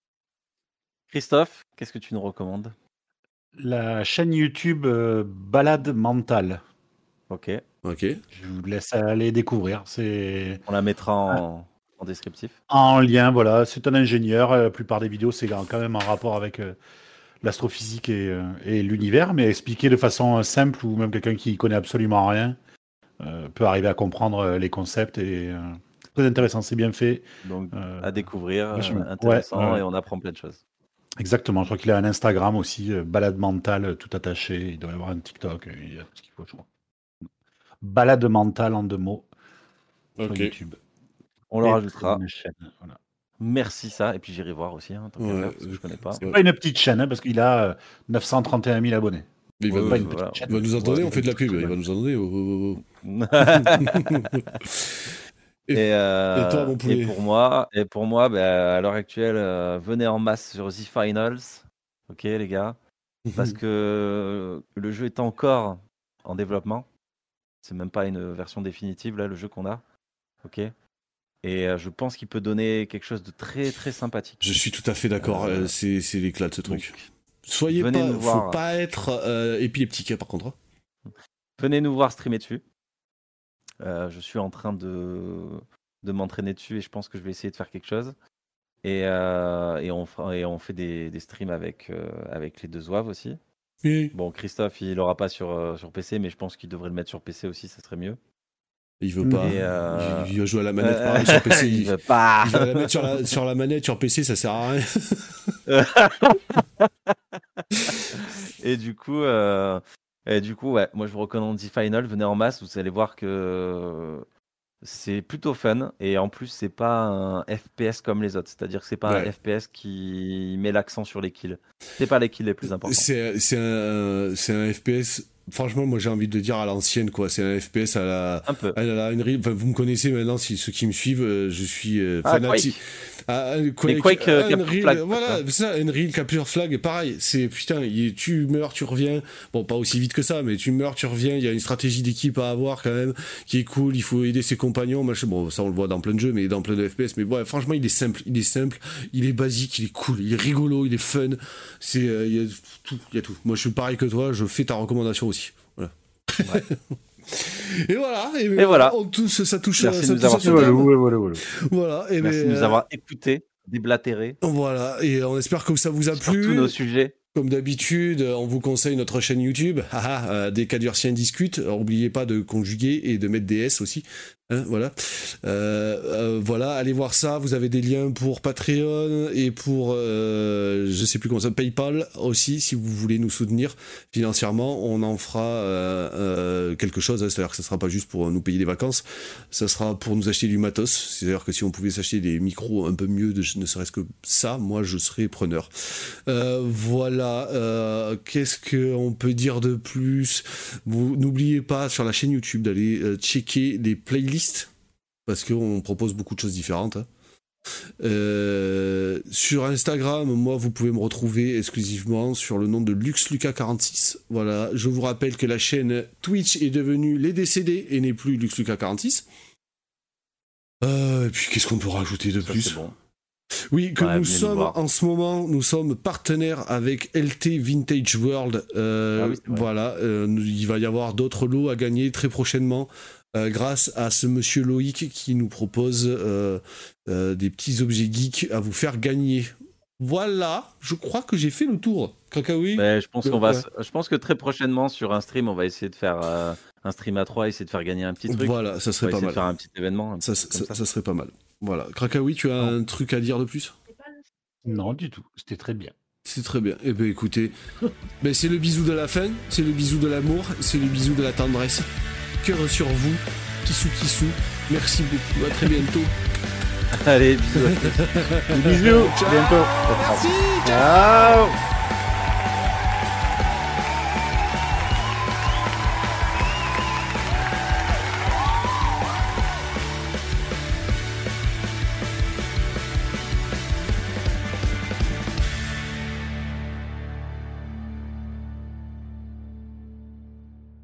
Christophe, qu'est-ce que tu nous recommandes? La chaîne YouTube euh, Balade Mentale. Ok, Ok. Je vous laisse aller découvrir. C'est on la mettra en, en descriptif. en lien, voilà. C'est un ingénieur. euh, La plupart des vidéos, c'est quand même en rapport avec euh, l'astrophysique et, euh, et l'univers, mais expliqué de façon euh, simple, ou même quelqu'un qui connaît absolument rien euh, peut arriver à comprendre euh, les concepts. Et euh, c'est très intéressant, c'est bien fait. Donc, Euh, à découvrir, euh, vachement. intéressant, Ouais, ouais. et on apprend plein de choses. Exactement, je crois qu'il a un Instagram aussi, euh, Balade Mentale, euh, tout attaché. Il doit y avoir un TikTok, euh, il y a tout ce qu'il faut, je crois. Balade Mentale en deux mots sur Ok. YouTube. On le Et rajoutera. une chaîne, voilà. Merci ça, et puis j'irai voir aussi, hein, tant qu'à Ouais, faire, parce que je connais pas. ouais. Pas une petite chaîne, hein, parce qu'il a euh, neuf cent trente et un mille abonnés. Mais il va, Ouais, nous- Pas ouais, une petite voilà. chaîne. il va nous entendre, Ouais, on fait de la pub, très il va bien. nous entendre. Oh, oh, oh. Et, euh, Et toi, mon poulet et pour moi, et pour moi bah, à l'heure actuelle, euh, venez en masse sur The Finals. Ok, les gars. Parce que le jeu est encore en développement. C'est même pas une version définitive, là, le jeu qu'on a. Ok. Et euh, je pense qu'il peut donner quelque chose de très très sympathique. Je suis tout à fait d'accord, Euh, euh, c'est, c'est l'éclat de ce truc. Donc, Soyez venez pas, nous faut voir. pas être euh, épileptique hein, par contre. hein. venez nous voir streamer dessus. Euh, je suis en train de, de m'entraîner dessus et je pense que je vais essayer de faire quelque chose. Et, euh, et, on, fera- et on fait des, des streams avec, euh, avec les deux zouaves aussi. Oui. Bon, Christophe, il l'aura pas sur, euh, sur P C, mais je pense qu'il devrait le mettre sur P C aussi, ça serait mieux. Il veut pas. Et, euh, Il va jouer à la manette Euh, pareil sur P C. il il, veut pas. il va la mettre sur la, sur la manette sur P C, ça sert à rien. Et du coup, euh, et du coup, ouais, moi je vous recommande The Final. Venez en masse, vous allez voir que c'est plutôt fun. Et en plus, c'est pas un F P S comme les autres. C'est-à-dire que c'est pas Ouais. un F P S qui met l'accent sur les kills. C'est pas les kills les plus importants. C'est, c'est, un, c'est un F P S. Franchement, moi j'ai envie de dire à l'ancienne, quoi. C'est un F P S à la. Un peu. À la Unreal. Enfin, vous me connaissez maintenant, si ceux qui me suivent, euh, je suis euh, Ah, fanatique. Quake. Ah, Les Quake, euh, Capture Unreal, Flag, voilà, quoi. ça, Unreal, Capture Flag, pareil, c'est putain, il- tu meurs, tu reviens, bon, pas aussi vite que ça, mais tu meurs, tu reviens, il y a une stratégie d'équipe à avoir quand même, qui est cool, il faut aider ses compagnons, machin, bon, ça on le voit dans plein de jeux, mais dans plein de F P S, mais ouais, franchement, il est simple, il est simple, il est basique, il est cool, il est rigolo, il est fun, c'est, euh, il y a tout, il y a tout. Moi, je suis pareil que toi, je fais ta recommandation aussi, voilà. Ouais. Et voilà, et, Et voilà. on touche, ça touche, Merci de ça nous touche avoir à ce suivis. thème. Voilà, voilà, voilà. Voilà, et Merci ben, de nous euh, avoir écoutés, déblatérés, voilà, et on espère que ça vous a sur plu. tous nos sujets. Comme d'habitude, on vous conseille notre chaîne YouTube, haha, euh, des Cadurciens discutent. Alors, n'oubliez pas de conjuguer et de mettre des S aussi. Hein, voilà. Euh, euh, voilà, allez voir ça. Vous avez des liens pour Patreon et pour, euh, je sais plus comment ça, PayPal aussi, si vous voulez nous soutenir financièrement. On en fera euh, euh, quelque chose. Hein, c'est-à-dire que ça sera pas juste pour nous payer des vacances, ça sera pour nous acheter du matos. C'est-à-dire que si on pouvait s'acheter des micros un peu mieux, de, ne serait-ce que ça, moi je serais preneur. Euh, voilà. Euh, qu'est-ce qu'on peut dire de plus? Vous n'oubliez pas sur la chaîne YouTube d'aller euh, checker les playlists, parce qu'on propose beaucoup de choses différentes. Hein. Euh, sur Instagram, moi, vous pouvez me retrouver exclusivement sur le nom de LuxLucas quarante-six. Voilà, je vous rappelle que la chaîne Twitch est devenue Les Décédés et n'est plus LuxLucas quarante-six. Euh, et puis, qu'est-ce qu'on peut rajouter de Ça, plus? c'est bon. Oui, que Ouais, nous venez nous sommes voir. en ce moment, nous sommes partenaires avec L T Vintage World. Euh, Ah oui, c'est vrai. voilà, euh, il va y avoir d'autres lots à gagner très prochainement. Euh, grâce à ce monsieur Loïc qui nous propose euh, euh, des petits objets geeks à vous faire gagner. Voilà, je crois que j'ai fait le tour. Cacaoui. Mais je pense Le- qu'on va, ouais. s- je pense que très prochainement sur un stream, on va essayer de faire euh, un stream à trois, essayer de faire gagner un petit truc. Voilà, ça On serait va pas essayer mal. de faire un petit événement. Un Ça, petit truc ça, comme ça. ça serait pas mal. Voilà. Krakaoui, tu as Non. un truc à dire de plus? Non, du tout. C'était très bien. C'est très bien. Eh ben écoutez, ben, c'est le bisou de la fin, c'est le bisou de l'amour, c'est le bisou de la tendresse. Cœur sur vous, kissou kissou. Merci beaucoup. À très bientôt. Allez, bisous. à tous. Bisous. Ciao. À bientôt. Merci. Ciao.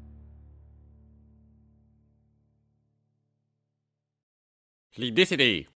Les décédés.